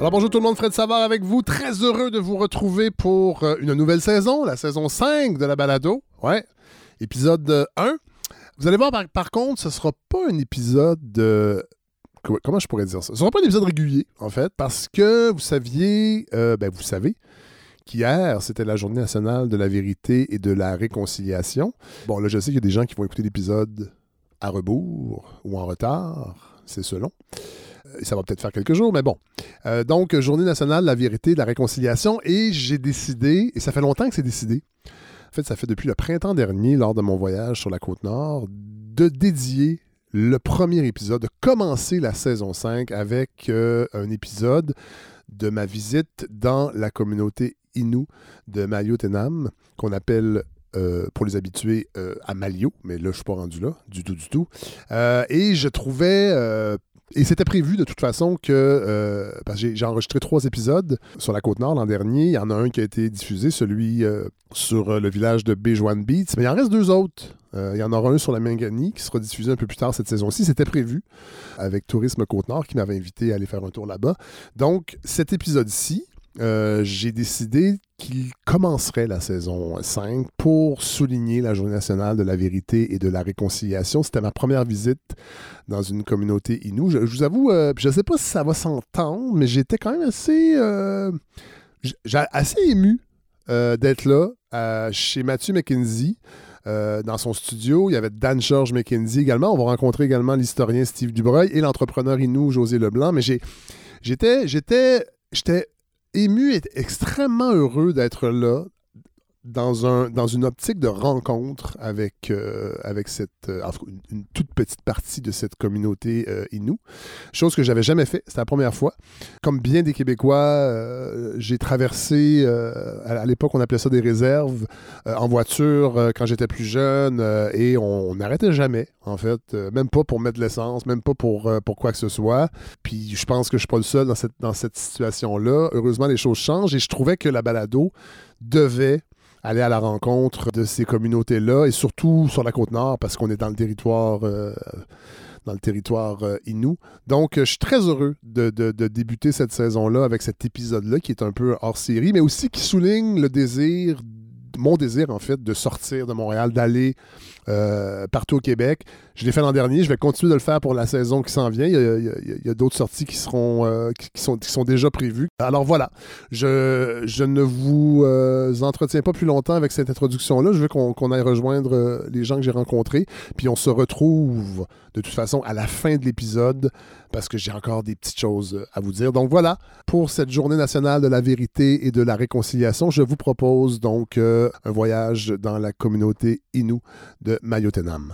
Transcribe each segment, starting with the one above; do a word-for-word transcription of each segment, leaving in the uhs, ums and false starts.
Alors bonjour tout le monde, Fred Savard avec vous. Très heureux de vous retrouver pour une nouvelle saison, la saison cinq de la balado. Ouais, épisode un. Vous allez voir, par, par contre, ce ne sera pas un épisode de... Comment je pourrais dire ça? Ce ne sera pas un épisode régulier, en fait, parce que vous saviez, euh, ben vous savez, qu'hier, c'était la Journée nationale de la vérité et de la réconciliation. Bon, là, je sais qu'il y a des gens qui vont écouter l'épisode à rebours ou en retard, c'est selon. Ça va peut-être faire quelques jours, mais bon. Euh, donc, Journée nationale de la vérité et de la réconciliation, et j'ai décidé, et ça fait longtemps que c'est décidé, en fait, ça fait depuis le printemps dernier, lors de mon voyage sur la Côte-Nord, de dédier le premier épisode, de commencer la saison cinq avec euh, un épisode de ma visite dans la communauté Innu de Maliotenam, qu'on appelle... Euh, pour les habitués euh, à Malio, mais là, je ne suis pas rendu là, du tout, du tout. Euh, et je trouvais... Euh, et c'était prévu de toute façon que... Euh, parce que j'ai, j'ai enregistré trois épisodes sur la Côte-Nord l'an dernier. Il y en a un qui a été diffusé, celui euh, sur euh, le village de Béjouane Beats. Mais il en reste deux autres. Euh, il y en aura un sur la Mangani qui sera diffusé un peu plus tard cette saison-ci. C'était prévu avec Tourisme Côte-Nord qui m'avait invité à aller faire un tour là-bas. Donc, cet épisode-ci, Euh, j'ai décidé qu'il commencerait la saison cinq pour souligner la Journée nationale de la vérité et de la réconciliation. C'était ma première visite dans une communauté Innu. Je, je vous avoue, euh, je ne sais pas si ça va s'entendre, mais j'étais quand même assez, euh, j'ai, assez ému euh, d'être là euh, chez Mathieu McKenzie. Euh, dans son studio, il y avait Dan-Georges McKenzie également. On va rencontrer également l'historien Steve Dubreuil et l'entrepreneur Innu José Leblanc. Mais j'ai, j'étais, j'étais, j'étais ému et extrêmement heureux d'être là dans, un, dans une optique de rencontre avec, euh, avec cette, euh, une, une toute petite partie de cette communauté euh, Innu. Chose que je n'avais jamais fait, c'était la première fois. Comme bien des Québécois, euh, j'ai traversé, euh, à, à l'époque on appelait ça des réserves, euh, en voiture euh, quand j'étais plus jeune, euh, et on n'arrêtait jamais, en fait, euh, même pas pour mettre de l'essence, même pas pour, euh, pour quoi que ce soit. Puis je pense que je ne suis pas le seul dans cette, dans cette situation-là. Heureusement, les choses changent, et je trouvais que la balado devait aller à la rencontre de ces communautés-là, et surtout sur la Côte-Nord, parce qu'on est dans le territoire, euh, dans le territoire euh, Innu. Donc, euh, je suis très heureux de, de, de débuter cette saison-là avec cet épisode-là, qui est un peu hors série, mais aussi qui souligne le désir, mon désir, en fait, de sortir de Montréal, d'aller euh, partout au Québec. Je l'ai fait l'an dernier, je vais continuer de le faire pour la saison qui s'en vient. Il y a, il y a, il y a d'autres sorties qui seront, euh, qui, qui, sont, qui sont déjà prévues. Alors voilà, je, je ne vous euh, entretiens pas plus longtemps avec cette introduction-là. Je veux qu'on, qu'on aille rejoindre euh, les gens que j'ai rencontrés, puis on se retrouve de toute façon à la fin de l'épisode, parce que j'ai encore des petites choses à vous dire. Donc voilà, pour cette Journée nationale de la vérité et de la réconciliation, je vous propose donc euh, un voyage dans la communauté Innu de Maliotenam.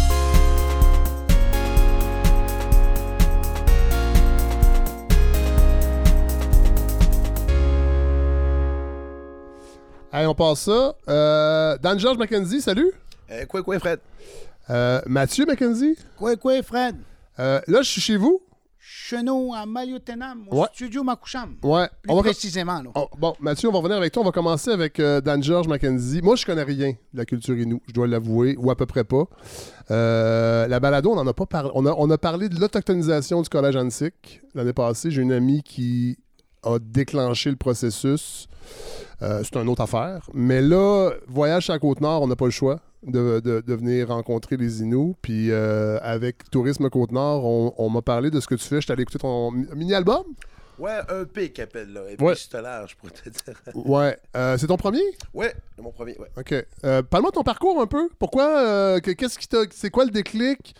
Allez, on passe ça. Euh, Dan-Georges McKenzie, salut. Euh, quoi, quoi, Fred? Euh, Mathieu McKenzie. Quoi, quoi, Fred? Euh, là, je suis chez vous. Chez nous, à Maliotenam, au ouais. studio Makoucham. Ouais. Plus on va précisément. Là. Oh, bon, Mathieu, on va revenir avec toi. On va commencer avec euh, Dan-Georges McKenzie. Moi, je connais rien de la culture Innu, je dois l'avouer, ou à peu près pas. Euh, la balado, on en a pas parlé. On a, on a parlé de l'autochtonisation du collège Annecy l'année passée. J'ai une amie qui a déclenché le processus. Euh, c'est une autre affaire. Mais là, voyage sur la Côte-Nord, on n'a pas le choix de, de, de venir rencontrer les Innu. Puis euh, avec Tourisme Côte-Nord, on, on m'a parlé de ce que tu fais. Je suis allé écouter ton mini-album. Ouais, un P qui appelle là. Ouais. Épistolaire, je pourrais te dire. Ouais. Euh, c'est ton premier? Ouais, c'est mon premier, ouais. OK. Euh, parle-moi de ton parcours un peu. Pourquoi? Euh, qu'est-ce qui t'a... C'est quoi le déclic?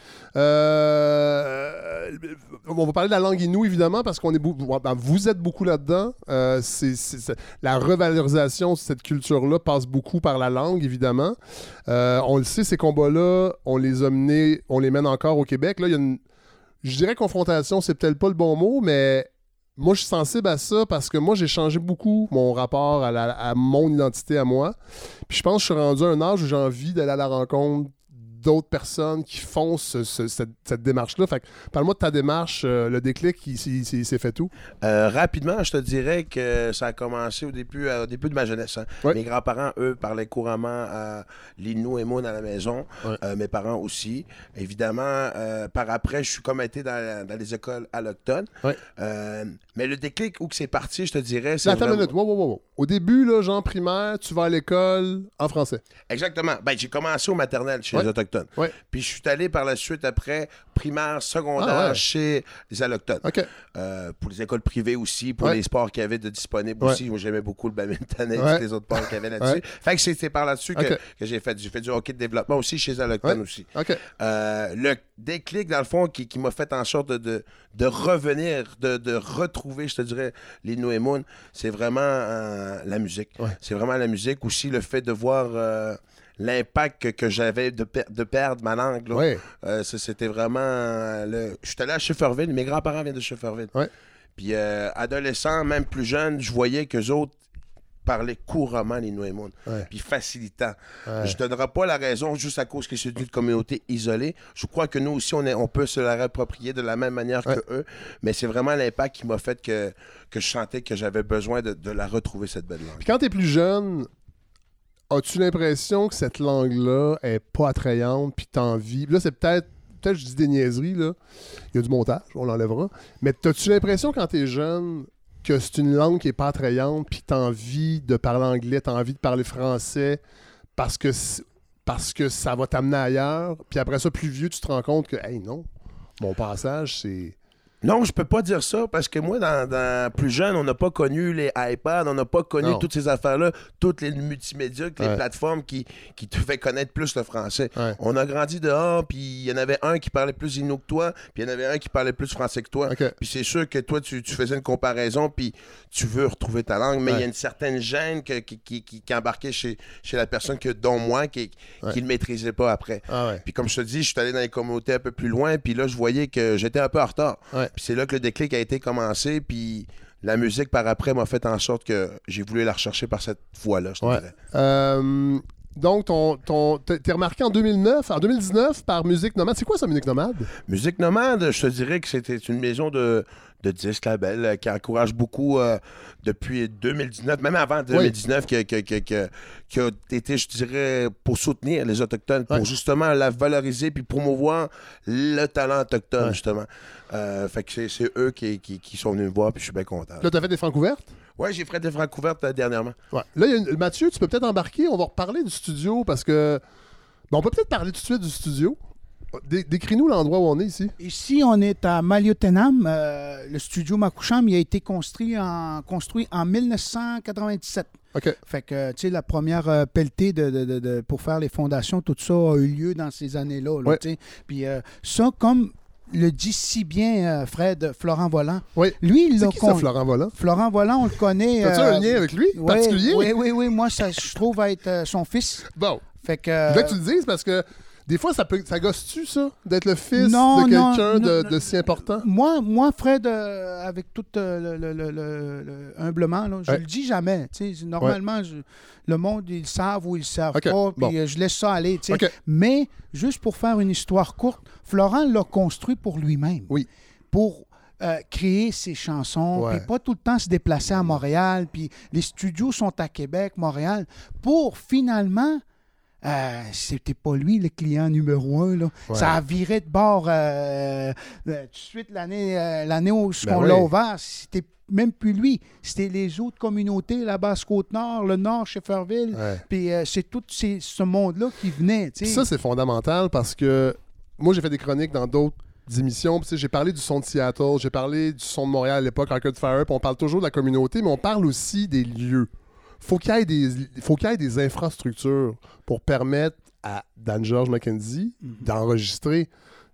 Euh, on va parler de la langue Innu, évidemment, parce qu'on est beaucoup... Ben, vous êtes beaucoup là-dedans. Euh, c'est, c'est, c'est... La revalorisation de cette culture-là passe beaucoup par la langue, évidemment. Euh, on le sait, ces combats-là, on les a menés, on les mène encore au Québec. Là, il y a une... Je dirais confrontation, c'est peut-être pas le bon mot, mais... Moi, je suis sensible à ça parce que moi, j'ai changé beaucoup mon rapport à, la, à mon identité à moi. Puis je pense que je suis rendu à un âge où j'ai envie d'aller à la rencontre d'autres personnes qui font ce, ce, cette, cette démarche-là. Fait que, parle-moi de ta démarche, euh, le déclic, il, il, il s'est fait tout. Euh, rapidement, je te dirais que ça a commencé au début, euh, au début de ma jeunesse. Hein. Ouais. Mes grands-parents, eux, parlaient couramment euh, l'Innu et Moon à la maison. Ouais. Euh, mes parents aussi. Évidemment, euh, par après, je suis comme été dans, dans les écoles allochtones. Ouais. Euh, mais le déclic où que c'est parti, je te dirais, c'est Là, attends vraiment... une minute. Wow, wow, wow, wow. Au début, là, genre primaire, tu vas à l'école en français. Exactement. Ben, j'ai commencé au maternel chez Ouais. les Autochtones. Ouais. Puis je suis allé par la suite après primaire, secondaire Ah ouais. chez les Allochtones. OK. Euh, pour les écoles privées aussi, pour Ouais. les sports qu'il y avait de disponibles Ouais. aussi. Moi, j'aimais beaucoup le badminton et Ouais. tous les autres sports qu'il y avait là-dessus. Ouais. Fait que c'était par là-dessus que, OK. que j'ai fait. J'ai fait du hockey de développement aussi chez les Allochtones Ouais. aussi. OK. Euh, le déclic, dans le fond, qui, qui m'a fait en sorte de, de, de revenir, de, de retrouver, je te dirais, les Innu Moon, c'est vraiment euh, la musique. Ouais. C'est vraiment la musique. Aussi, le fait de voir euh, l'impact que, que j'avais de, per- de perdre ma langue. là. Ouais. Euh, ça, c'était vraiment... euh, le... Je suis allé à Schefferville. Mes grands-parents viennent de Schefferville. Ouais. Puis, euh, adolescent, même plus jeune, je voyais qu'eux autres parlaient couramment les Innu Moon. Ouais. Puis facilitant. Ouais. Je ne donnerai pas la raison juste à cause que c'est une communauté isolée. Je crois que nous aussi, on, est, on peut se la réapproprier de la même manière Ouais. que eux. Mais c'est vraiment l'impact qui m'a fait que, que je sentais que j'avais besoin de, de la retrouver, cette belle langue. Puis quand t'es plus jeune, as-tu l'impression que cette langue-là est pas attrayante, puis t'as envie... Là, c'est peut-être... Peut-être que je dis des niaiseries, là. Il y a du montage, on l'enlèvera. Mais as-tu l'impression, quand t'es jeune, que c'est une langue qui est pas attrayante, puis t'as envie de parler anglais, t'as envie de parler français, parce que, c'est- parce que ça va t'amener ailleurs, puis après ça, plus vieux, tu te rends compte que, hey, non, mon passage, c'est... Non, je peux pas dire ça parce que moi, dans, dans plus jeune, on n'a pas connu les iPads, on n'a pas connu Non. toutes ces affaires-là, toutes les multimédias, toutes les Ouais. plateformes qui, qui te fait connaître plus le français. Ouais. On a grandi dehors, puis il y en avait un qui parlait plus Innu que toi, puis il y en avait un qui parlait plus français que toi. OK. Puis c'est sûr que toi, tu, tu faisais une comparaison, puis tu veux retrouver ta langue, mais il Ouais. y a une certaine gêne que- qui, qui, qui, qui embarquait chez, chez la personne, que, dont moi, qui ne Ouais. le maîtrisait pas après. Ah ouais. Puis comme je te dis, je suis allé dans les communautés un peu plus loin, puis là, je voyais que j'étais un peu en retard. Ouais. Puis c'est là que le déclic a été commencé, puis la musique, par après, m'a fait en sorte que j'ai voulu la rechercher par cette voie-là, je te Ouais. dirais. Euh, donc, ton, ton, t'es t'es remarqué en deux mille neuf, en deux mille dix-neuf par Musique Nomade. C'est quoi ça, Musique Nomade? Musique Nomade, je te dirais que c'était une maison de, de disques labels euh, qui encourage beaucoup euh, depuis deux mille dix-neuf, même avant deux mille dix-neuf, qui, qui, qui, qui, qui a été, je dirais, pour soutenir les Autochtones, pour Ouais. justement la valoriser puis promouvoir le talent autochtone, Ouais. justement. Euh, fait que c'est, c'est eux qui, qui, qui sont venus me voir, puis je suis bien content. Là, t'as fait des francs ouvertes? Ouais, j'ai fait des francs couvertes euh, dernièrement. Ouais. Là, il y a une- Mathieu, tu peux peut-être embarquer. On va reparler du studio parce que. Ben, on peut peut-être parler tout de suite du studio. Dé- Décris-nous l'endroit où on est ici. Ici, on est à Maliotenam. Euh, le studio Makoucham, il a été construit en, construit en mille neuf cent quatre-vingt-dix-sept. OK. Fait que, tu sais, la première euh, pelletée de, de- de- de- pour faire les fondations, tout ça a eu lieu dans ces années-là. là, Ouais. tu sais. Puis euh, ça, comme le dit si bien euh, Fred Florent Volant, Oui. lui, il C'est l'a qui ça, con- Florent Volant? Florent Volant, on le connaît. T'as-tu euh, un lien avec lui, ouais, particulier? Oui, oui, oui. Moi, ça, je trouve être euh, son fils. Bon. Fait que. Je voulais que tu le dises parce que des fois, ça, peut, ça gosse-tu, ça, d'être le fils Non, de non, quelqu'un de, non, de si important? Moi, moi, Fred, euh, avec tout euh, le, le- le- le- le- humblement, là, je Ouais. le dis jamais. tu sais. Normalement, je- le monde, ils le savent ou ils le savent Ok, pas, puis bon. euh, je laisse ça aller. tu sais. OK. Mais, juste pour faire une histoire courte, Florent l'a construit pour lui-même. Oui. Pour euh, créer ses chansons, Ouais. puis pas tout le temps se déplacer à Montréal, puis les studios sont à Québec, Montréal, pour finalement... Euh, c'était pas lui le client numéro un. Là. Ouais. Ça a viré de bord euh, euh, tout de suite l'année, euh, l'année où Ben on oui. l'a ouvert. C'était même plus lui. C'était les autres communautés, la Basse-Côte-Nord, le Nord, Schefferville. Ouais. Puis euh, c'est tout ces- ce monde-là qui venait. tu Puis sais. ça, c'est fondamental parce que moi, j'ai fait des chroniques dans d'autres émissions. Puis, tu sais, j'ai parlé du son de Seattle, j'ai parlé du son de Montréal à l'époque, Arcade Fire, puis on parle toujours de la communauté, mais on parle aussi des lieux. Faut qu'il y ait des, faut qu'il y ait des infrastructures pour permettre à Dan-Georges Mackenzie Mhm. d'enregistrer.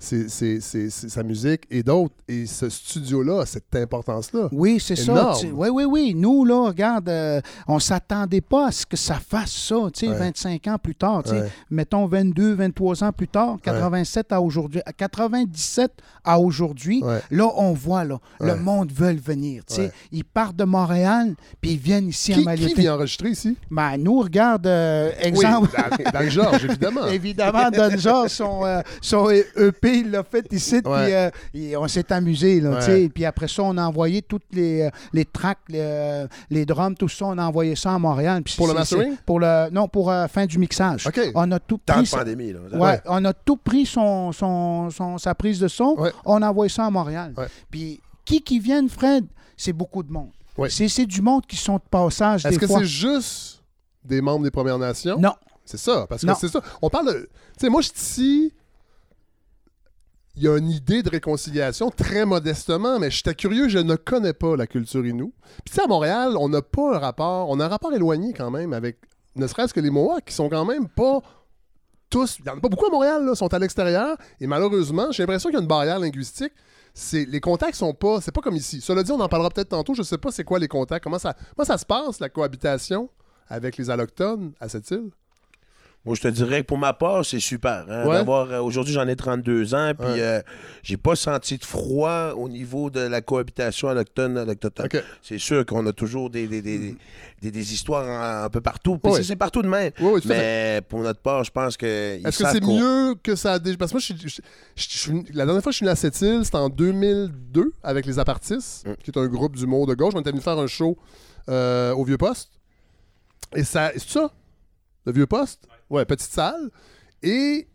c'est, c'est, c'est, c'est sa musique et d'autres. Et ce studio-là a cette importance-là. Oui, c'est Énorme. ça. Oui, oui, oui. Nous, là, regarde, euh, on ne s'attendait pas à ce que ça fasse ça, tu sais, Ouais. vingt-cinq ans plus tard, tu sais. Ouais. Mettons vingt-deux, vingt-trois ans plus tard, quatre-vingt-sept à aujourd'hui, à quatre-vingt-dix-sept à aujourd'hui, Ouais. là, on voit, là, Ouais. le monde veut venir, tu sais. Ouais. Ils partent de Montréal, puis ils viennent ici à Qui, qui Malioté. vient enregistrer ici? Ben, nous, regarde, euh, exemple... Oui, dans, dans le Georges, évidemment. Évidemment, Don George, son, euh, son E P, il l'a fait ici, Ouais. puis euh, et on s'est amusé. Là, Ouais. tu sais. Puis après ça, on a envoyé toutes les, euh, les tracks, les, euh, les drums, tout ça, on a envoyé ça à Montréal. Puis Pour le c'est- mastering? c'est- Pour le, non, pour la fin du mixage. OK. On a tout Temps pris. de ça- pandémie, là. Ouais, Ouais. on a tout pris son, son, son- sa prise de son, Ouais. on a envoyé ça à Montréal. Ouais. Puis qui qui viennent, Fred, c'est beaucoup de monde. Ouais. C'est, c'est du monde qui sont de passage Est-ce des que fois. c'est juste des membres des Premières Nations? Non. C'est ça, parce que Non. c'est ça. On parle de... Tu sais, moi, je suis ici... Il y a une idée de réconciliation, très modestement, mais j'étais curieux, je ne connais pas la culture Innu. Puis tu sais, à Montréal, on n'a pas un rapport... On a un rapport éloigné quand même avec... Ne serait-ce que les Mohawks, qui sont quand même pas... tous... Il n'y en a pas beaucoup à Montréal, là, sont à l'extérieur. Et malheureusement, j'ai l'impression qu'il y a une barrière linguistique. C'est, les contacts sont pas... C'est pas comme ici. Cela dit, on en parlera peut-être tantôt. Je sais pas c'est quoi les contacts. Comment ça, comment ça se passe, la cohabitation avec les Allochtones à cette île? Moi, je te dirais que pour ma part, c'est super. Hein, Ouais. d'avoir, euh, aujourd'hui, j'en ai trente-deux ans, puis Ouais. euh, j'ai pas senti de froid au niveau de la cohabitation autochtone autochtone. OK. C'est sûr qu'on a toujours des, des, des, des, des histoires un, un peu partout. Puis Ouais. c'est, c'est partout de même. Oui, oui, tout à fait. Mais pour notre part, je pense que. ils Est-ce que savent c'est qu'on- mieux que ça a déjà... Parce que moi, je, suis- je- je- je suis- la dernière fois que je suis venu à cette île, c'était en deux mille deux avec les Apartis, Mm. qui est un groupe d'humour de gauche. On était venu faire un show euh, au Vieux-Poste. Et ça... C'est ça? Le Vieux-Poste? Ouais, petite salle. Et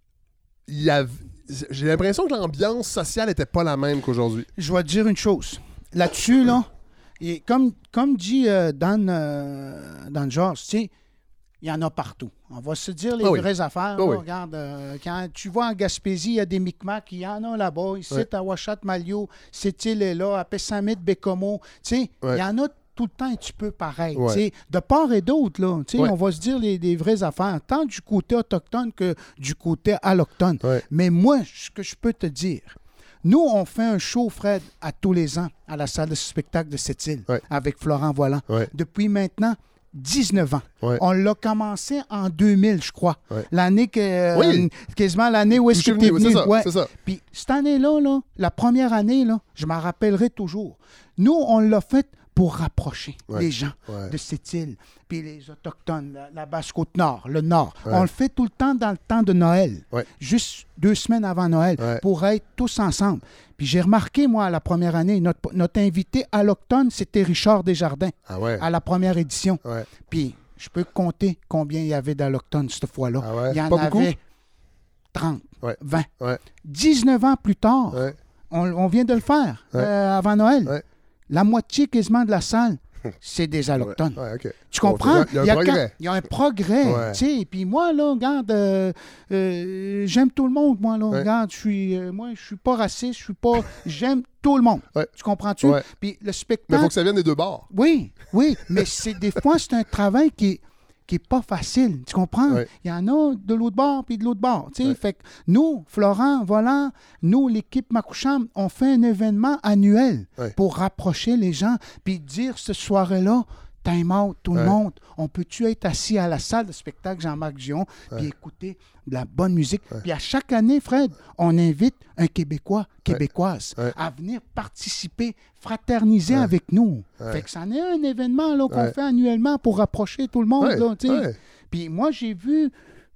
il y a... j'ai l'impression que l'ambiance sociale n'était pas la même qu'aujourd'hui. Je vais te dire une chose. Là-dessus, là, et comme, comme dit euh, Dan, euh, Dan George, tu sais, il y en a partout. On va se dire les Ah oui. vraies affaires. Ah là. oui. Regarde, euh, quand tu vas en Gaspésie, il y a des Micmacs, il y en a là-bas. Ici, Ouais. à Ouachat-Malio, cette île est là, à Pessamit, Bécomo. Tu sais, Ouais. il y en a tout le temps un petit peu pareil. Ouais. tu sais, de part et d'autre, là. Tu sais, Ouais. on va se dire les, les vraies affaires, tant du côté autochtone que du côté allochtone. Ouais. Mais moi, ce que je peux te dire, nous, on fait un show, Fred, à tous les ans, à la salle de spectacle de cette île, Ouais. avec Florent Volant. Ouais. Depuis maintenant dix-neuf ans. Ouais. On l'a commencé en deux mille, je crois. Ouais. L'année que... euh, Oui. quasiment l'année où est-ce Je suis que tu es venu, venu. c'est ça, Ouais. c'est ça. Puis cette année-là, là, la première année, là, je m'en rappellerai toujours. Nous, on l'a fait pour rapprocher Ouais. les gens Ouais. de cette île, puis les Autochtones, la, la Basse-Côte-Nord, le Nord. Ouais. On le fait tout le temps dans le temps de Noël, Ouais. juste deux semaines avant Noël, Ouais. pour être tous ensemble. Puis j'ai remarqué, moi, à la première année, notre, notre invité allochtone, c'était Richard Desjardins, Ah ouais. à la première édition. Ouais. Puis je peux compter combien il y avait d'allochtones cette fois-là. Ah ouais? Il y en Pas beaucoup? avait trente, Ouais. vingt. Ouais. dix-neuf ans plus tard, Ouais. on, on vient de le faire Ouais. euh, avant Noël. Ouais. La moitié quasiment de la salle, c'est des allochtones. Ouais, OK. Tu comprends? Il y a un quand- progrès. il y a un progrès. Ouais. tu sais. Et puis moi, là, regarde, euh, euh, j'aime tout le monde, moi, là. Ouais. Regarde, je suis, euh, moi, je suis pas raciste, je suis pas... J'aime tout le monde. Ouais. Tu comprends-tu? Ouais. Puis le Mais il spectacle... faut que ça vienne des deux bords. Oui, oui, mais c'est des fois, c'est un travail qui est, qui est pas facile. Tu comprends? Ouais. Il y en a de l'autre bord puis de l'autre bord. Tu sais. Ouais. Fait que nous, Florent, Volant, nous, l'équipe Makoucham, on fait un événement annuel Ouais. pour rapprocher les gens puis dire ce soir-là, time out, tout Ouais. le monde. On peut-tu être assis à la salle de spectacle Jean-Marc Gion puis Ouais. écouter de la bonne musique? Ouais. Puis à chaque année, Fred, on invite un Québécois, Québécoise Ouais. à venir participer, fraterniser Ouais. avec nous. Ouais. Fait que c'en est un événement là, qu'on Ouais. fait annuellement pour rapprocher tout le monde. Ouais, Là, tu sais. ouais. Puis moi, j'ai vu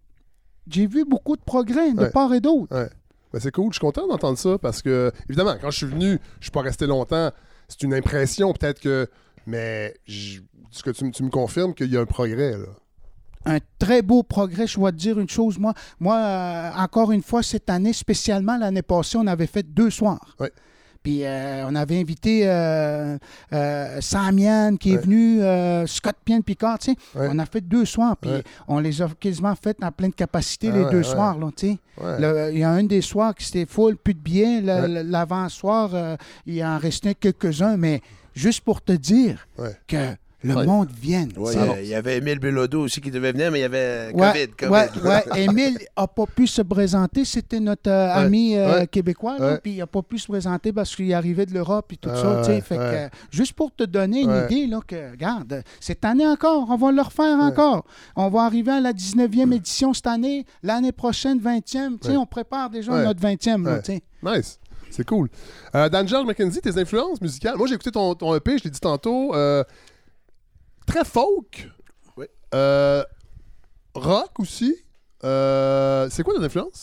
j'ai vu beaucoup de progrès de Ouais. part et d'autre. Ouais. Ben, c'est cool, je suis content d'entendre ça parce que, évidemment, quand je suis venu, je suis pas resté longtemps. C'est une impression, peut-être que. Mais je- ce que tu, m- tu me confirmes qu'il y a un progrès, là. Un très beau progrès. Je dois te dire une chose, moi. Moi, euh, encore une fois, cette année, spécialement l'année passée, on avait fait deux soirs. Ouais. Puis euh, on avait invité euh, euh, Samian qui est Ouais. venu, euh, Scott Pienne Picard, tu sais. Ouais. On a fait deux soirs, puis Ouais. on les a quasiment fait en pleine capacité Ah les ouais, deux ouais. soirs, là, tu sais. Ouais. Le- Il y a un des soirs qui c'était full, plus de billets. Le- Ouais. le- L'avant-soir, euh, il en restait quelques-uns, mais juste pour te dire Ouais. que Le Ouais. monde vienne. Ouais, tu sais. il y avait Émile Bilodeau aussi qui devait venir, mais il y avait Ouais, COVID. COVID. ouais, ouais. Émile n'a pas pu se présenter. C'était notre euh, Ouais, ami euh, ouais, québécois. là, ouais. Puis il n'a pas pu se présenter parce qu'il est arrivé de l'Europe et tout Ah, ça. tu sais. ouais, Fait que, ouais. euh, juste pour te donner une Ouais. idée, là, que, regarde, cette année encore, on va le refaire encore. On va arriver à la dix-neuvième édition cette année. L'année prochaine, vingtième. Tu sais, Ouais. On prépare déjà Ouais. notre vingtième. là, Ouais. tu sais. Nice. C'est cool. Euh, Dan George McKenzie, tes influences musicales. Moi, j'ai écouté ton, ton E P, je l'ai dit tantôt. euh, très folk. Oui. Euh, rock aussi. Euh, c'est quoi ton influence?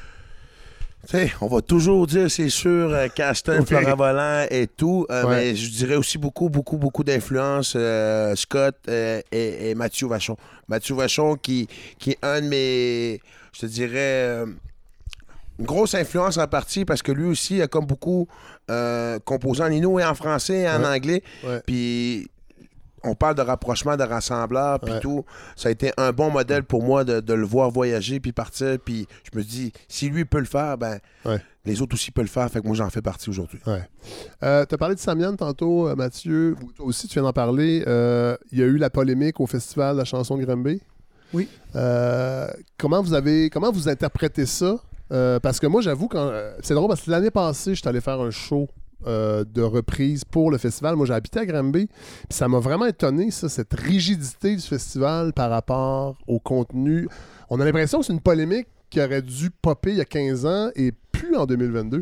Tu sais, on va toujours dire, c'est sûr, euh, Caston, Ok. Florent Volant et tout, euh, Ouais. mais je dirais aussi beaucoup, beaucoup, beaucoup d'influence. euh, Scott euh, et, et Mathieu Vachon. Mathieu Vachon qui, qui est un de mes, je te dirais, euh, une grosse influence en partie parce que lui aussi a comme beaucoup euh, composé en inou et en français et en Ouais. anglais. Ouais. Puis on parle de rapprochement, de rassembleur, puis Ouais. tout. Ça a été un bon modèle pour moi de, de le voir voyager puis partir. Puis je me dis, si lui peut le faire, ben Ouais. les autres aussi peuvent le faire. Fait que moi, j'en fais partie aujourd'hui. Ouais. Euh, tu as parlé de Samian tantôt, euh, Mathieu. Ou toi aussi, tu viens d'en parler. Euh, Il y a eu la polémique au Festival de la chanson de Granby. Oui. Euh, comment vous avez comment vous interprétez ça? Euh, parce que moi, j'avoue, quand euh, c'est drôle parce que l'année passée, j'étais allé faire un show euh, de reprise pour le festival. Moi, j'ai habité à Granby. Puis ça m'a vraiment étonné, ça, cette rigidité du festival par rapport au contenu. On a l'impression que c'est une polémique qui aurait dû popper il y a quinze ans et plus en deux mille vingt-deux.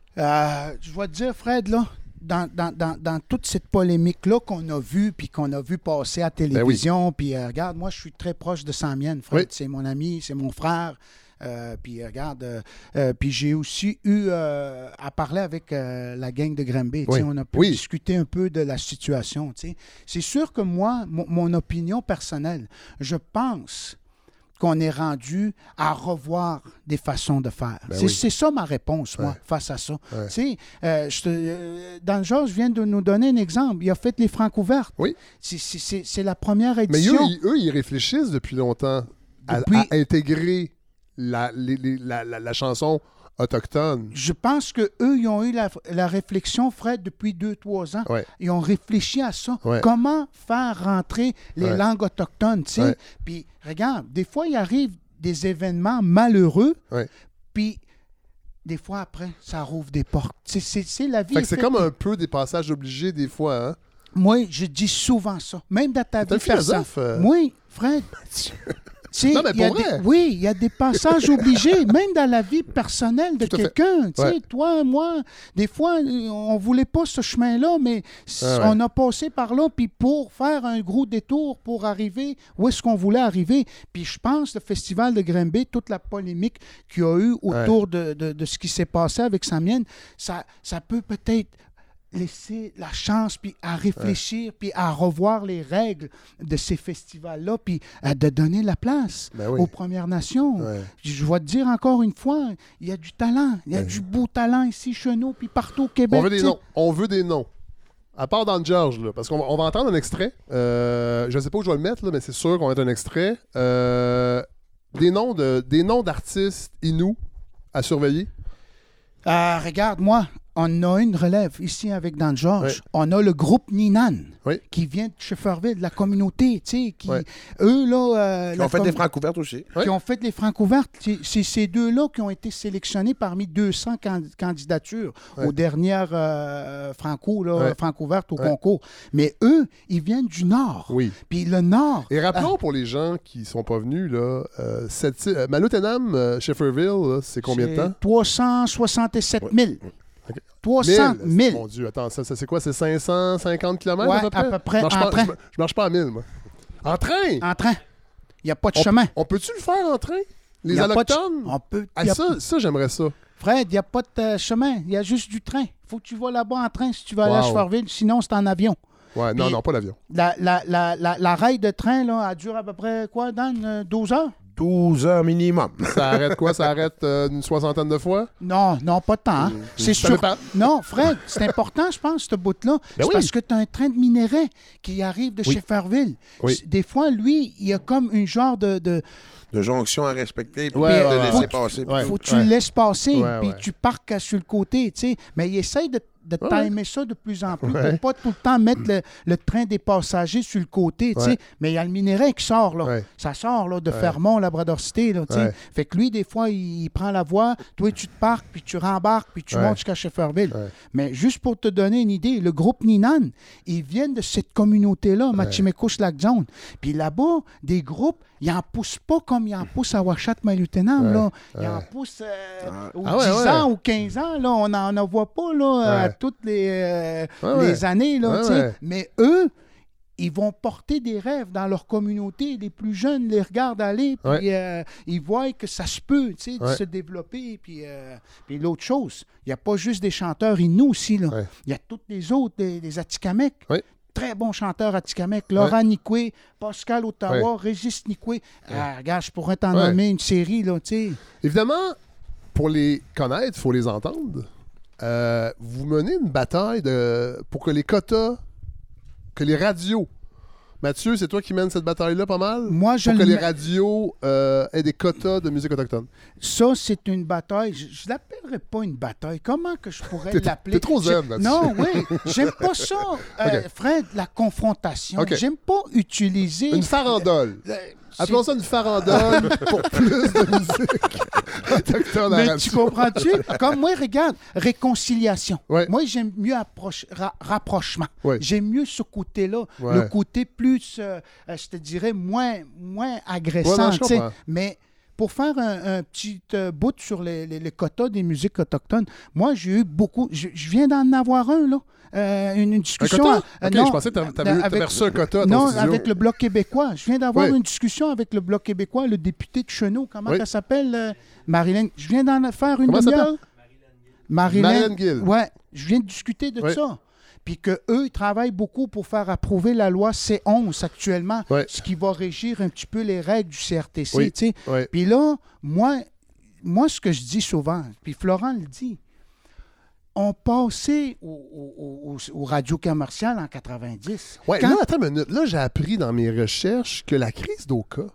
Euh, je vais te dire, Fred, là, dans, dans, dans, dans toute cette polémique-là qu'on a vue, puis qu'on a vu passer à la télévision, puis euh, regarde, moi, je suis très proche de Samian, Fred. Oui. C'est mon ami, c'est mon frère. Euh, puis euh, regarde, euh, euh, puis j'ai aussi eu euh, à parler avec euh, la gang de Granby. Tu sais, Oui. On a pu Oui. discuter un peu de la situation. tu sais. C'est sûr que moi, mon, mon opinion personnelle, je pense qu'on est rendu à revoir des façons de faire. Ben c'est oui. c'est ça ma réponse, moi, Ouais. face à ça. Ouais. Tu sais, euh, je te- euh, dans le genre, je viens de nous donner un exemple. Il a fait les Francs ouvertes. Oui. C'est- C'est c'est- c'est la première Mais édition. eux, ils, eux, ils réfléchissent depuis longtemps à, Depuis- à intégrer la, les- les- la, la- la chanson autochtone. Je pense qu'eux, ils ont eu la, la réflexion, Fred, depuis deux, trois ans. Ouais. Ils ont réfléchi à ça. Ouais. Comment faire rentrer les Ouais. langues autochtones, tu sais. Ouais. Puis, regarde, des fois, il arrive des événements malheureux, Ouais. puis des fois, après, ça rouvre des portes. C'est- C'est c'est la vie. Fait que c'est fait comme que- un peu des passages obligés des fois, hein? Moi, je dis souvent ça. Même dans ta T'es un vie personnelle. philosophe. euh. Moi, Fred. tu sais, Non, mais il y a pour des- vrai. oui, il y a des passages obligés, même dans la vie personnelle de Tout à fait. quelqu'un. Tu sais, Ouais. toi, moi, des fois, euh, on voulait pas ce chemin-là, mais s- Ah ouais. on a passé par là, puis pour faire un gros détour pour arriver où est-ce qu'on voulait arriver. Puis je pense, le Festival de Granby, toute la polémique qu'il y a eu autour de, de- de ce qui s'est passé avec Samian, ça, ça peut peut-être laisser la chance, puis à réfléchir, puis à revoir les règles de ces festivals-là, puis à de donner la place Ben oui. aux Premières Nations. Ouais. Je vais te dire encore une fois, il y a du talent, il y a Ouais. du beau talent ici chez nous, puis partout au Québec. On veut des tu sais. noms. On veut des noms. À part dans George, là, parce qu'on va, on va entendre un extrait. Euh, je ne sais pas où je vais le mettre, là, mais c'est sûr qu'on va mettre un extrait. Euh, des noms de, des noms d'artistes inou à surveiller. Euh, regarde, moi, on a une relève ici avec Dan George. Ouais. On a le groupe Ninan Oui. qui vient de Shefferville, de la communauté, tu sais, qui, Ouais. eux, là... euh, Ils la ont fait com- des francs ouvertes aussi. Ouais. qui ont fait les francs ouvertes. C'est- C'est ces deux-là qui ont été sélectionnés parmi deux cents can- candidatures Ouais. aux dernières euh, franco, là, Ouais. francs ouvertes au Ouais. concours. Mais eux, ils viennent du Nord. Oui. Puis le Nord... Et rappelons pour les gens qui ne sont pas venus, là, euh, cette, euh, Malottenham, euh, Shefferville, là, c'est combien de c'est temps? trois cent soixante-sept mille. Ok. trois cent mille. Mon Dieu, attends, ça, ça, c'est quoi? C'est cinq cent cinquante kilomètres Ouais, à peu près? à peu près, Je marche en pas, train. je, je marche pas à mille, moi. En train? En train. Il n'y a pas de On- chemin. On peut-tu le faire en train? Il Les y a pas de ch- allochtones? On peut... Ah, il y a- ça, ça j'aimerais ça. Fred, il n'y a pas de euh, chemin. Il y a juste du train. Il faut que tu vas là-bas en train si tu veux aller à Wow. Shefferville. Sinon, c'est en avion. Ouais, non, Puis- non, pas l'avion. La, la, la, la, la rail de train, là, elle dure à peu près, quoi, Dan? Euh, douze heures? douze heures minimum. Ça arrête quoi? Ça arrête euh, une soixantaine de fois? Non, non, pas tant. hein. C'est Ça sûr. dépend. Non, Fred, c'est important, je pense, ce bout-là. Ben c'est oui. parce que tu as un train de minerais qui arrive de Oui. Shefferville. Oui. S- Des fois, lui, il y a comme une genre de... de De jonction à respecter, puis Ouais, de ouais, laisser ouais. passer. Ouais. faut que tu le laisses passer, Ouais, puis ouais. tu parques sur le côté, tu sais. Mais il essaye de, de Ouais. timer ça de plus en plus, Ouais. pour pas tout le temps mettre le, le train des passagers sur le côté, tu sais. Ouais. Mais il y a le minerai qui sort, là. Ouais. Ça sort, là, de Ouais. Fermont, Labrador City, là, tu sais. Ouais. Fait que lui, des fois, il, il prend la voie, toi, tu te parques, puis tu rembarques, puis tu Ouais. montes jusqu'à Shefferville. Ouais. Mais juste pour te donner une idée, le groupe Ninan, ils viennent de cette communauté-là, Machimekouche Lac Zone. Puis là-bas, des groupes, ils n'en poussent pas comme ils en poussent à Ouachat Maluthénam, Ouais. là. Ils Ouais. en poussent euh, aux Ah ouais, dix ouais. ans ou quinze ans, là. On n'en voit pas, là, à Ouais. toutes les, euh, Ouais, les ouais. années, là, Ouais, tu sais. ouais. Mais eux, ils vont porter des rêves dans leur communauté. Les plus jeunes les regardent aller, puis Ouais. euh, ils voient que ça se peut, tu sais, de Ouais. se développer. Puis, euh, puis l'autre chose, il n'y a pas juste des chanteurs Innu aussi, là. Ouais. Il y a tous les autres, des, des Atikamekw. Ouais. Très bons chanteurs Atikamekw. Laurent Nikwe, Pascal Ottawa, Régis Nikwe. Ah, regarde, je pourrais t'en Ouais. nommer une série, là, tu sais. Évidemment, pour les connaître, il faut les entendre. Euh, vous menez une bataille de pour que les quotas, que les radios. Mathieu, c'est toi qui mènes cette bataille-là pas mal? Moi, je Pour que le les mets- radios euh, aient des quotas de musique autochtone. Ça, c'est une bataille. Je ne l'appellerais pas une bataille. Comment que je pourrais T'es- l'appeler? t'es trop zen Je- là-dessus. Non, oui. J'aime pas ça, euh, Ok. Fred, la confrontation. Ok. J'aime pas utiliser... Une farandole. Euh, Appelons c'est- ça une farandole pour plus de musique autochtone à Mais radio. tu comprends-tu? Comme moi, regarde, réconciliation. Ouais. Moi, j'aime mieux approche, ra- rapprochement. Ouais. J'aime mieux ce côté-là. Ouais. Le côté plus, euh, euh, je te dirais, moins, moins Ouais, agressant. non, je tu sais. comprends. Mais pour faire un, un petit euh, bout sur les, les, les quotas des musiques autochtones, moi, j'ai eu beaucoup... Je, je viens d'en avoir un, là. Euh, une, une Un discussion... quota? euh, Ok, non, je pensais que t'avais, t'avais, euh, t'avais avec- reçu un quota à ton Non, studio. avec le Bloc québécois. Je viens d'avoir Oui. une discussion avec le Bloc québécois, le député de Chenot. Comment Oui. elle s'appelle? euh, Marilyn. Je viens d'en faire une Comment ça demi-heure. s'appelle? Marilyn. Marilyn Gill. Ouais, je viens de discuter de Oui. ça. Puis qu'eux, ils travaillent beaucoup pour faire approuver la loi C onze actuellement, Oui. ce qui va régir un petit peu les règles du C R T C. Oui. tu sais. Oui. Puis là, moi, moi, ce que je dis souvent, puis Florent le dit, on passait au, au, au, au radio commercial en quatre-vingt-dix. Ouais, Quand- là, attends une minute. Là, j'ai appris dans mes recherches que la crise d'Oka,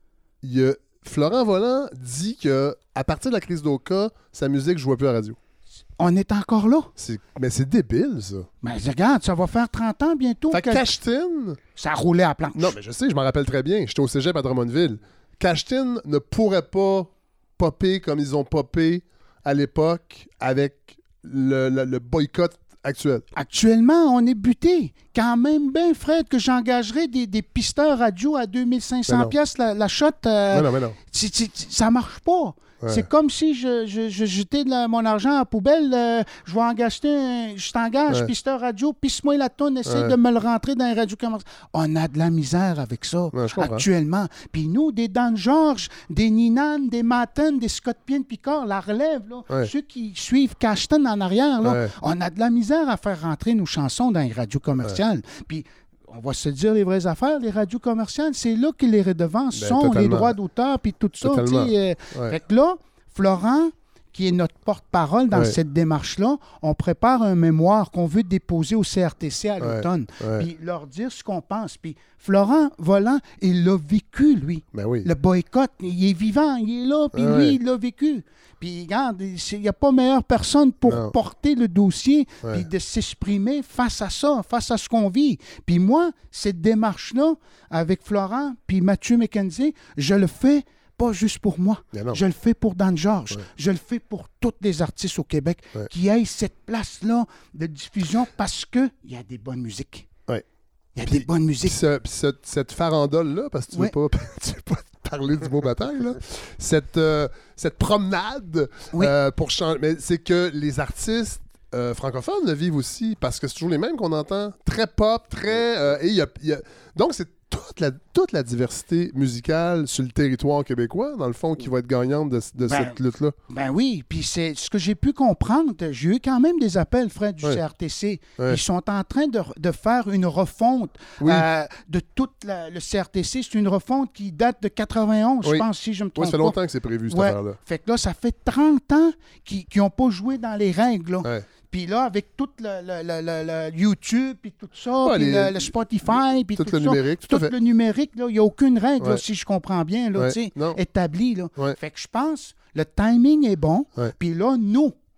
il y a Florent Volant dit que à partir de la crise d'Oka, sa musique ne jouait plus à la radio. On est encore là. C'est... Mais c'est débile, ça. Mais regarde, ça va faire trente ans bientôt. Fait que que Cashtin... ça roulait à planche. Non, mais je sais, je m'en rappelle très bien. J'étais au cégep à Drummondville. Cashtin ne pourrait pas popper comme ils ont popé à l'époque avec le, le- le boycott actuel. Actuellement, on est buté. Quand même bien, Fred, que j'engagerais des, des pisteurs radio à deux mille cinq Ben cents non. piastres la, la shot. euh, non, non, mais non. c'est- c'est- ça marche pas. Ouais. C'est comme si je, je, je jetais de la- mon argent à la poubelle. euh, je vais engager, un- je t'engage, Ouais. pisteur radio, pisse-moi la tonne, essaie Ouais. de me le rentrer dans les radios commerciales. On a de la misère avec ça Ouais, je comprends. actuellement. Puis nous, des Dan Georges, des Ninan, des Matten, des Scott Pien Picard, la relève, là, Ouais. ceux qui suivent Cashton en arrière, là, Ouais. on a de la misère à faire rentrer nos chansons dans les radios commerciales. Puis on va se dire les vraies affaires, les radios commerciales, c'est là que les redevances Ben, sont, les totalement. droits d'auteur, puis tout ça. Totalement. tu sais, euh, Ouais. Fait que là, Florent, qui est notre porte-parole dans Ouais. cette démarche-là, on prépare un mémoire qu'on veut déposer au C R T C à Ouais. l'automne, Ouais. puis leur dire ce qu'on pense. Puis Florent Volant, il l'a vécu, lui. Ben oui. Le boycott, il est vivant, il est là, puis Ouais. lui, il l'a vécu. Puis regarde, il n'y a pas meilleure personne pour Non. porter le dossier Ouais. puis de s'exprimer face à ça, face à ce qu'on vit. Puis moi, cette démarche-là, avec Florent puis Mathieu McKenzie, je le fais pas juste pour moi. Mais non. Je le fais pour Dan Georges. Ouais. Je le fais pour tous les artistes au Québec Ouais. qui aient cette place-là de diffusion parce qu'il y a des bonnes musiques. Ouais. Il y a Puis- des bonnes Puis musiques. ce- puis ce- cette farandole-là, parce que tu ne Ouais. veux, pas- tu veux pas parler du mot bataille, là, cette, euh, cette promenade Oui. euh, pour changer. Mais c'est que les artistes euh, francophones le vivent aussi, parce que c'est toujours les mêmes qu'on entend. Très pop, très. euh, et il y a- il y a- Donc, c'est toute la, toute la diversité musicale sur le territoire québécois, dans le fond, qui va être gagnante de, de Ben, cette lutte-là. Ben oui, puis c'est ce que j'ai pu comprendre. J'ai eu quand même des appels, Fred, du Ouais. C R T C. Ouais. Ils sont en train de, de faire une refonte Oui. euh, de tout la- le C R T C. C'est une refonte qui date de quatre-vingt-onze, Oui. je pense, si je me trompe Oui, ça fait pas. longtemps que c'est prévu, cette Ouais. affaire-là. Fait que là, ça fait trente ans qu'ils n'ont pas joué dans les règles. là. Ouais. Puis là, avec tout le, le- le- le- le YouTube, puis tout ça, Ouais, puis les- le, le Spotify, puis tout tout, le ça, numérique, tout à tout fait. le numérique, là, il n'y a aucune règle, là, Ouais. si je comprends bien, là, Ouais. tu sais, Non. établie. Là. Ouais. Fait que je pense le timing est bon. Ouais. Puis là, nous,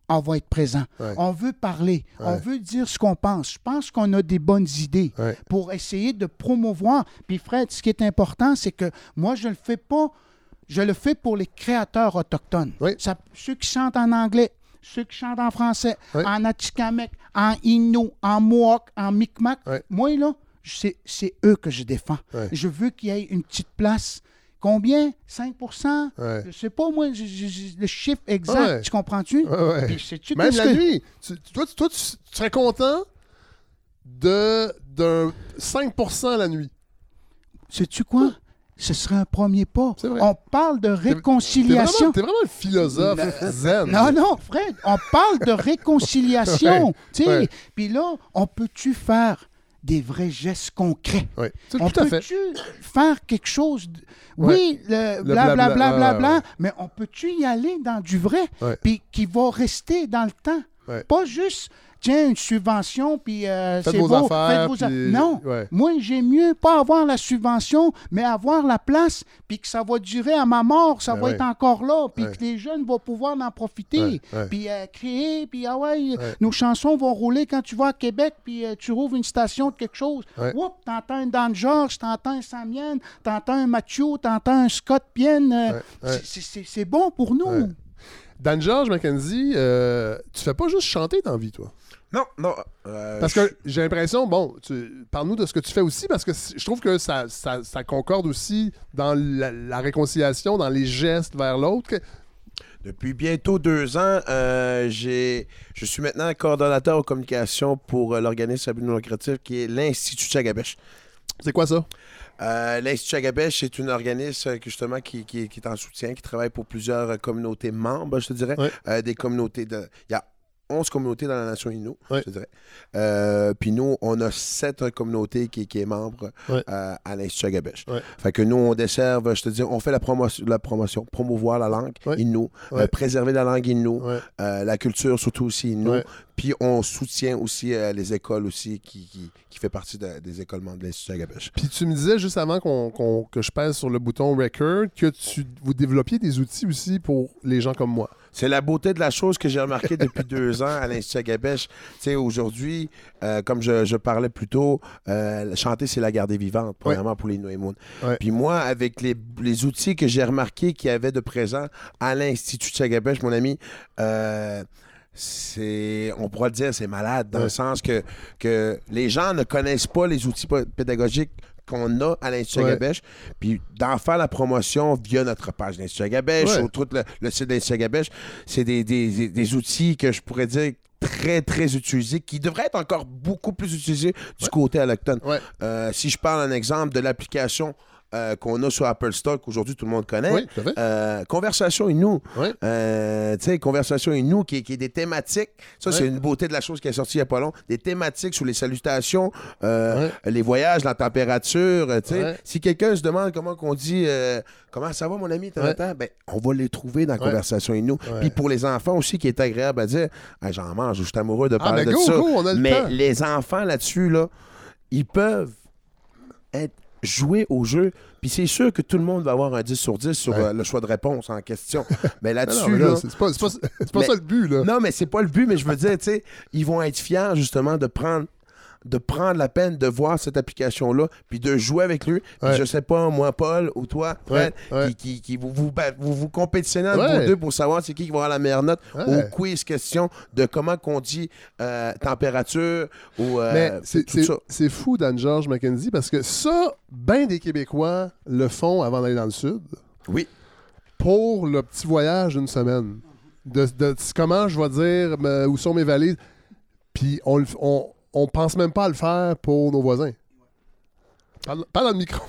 on va être présent. Ouais. On veut parler. Ouais. On veut dire ce qu'on pense. Je pense qu'on a des bonnes idées Ouais. pour essayer de promouvoir. Puis Fred, ce qui est important, c'est que moi, je ne le fais pas. Je le fais pour les créateurs autochtones. Oui. Ça, ceux qui chantent en anglais, ceux qui chantent en français, Oui. en Atikamekw, en Innu, en Mohawk, en Micmac. Oui. Moi, là, c'est, c'est eux que je défends. Oui. Je veux qu'il y ait une petite place. Combien? cinq pour cent? Ouais. Je ne sais pas, moi, je- je- je- le chiffre exact. Ouais. Tu comprends-tu? Ouais, ouais. Puis sais-tu Même qu'est-ce la que- nuit. Tu- toi, tu- toi, tu, tu serais content de, d'un cinq pour cent la nuit. Sais-tu quoi? Ce serait un premier pas. C'est vrai. On parle de T'es vraiment, réconciliation. t'es vraiment un philosophe zen. Non, non, Fred, on parle de réconciliation. Ouais, tu sais. ouais. Puis là, on peut-tu faire des vrais gestes concrets? Oui, c'est On tout à fait. peut-tu faire quelque chose? de- Oui, le blabla, blablabla, bla, bla, ouais, bla, ouais. mais on peut-tu y aller dans du vrai? Ouais. Puis qui va rester dans le temps? Ouais. Pas juste, tiens, une subvention, puis euh, Faites c'est vos beau, affaires, faites vos puis- affaires. Non, ouais. moi, j'ai mieux pas avoir la subvention, mais avoir la place, puis que ça va durer à ma mort, ça Ben va ouais. être encore là, puis Ouais. que les jeunes vont pouvoir en profiter, Ouais, ouais. puis euh, créer, puis ah ouais, Ouais. nos chansons vont rouler quand tu vas à Québec, puis euh, tu rouvres une station de quelque chose. Ouais. Oups, t'entends un Dan George, t'entends un Samian, t'entends un Mathieu, t'entends un Scott Pienne. euh, Ouais, ouais. c'est- c'est c'est bon pour nous. Ouais. Dan George McKenzie, euh, tu fais pas juste chanter dans la vie, toi. Non, non. euh, Parce que j'ai l'impression, bon, tu, parle-nous de ce que tu fais aussi, parce que c- je trouve que ça, ça, ça concorde aussi dans la, la réconciliation, dans les gestes vers l'autre. Que- Depuis bientôt deux ans, euh, j'ai, je suis maintenant coordonnateur aux communications pour euh, l'organisme à but non lucratif qui est l'Institut Chagabèche. C'est quoi ça? Euh, L'Institut Chagabèche, c'est un organisme qui, justement qui, qui- qui est en soutien, qui travaille pour plusieurs euh, communautés membres, je te dirais. Ouais. Euh, des communautés de. Il y a onze communautés dans la nation Innu, Ouais. je te dirais. Euh, Puis nous, on a sept communautés qui, qui est membre Ouais. euh, à l'Institut Chagabèche. Ouais. Fait que nous, on desserve, je te dis, on fait la promotion, la promotion promouvoir la langue Ouais. Innu, Ouais. euh, préserver la langue Innu, Ouais. euh, la culture surtout aussi Innu. Ouais. Puis on soutient aussi euh, les écoles aussi qui, qui, qui fait partie de- des écoles membres de l'Institut Chagabèche. Puis tu me disais juste avant qu'on, qu'on- que je pèse sur le bouton record que tu, vous développiez des outils aussi pour les gens comme moi. C'est la beauté de la chose que j'ai remarqué depuis deux ans à l'Institut Chagabèche. Tu sais, aujourd'hui, euh, comme je, je parlais plus tôt, euh, chanter, c'est la garder vivante, premièrement pour les Noémoun. Ouais. Puis moi, avec les, les outils que j'ai remarqués qu'il y avait de présent à l'Institut Chagabèche, mon ami, euh, c'est, on pourra le dire, c'est malade, dans Ouais. le sens que, que les gens ne connaissent pas les outils p- pédagogiques qu'on a à l'Institut Ouais. Chagabèche, puis d'en faire la promotion via notre page de l'Institut Chagabèche, Ouais. sur tout le, le site de l'Institut Chagabèche, c'est des, des, des- des outils que je pourrais dire très, très utilisés, qui devraient être encore beaucoup plus utilisés du Ouais. côté allochtone. Ouais. Euh, si je parle un exemple de l'application euh, qu'on a sur Apple Store, qu'aujourd'hui tout le monde connaît, Oui, tout à fait. euh, Conversation Innu, Ouais. euh, tu sais, Conversation Innu, qui, qui est des thématiques. Ça, Ouais. c'est une beauté de la chose qui est sortie il n'y a pas long. Des thématiques sur les salutations, euh, Ouais. les voyages, la température. euh, tu sais. Ouais. Si quelqu'un se demande comment qu'on dit euh, comment ça va, mon ami, tant, Ouais. tant, ben, on va les trouver dans Ouais. Conversation Innu. Ouais. Puis pour les enfants aussi, qui est agréable à dire, ah, j'en mange, je suis amoureux de Ah, parler mais de go, ça. go, on a le Mais temps. les enfants là-dessus, là, ils peuvent être jouer au jeu. Puis c'est sûr que tout le monde va avoir un dix sur dix sur Ouais. euh, le choix de réponse en question. Mais Non, là-dessus, non, mais là, là, c'est, c'est pas, c'est pas- c'est pas Mais- ça le but, là. non, mais c'est pas le but, mais je veux dire, tu sais, ils vont être fiers justement de prendre de prendre la peine de voir cette application-là, puis de jouer avec lui. Puis Ouais. je sais pas, moi, Paul ou toi, Fred, Ouais, ouais. qui, qui, qui vous, vous, bat- vous, vous compétitionnez entre Ouais. vous deux pour savoir c'est qui qui va avoir la meilleure note Ouais. au quiz question de comment qu'on dit euh, température ou euh, Mais c'est, tout c'est, ça. c'est fou, Dan George McKenzie, parce que ça, ben des Québécois le font avant d'aller dans le Sud Oui. pour le petit voyage d'une semaine. De, de- comment je vais dire me- où sont mes valises. Puis on, le f- on, on pense même pas à le faire pour nos voisins. Parle, parle dans le micro.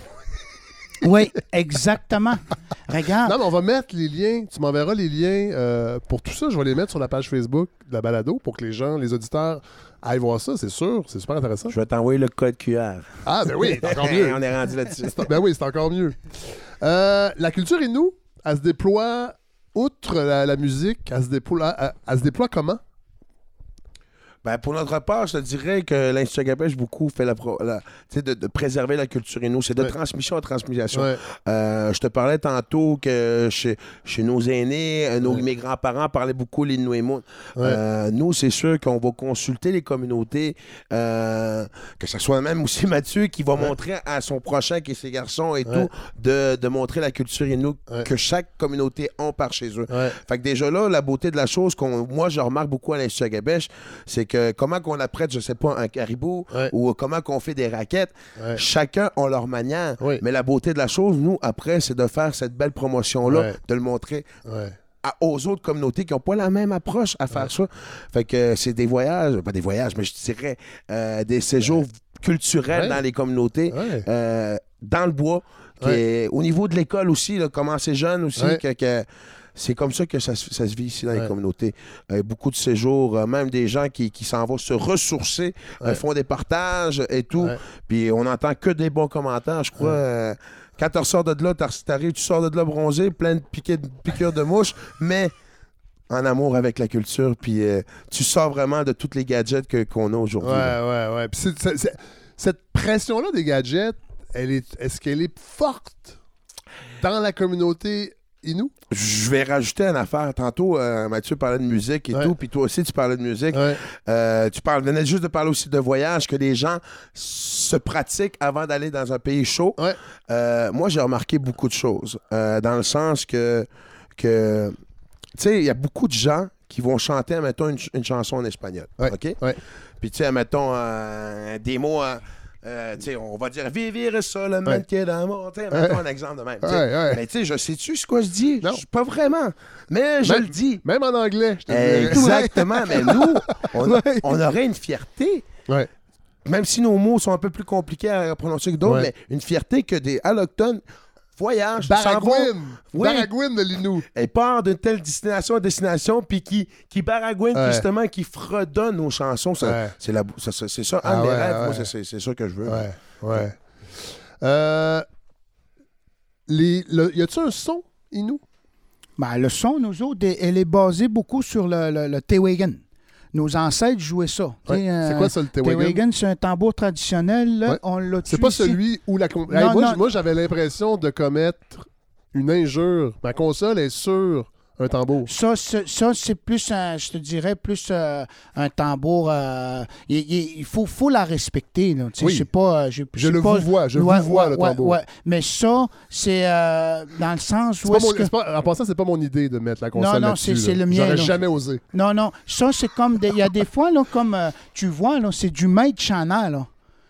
Oui, exactement. Regarde. Non, mais on va mettre les liens. Tu m'enverras les liens euh, pour tout ça. Je vais les mettre sur la page Facebook de la balado pour que les gens, les auditeurs, aillent voir ça. C'est sûr. C'est super intéressant. Je vais t'envoyer le code Q R. Ah, ben oui, c'est encore mieux. On est rendu là-dessus. C'est- Ben oui, c'est encore mieux. Euh, la culture Innu, elle se déploie, outre la, la musique, elle se déploie, elle, elle se déploie comment? Ben, pour notre part, je te dirais que l'Institut Agapesh beaucoup fait la, la de, de préserver la culture Innu. C'est de ouais. transmission en transmission. Ouais. Euh, je te parlais tantôt que chez, chez nos aînés, nos, ouais. mes grands-parents parlaient beaucoup l'Innu. Ouais. Euh, nous, c'est sûr qu'on va consulter les communautés, euh, que ce soit même aussi Mathieu qui va ouais. montrer à son prochain, qui est ses garçons et ouais. tout, de, de montrer la culture Innu ouais. que chaque communauté a par chez eux. Ouais. Fait que déjà là, la beauté de la chose, qu'on, moi, je remarque beaucoup à l'Institut Agapesh, c'est que comment qu'on apprête, je sais pas, un caribou ouais. ou comment qu'on fait des raquettes, ouais. chacun a leur manière. Oui. Mais la beauté de la chose, nous, après, c'est de faire cette belle promotion-là, ouais. de le montrer ouais. à, aux autres communautés qui n'ont pas la même approche à faire ouais. ça. Fait que euh, c'est des voyages, pas des voyages, mais je dirais euh, des séjours ouais. culturels ouais. dans les communautés, ouais. euh, dans le bois. Ouais. Est, au niveau de l'école aussi, là, commencer jeune aussi, ouais. que... que c'est comme ça que ça, ça se vit ici dans ouais. les communautés. Euh, beaucoup de séjours, euh, même des gens qui, qui s'en vont se ressourcer, ouais. euh, font des partages et tout. Ouais. Puis on n'entend que des bons commentaires. Je crois, ouais. euh, quand tu ressors de là, t'arrives, tu sors de là bronzé, plein de piqûres de, piqûres de mouches, mais en amour avec la culture. Puis euh, tu sors vraiment de tous les gadgets que, qu'on a aujourd'hui. Ouais, là. ouais, ouais. Puis c'est, c'est, c'est, cette pression-là des gadgets, elle est, est-ce qu'elle est forte dans la communauté Innu? Je vais rajouter une affaire. Tantôt, euh, Mathieu parlait de musique et ouais. tout, puis toi aussi, tu parlais de musique. Ouais. Euh, tu parles, venais juste de parler aussi de voyage, que les gens se pratiquent avant d'aller dans un pays chaud. Ouais. Euh, moi, j'ai remarqué beaucoup de choses, euh, dans le sens que, que tu sais, il y a beaucoup de gens qui vont chanter, admettons, une, une chanson en espagnol. Ouais. OK? Ouais. Puis, tu sais, admettons, euh, des mots... Euh, Euh, on va dire vivre solamente ouais. que d'amour. Mettons ouais. un exemple de même. Ouais, ouais. Mais tu sais, je sais-tu ce que je dis? Non. Je, pas vraiment. Mais je même, le dis. Même en anglais, je te euh, Exactement. Mais nous, on, ouais. on aurait une fierté. Ouais. Même si nos mots sont un peu plus compliqués à prononcer que d'autres, ouais. mais une fierté que des allochtones voyagent. Baragouine. Oui. Baragouine de l'Innu. Elle part d'une telle destination à destination, puis qui, qui baragouine, ouais. justement, qui fredonne nos chansons. Ça, ouais. c'est, la, ça, c'est ça, un ah, de mes ouais, rêves. Ouais. Moi, c'est, c'est ça que je veux. Ouais, ouais. Euh, les, le, y a-tu un son Innu? Ben, le son, nous autres, elle est basée beaucoup sur le, le, le Tewagan. Nos ancêtres jouaient ça. Ouais. Euh, c'est quoi ça, le Tewagan? Tewagan, c'est un tambour traditionnel. Là, ouais. On l'a c'est pas ici. Celui où la... Non, hey, moi, non. moi, j'avais l'impression de commettre une injure. Ma console est sur un tambour. Ça, c'est, ça, c'est plus, un, je te dirais, plus euh, un tambour. Euh, il, il, il faut, faut la respecter. Là. Oui. Je sais pas. Je, je le pas, vous vois, je ouais, vous vois, ouais, le tambour. Ouais, ouais. Mais ça, c'est euh, dans le sens où. C'est mon, que... c'est pas, en passant, c'est pas mon idée de mettre la console non, non, là-dessus. C'est, c'est le mien. J'aurais là. jamais osé. Non, non. Ça, c'est comme. Il y a des fois, là, comme euh, tu vois, là, c'est du Made China, là.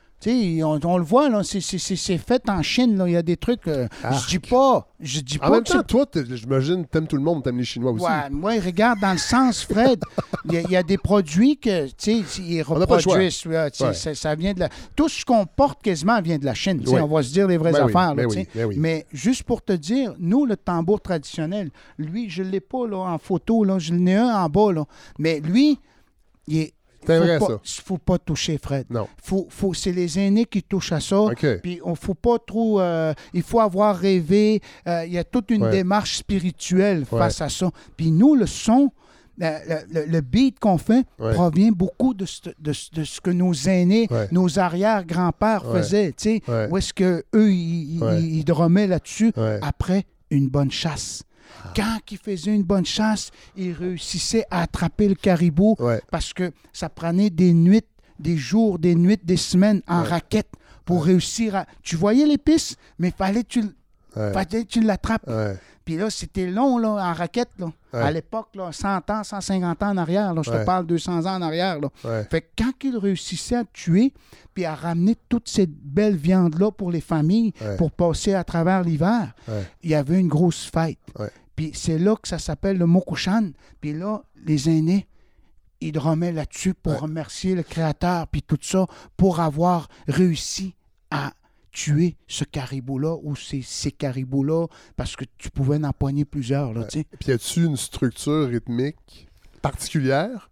Tu on, on le voit, là, c'est, c'est, c'est, c'est fait en Chine. Là. Il y a des trucs. Euh, ah. Je dis pas. Je dis pas. En même que temps, c'est... toi, j'imagine, t'aimes tout le monde, t'aimes les Chinois aussi. Ouais, moi, regarde, dans le sens, Fred, il y, y a des produits que, tu sais, ils reproduisent. Là, ouais. ça, ça vient de la... Tout ce qu'on porte quasiment vient de la Chine. Oui. On va se dire les vraies ben affaires. Oui, là, oui, ben oui. Mais juste pour te dire, nous, le tambour traditionnel, lui, je ne l'ai pas là, en photo. Là, je l'ai un en bas. Là. Mais lui, il est. C'est faut vrai, pas, ça. faut pas toucher, Fred. Non. Faut, faut, c'est les aînés qui touchent à ça. Okay. Puis on faut pas trop... Euh, il faut avoir rêvé. Euh, il y a toute une ouais. démarche spirituelle ouais. face à ça. Puis nous, le son, le, le, le beat qu'on fait ouais. provient beaucoup de ce, de, de ce que nos aînés, ouais. nos arrière-grands-pères ouais. faisaient. Tu sais, ouais. où est-ce qu'eux, ils, ouais. ils, ils drummaient là-dessus ouais. après une bonne chasse. Quand il faisait une bonne chasse, il réussissait à attraper le caribou ouais. parce que ça prenait des nuits, des jours, des nuits, des semaines en ouais. raquette pour ouais. réussir à... Tu voyais les pistes, mais il fallait que tu, ouais. fallait que tu l'attrapes. Ouais. Puis là, c'était long là, en raquette. Là. Ouais. À l'époque, là, cent ans, cent cinquante ans en arrière. Là, je ouais. te parle deux cents ans en arrière. Là. Ouais. Fait que quand il réussissait à tuer puis à ramener toute cette belle viande-là pour les familles, ouais. pour passer à travers l'hiver, ouais. il y avait une grosse fête. Ouais. Puis c'est là que ça s'appelle le Mokushan. Puis là, les aînés, ils drummaient là-dessus pour ouais. remercier le Créateur, puis tout ça, pour avoir réussi à tuer ce caribou-là ou ces, ces caribous-là, parce que tu pouvais en poigner plusieurs. Là, ouais. Puis y a-tu une structure rythmique particulière?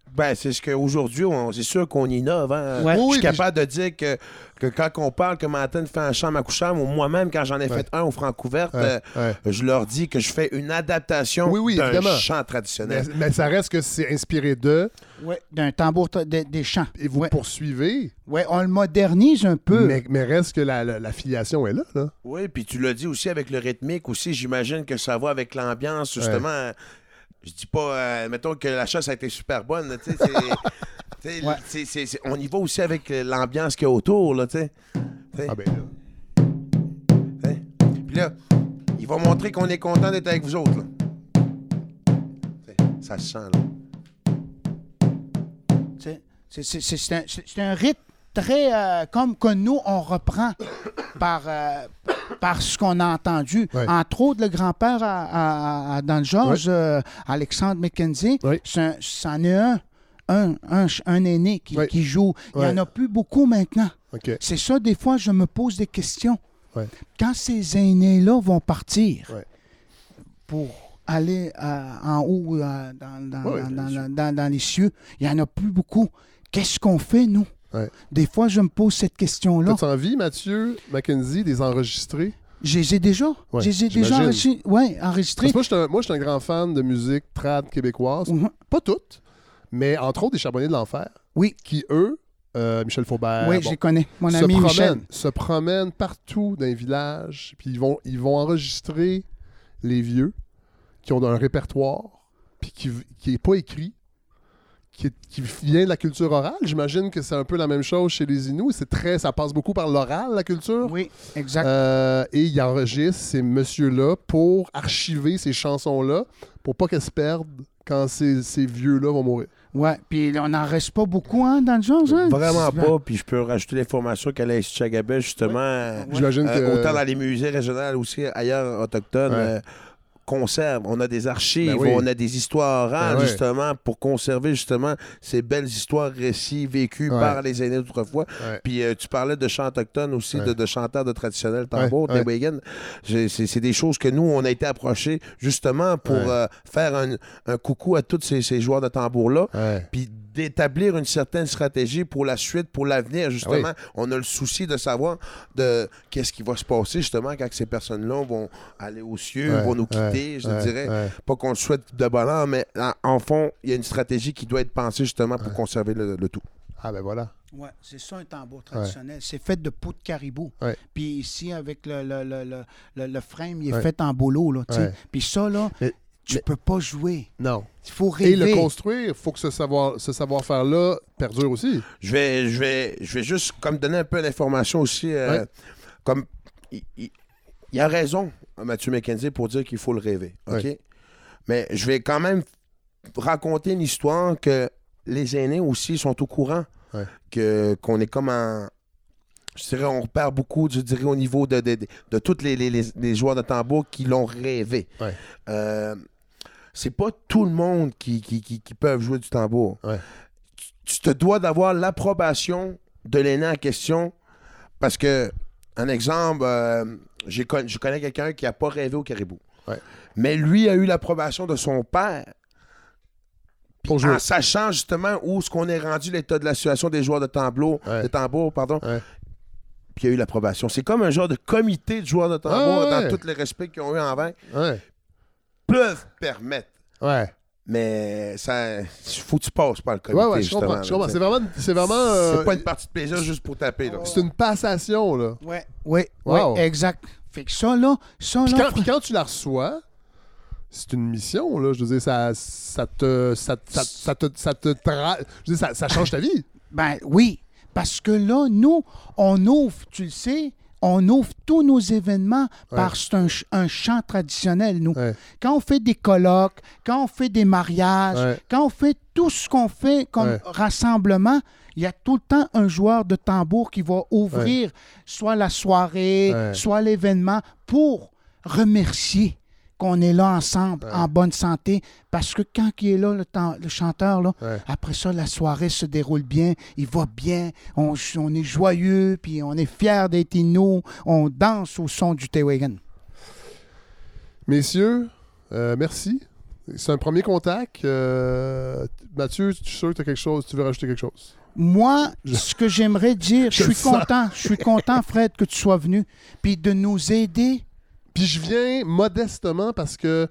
Ben, c'est ce qu'aujourd'hui, on- c'est sûr qu'on innove. Hein? Ouais. Je Oui, suis puis capable de dire que, que quand on parle que Manhattan fait un chambre à coucham, ou moi-même, quand j'en ai Ouais. fait un au Francouverte, Ouais, euh, ouais. je leur dis que je fais une adaptation Oui, oui, d'un évidemment. chant Mais, traditionnel. mais ça reste que c'est inspiré de, Ouais, d'un tambour tra- de- des chants. et vous Ouais. poursuivez, Ouais, on le modernise un peu. mais, mais reste que la, la, la filiation est là. là. Oui, puis tu l'as dit aussi avec le rythmique aussi, j'imagine que ça va avec l'ambiance, justement. euh, Je dis pas, euh, mettons que la chasse a été super bonne, tu sais, c'est- tu sais, Ouais. c'est- c'est- c'est- on y va aussi avec l'ambiance qu'il y a autour, là, tu sais. Tu sais, Ah ben là. tu sais. Puis là, il va montrer qu'on est content d'être avec vous autres, là. Tu sais, ça se sent, là. Tu sais, C'est c'est- c'est- c'est un, c'est- c'est un rythme très euh, comme que nous, on reprend par, euh, par ce qu'on a entendu. Ouais. Entre autres, le grand-père à- à- à- dans le George, euh, Alexandre McKenzie, Ouais. c'est un- c'en est un, un, un, ch- un aîné qui, Ouais. qui joue. Il n'y Ouais. en a plus beaucoup maintenant. OK. C'est ça, des fois, je me pose des questions. Ouais. Quand ces aînés-là vont partir Ouais. pour aller euh, en haut euh, dans, dans- Ouais, dans- bien dans- sûr. dans- dans les cieux, il n'y en a plus beaucoup. Qu'est-ce qu'on fait, nous? Ouais. Des fois, je me pose cette question-là. T'as-tu envie, Mathieu Mackenzie, des enregistrer? Je les ai déjà. Ouais, je les ai déjà j'imagine. enregistrés. Ouais, enregistrés. Parce que moi, je suis un- moi, je suis un grand fan de musique trad québécoise. Mhm. Pas toutes, mais entre autres des Charbonniers de l'Enfer, Oui, qui, eux, euh, Michel Faubert, oui, bon, je les connais. Mon se ami Michel. promènent, se promènent partout dans les villages, puis ils vont, ils vont enregistrer les vieux qui ont un répertoire, puis qui n'est pas écrit, qui, est- qui vient de la culture orale. J'imagine que c'est un peu la même chose chez les Inuits. C'est très, ça passe beaucoup par l'oral, la culture. Oui, exact. Euh, et ils enregistrent ces messieurs-là pour archiver ces chansons-là, pour pas qu'elles se perdent quand ces, ces vieux-là vont mourir. Ouais, puis on n'en reste pas beaucoup hein, dans le genre. Hein? Vraiment C'est- pas, puis je peux rajouter l'information qu'à l'Institut Chagabel, justement, euh, J'imagine euh, que... autant dans les musées régionaux aussi ailleurs autochtones, Ouais. euh, conservent. On a des archives, Ben oui. on a des histoires orales, Ben ouais. justement, pour conserver justement ces belles histoires récits vécus Ouais. par les aînés d'autrefois. Ouais. Puis euh, tu parlais de chants autochtones aussi, Ouais. de, de chanteurs de traditionnel tambour, Ouais, ouais. Tewagen. C'est c'est des choses que nous, on a été approchés justement pour Ouais. euh, faire un, un coucou à tous ces, ces joueurs de tambour-là, Ouais. puis d'établir une certaine stratégie pour la suite, pour l'avenir, justement. Ah On a le souci de savoir de qu'est-ce qui va se passer, justement, quand ces personnes-là vont aller aux cieux, Ouais, vont nous quitter, ouais, je ouais, dirais. ouais. Pas qu'on le souhaite de bonheur, mais en, en fond, il y a une stratégie qui doit être pensée, justement, pour conserver le, le tout. Ah ben voilà. Ouais, c'est ça un tambour traditionnel. C'est fait de peau de caribou. Ouais. Puis ici, avec le, le, le, le, le- le frame, il est Ouais. fait en bolo. Là, tu sais. Ouais. Puis ça, là, Mais- tu mais- peux pas jouer. Non. Il faut Et rêver. le construire, il faut que ce savoir, ce savoir-faire-là perdure aussi. Je vais, je vais, je vais juste comme donner un peu l'information aussi. euh, Ouais. Comme il, il- il a raison, Mathieu McKenzie, pour dire qu'il faut le rêver. OK? Ouais. Mais je vais quand même raconter une histoire que les aînés aussi sont au courant. Ouais. Que, qu'on est comme en. Je dirais, on repère beaucoup, je dirais, au niveau de, de, de, de tous les, les, les, les joueurs de tambour qui l'ont rêvé. Ouais. Euh, c'est pas tout le monde qui, qui, qui, qui peuvent jouer du tambour. Ouais. Tu, tu te dois d'avoir l'approbation de l'aîné en question parce que, un exemple, euh, j'ai con- je connais quelqu'un qui n'a pas rêvé au caribou. Ouais. Mais lui a eu l'approbation de son père. Puis Pour jouer. en sachant justement où ce qu'on est rendu, l'état de la situation des joueurs de tambour, Ouais. de tambour, pardon, Ouais. puis il y a eu l'approbation. C'est comme un genre de comité de joueurs de tambour, Ah ouais. dans tout le respect qu'ils ont eu envers, Ouais. peuvent permettre. Ouais. Mais ça, faut que tu passes par le comité, Ouais, ouais, je justement. comprends. là, Je comprends. tu C'est sais. vraiment. C'est vraiment. euh, C'est pas une partie de plaisir juste pour taper. Là. c'est une passation, là. Ouais, ouais, Wow. ouais, exact. Fait que ça, là, ça, Puis là, quand, puis quand tu la reçois, c'est une mission, là. Je veux dire, ça, ça te. Ça, ça, ça te. Ça te tra- Je veux dire, ça, ça change ta vie. ben oui. Parce que là, nous, on ouvre, tu le sais, on ouvre tous nos événements Ouais. par c'est un, ch- un chant traditionnel, nous. Ouais. Quand on fait des colloques, quand on fait des mariages, Ouais. quand on fait tout ce qu'on fait comme Ouais. rassemblement, il y a tout le temps un joueur de tambour qui va ouvrir soit la soirée, Ouais. soit l'événement pour remercier qu'on est là ensemble, Ouais. en bonne santé. Parce que quand il est là, le, temps- le chanteur, là, Ouais. après ça, la soirée se déroule bien, il va bien, on, on est joyeux, puis on est fiers d'être Inuits, on danse au son du Tewagen. Messieurs, euh, merci. C'est un premier contact. Euh, Mathieu, tu es sûr que tu as quelque chose? Tu veux rajouter quelque chose? Moi, je... ce que j'aimerais dire, je, je suis content. Je suis content, Fred, que tu sois venu. Puis de nous aider. Puis je viens modestement parce que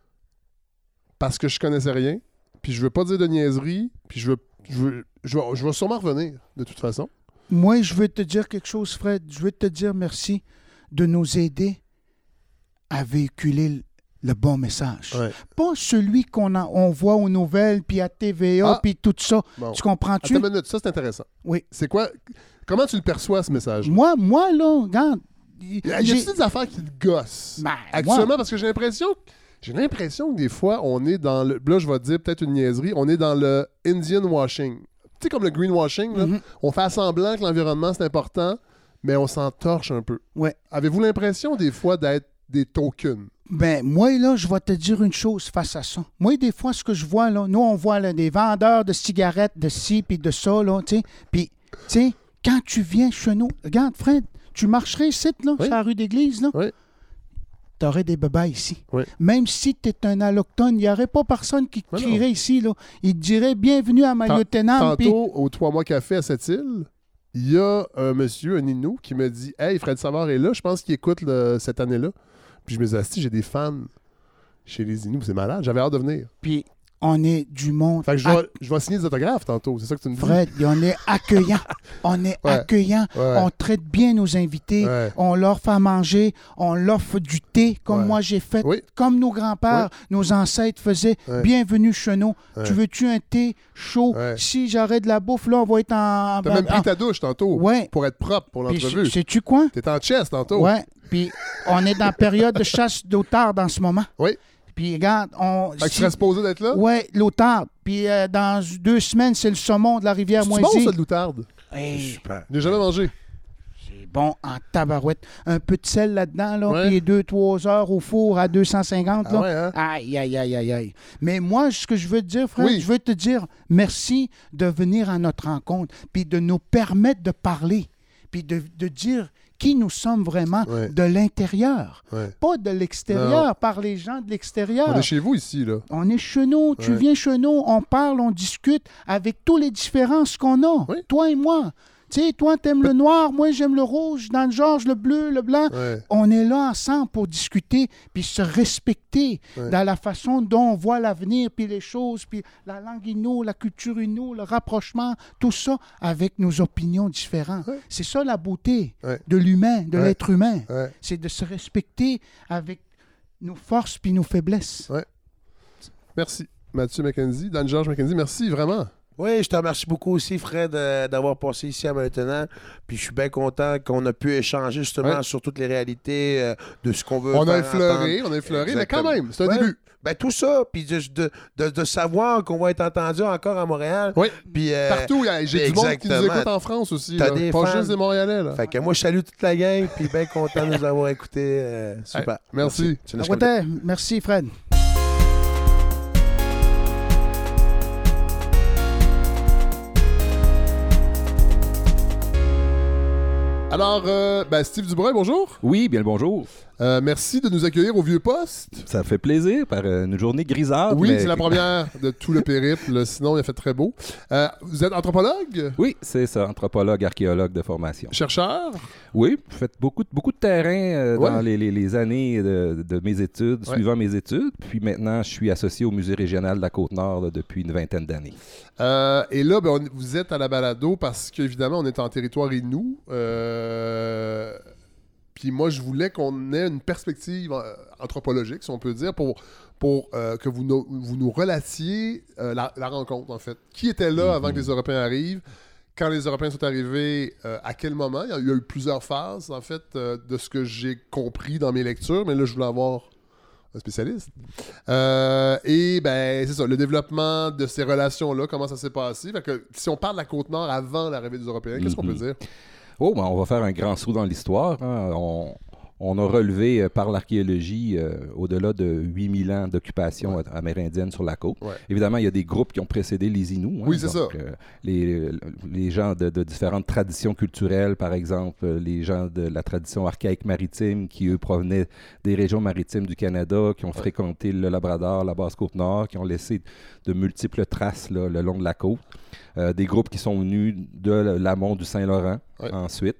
parce que je connaissais rien. Puis je veux pas dire de niaiserie. Puis je veux, je veux, je veux, je veux sûrement revenir, de toute façon. Moi, je veux te dire quelque chose, Fred. Je veux te dire merci de nous aider à véhiculer le bon message. Ouais. Pas celui qu'on a, on voit aux nouvelles, puis à T V A, ah. puis tout ça. Bon. Tu comprends-tu? Attends une minute, ça c'est intéressant. Oui. C'est quoi? Comment tu le perçois, ce message? Moi, moi là, regarde. Il y a des affaires qui te gossent. Ben, actuellement, moi... parce que j'ai l'impression... J'ai l'impression que des fois, on est dans le... Là, je vais te dire peut-être une niaiserie. On est dans le Indian washing. Tu sais, comme le greenwashing, là. Mm-hmm. On fait semblant que l'environnement, c'est important, mais on s'en torche un peu. Ouais. Avez-vous l'impression, des fois, d'être des tokens? Ben, moi, là, je vais te dire une chose face à ça. Moi, des fois, ce que je vois, là, nous, on voit là, des vendeurs de cigarettes, de ci, puis de ça, là, tu sais. Puis, tu sais, quand tu viens chez nous... Regarde, Fred, tu marcherais ici, là, oui. sur la rue d'Église, là. Oui. Tu aurais des bébés ici. Oui. Même si tu es un allochtone, il n'y aurait pas personne qui oui, crierait non. ici. Là. Il te dirait « Bienvenue à Mayotenam ». Tantôt, pis... au Trois Mois Café à Sept-Îles, il y a un monsieur, un Inou, qui me dit « Hey, Fred Savard est là, je pense qu'il écoute le, cette année-là. » Puis je me dis « Asti, j'ai des fans chez les Inuits, c'est malade, j'avais hâte de venir. » Puis on est du monde... Fait que je vais, Ac... je vais signer des autographes tantôt, c'est ça que tu me dis? Fred, on est accueillant. On est ouais. accueillant. Ouais. On traite bien nos invités. Ouais. On leur fait manger. On leur offre du thé, comme ouais. moi j'ai fait. Oui. Comme nos grands-pères, oui. nos ancêtres faisaient. Ouais. Bienvenue chez nous. Ouais. Tu veux-tu un thé chaud? Ouais. Si j'aurais de la bouffe, là, on va être en... T'as même pris ta douche tantôt ouais. pour être propre pour l'entrevue. Puis, sais-tu quoi? T'es en chest tantôt. Ouais. Puis on est dans la période de chasse d'otards en ce moment. Oui. Puis regarde, on... Fait que si... tu serais supposé d'être là? Oui, l'outarde. Puis euh, dans deux semaines, c'est le saumon de la rivière Moisy. C'est bon, ça, de l'outarde? Hey, super. Je n'ai jamais mangé. C'est bon en tabarouette. Un peu de sel là-dedans, là, ouais. puis deux trois heures au four à deux cent cinquante. Ah là. ouais, hein? Aïe, aïe, aïe, aïe, aïe. Mais moi, ce que je veux te dire, frère, oui. je veux te dire merci de venir à notre rencontre, puis de nous permettre de parler, puis de, de dire... qui nous sommes vraiment ouais. de l'intérieur, ouais. pas de l'extérieur, non. par les gens de l'extérieur. On est chez vous ici, là. On est chez nous, tu ouais. viens chez nous, on parle, on discute avec toutes les différences qu'on a, oui. toi et moi. Tu sais, toi, t'aimes le noir, moi, j'aime le rouge, dans le Georges, le bleu, le blanc. Ouais. On est là ensemble pour discuter, puis se respecter ouais. dans la façon dont on voit l'avenir, puis les choses, puis la langue inou, la culture inou, le rapprochement, tout ça avec nos opinions différentes. Ouais. C'est ça la beauté ouais. de l'humain, de ouais. l'être humain. Ouais. C'est de se respecter avec nos forces puis nos faiblesses. Ouais. Merci. Mathieu Mackenzie, Dan-Georges Mackenzie, merci vraiment. Oui, je te remercie beaucoup aussi, Fred, euh, d'avoir passé ici à maintenant. Puis je suis bien content qu'on a pu échanger justement ouais. sur toutes les réalités euh, de ce qu'on veut on faire a effleuré, entendre. On a effleuré, Exactement. mais quand même, c'est un ouais. début. Ben, tout ça, puis de, de, de, de savoir qu'on va être entendu encore à Montréal. Oui, puis, euh, partout, j'ai du monde qui nous écoute en France aussi. Là. Pas fans. Juste des Montréalais. Là. Fait que moi, je salue toute la gang, puis bien content de nous avoir écoutés. Euh, super. Hey, merci. Merci. Merci, Fred. Alors, euh, ben Steve Dubreuil, bonjour. Oui, bien le bonjour. Euh, merci de nous accueillir au Vieux-Poste. Ça fait plaisir, par une journée grisâtre. Oui, mais... c'est la première de tout le périple. Sinon, il a fait très beau. Euh, vous êtes anthropologue? Oui, c'est ça, anthropologue, archéologue de formation. Chercheur? Oui, vous faites beaucoup, beaucoup de terrain euh, ouais. dans les, les, les années de, de mes études, ouais. suivant mes études. Puis maintenant, je suis associé au Musée régional de la Côte-Nord là, depuis une vingtaine d'années. Euh, et là, ben, on, vous êtes à la balado parce qu'évidemment, on est en territoire inou. Euh... Puis moi, je voulais qu'on ait une perspective euh, anthropologique, si on peut dire, pour, pour euh, que vous, no, vous nous relatiez euh, la, la rencontre, en fait. Qui était là mm-hmm. avant que les Européens arrivent? Quand les Européens sont arrivés, euh, à quel moment? Il y a, il y a eu plusieurs phases, en fait, euh, de ce que j'ai compris dans mes lectures, mais là, je voulais avoir un spécialiste. Euh, et, ben, c'est ça, le développement de ces relations-là, comment ça s'est passé? Fait que, si on parle de la Côte-Nord avant l'arrivée des Européens, qu'est-ce mm-hmm. qu'on peut dire? Oh, ben on va faire un grand saut dans l'histoire. Hein. On, on a relevé euh, par l'archéologie euh, au-delà de huit mille ans d'occupation ouais. amérindienne sur la côte. Ouais. Évidemment, il y a des groupes qui ont précédé les Inuits. Hein, oui, c'est donc, ça. Euh, les, les gens de, de différentes traditions culturelles, par exemple, les gens de la tradition archaïque maritime qui, eux, provenaient des régions maritimes du Canada, qui ont ouais. fréquenté le Labrador, la Basse-Côte-Nord, qui ont laissé de multiples traces là, le long de la côte. Euh, des groupes qui sont venus de l'amont du Saint-Laurent ouais. ensuite.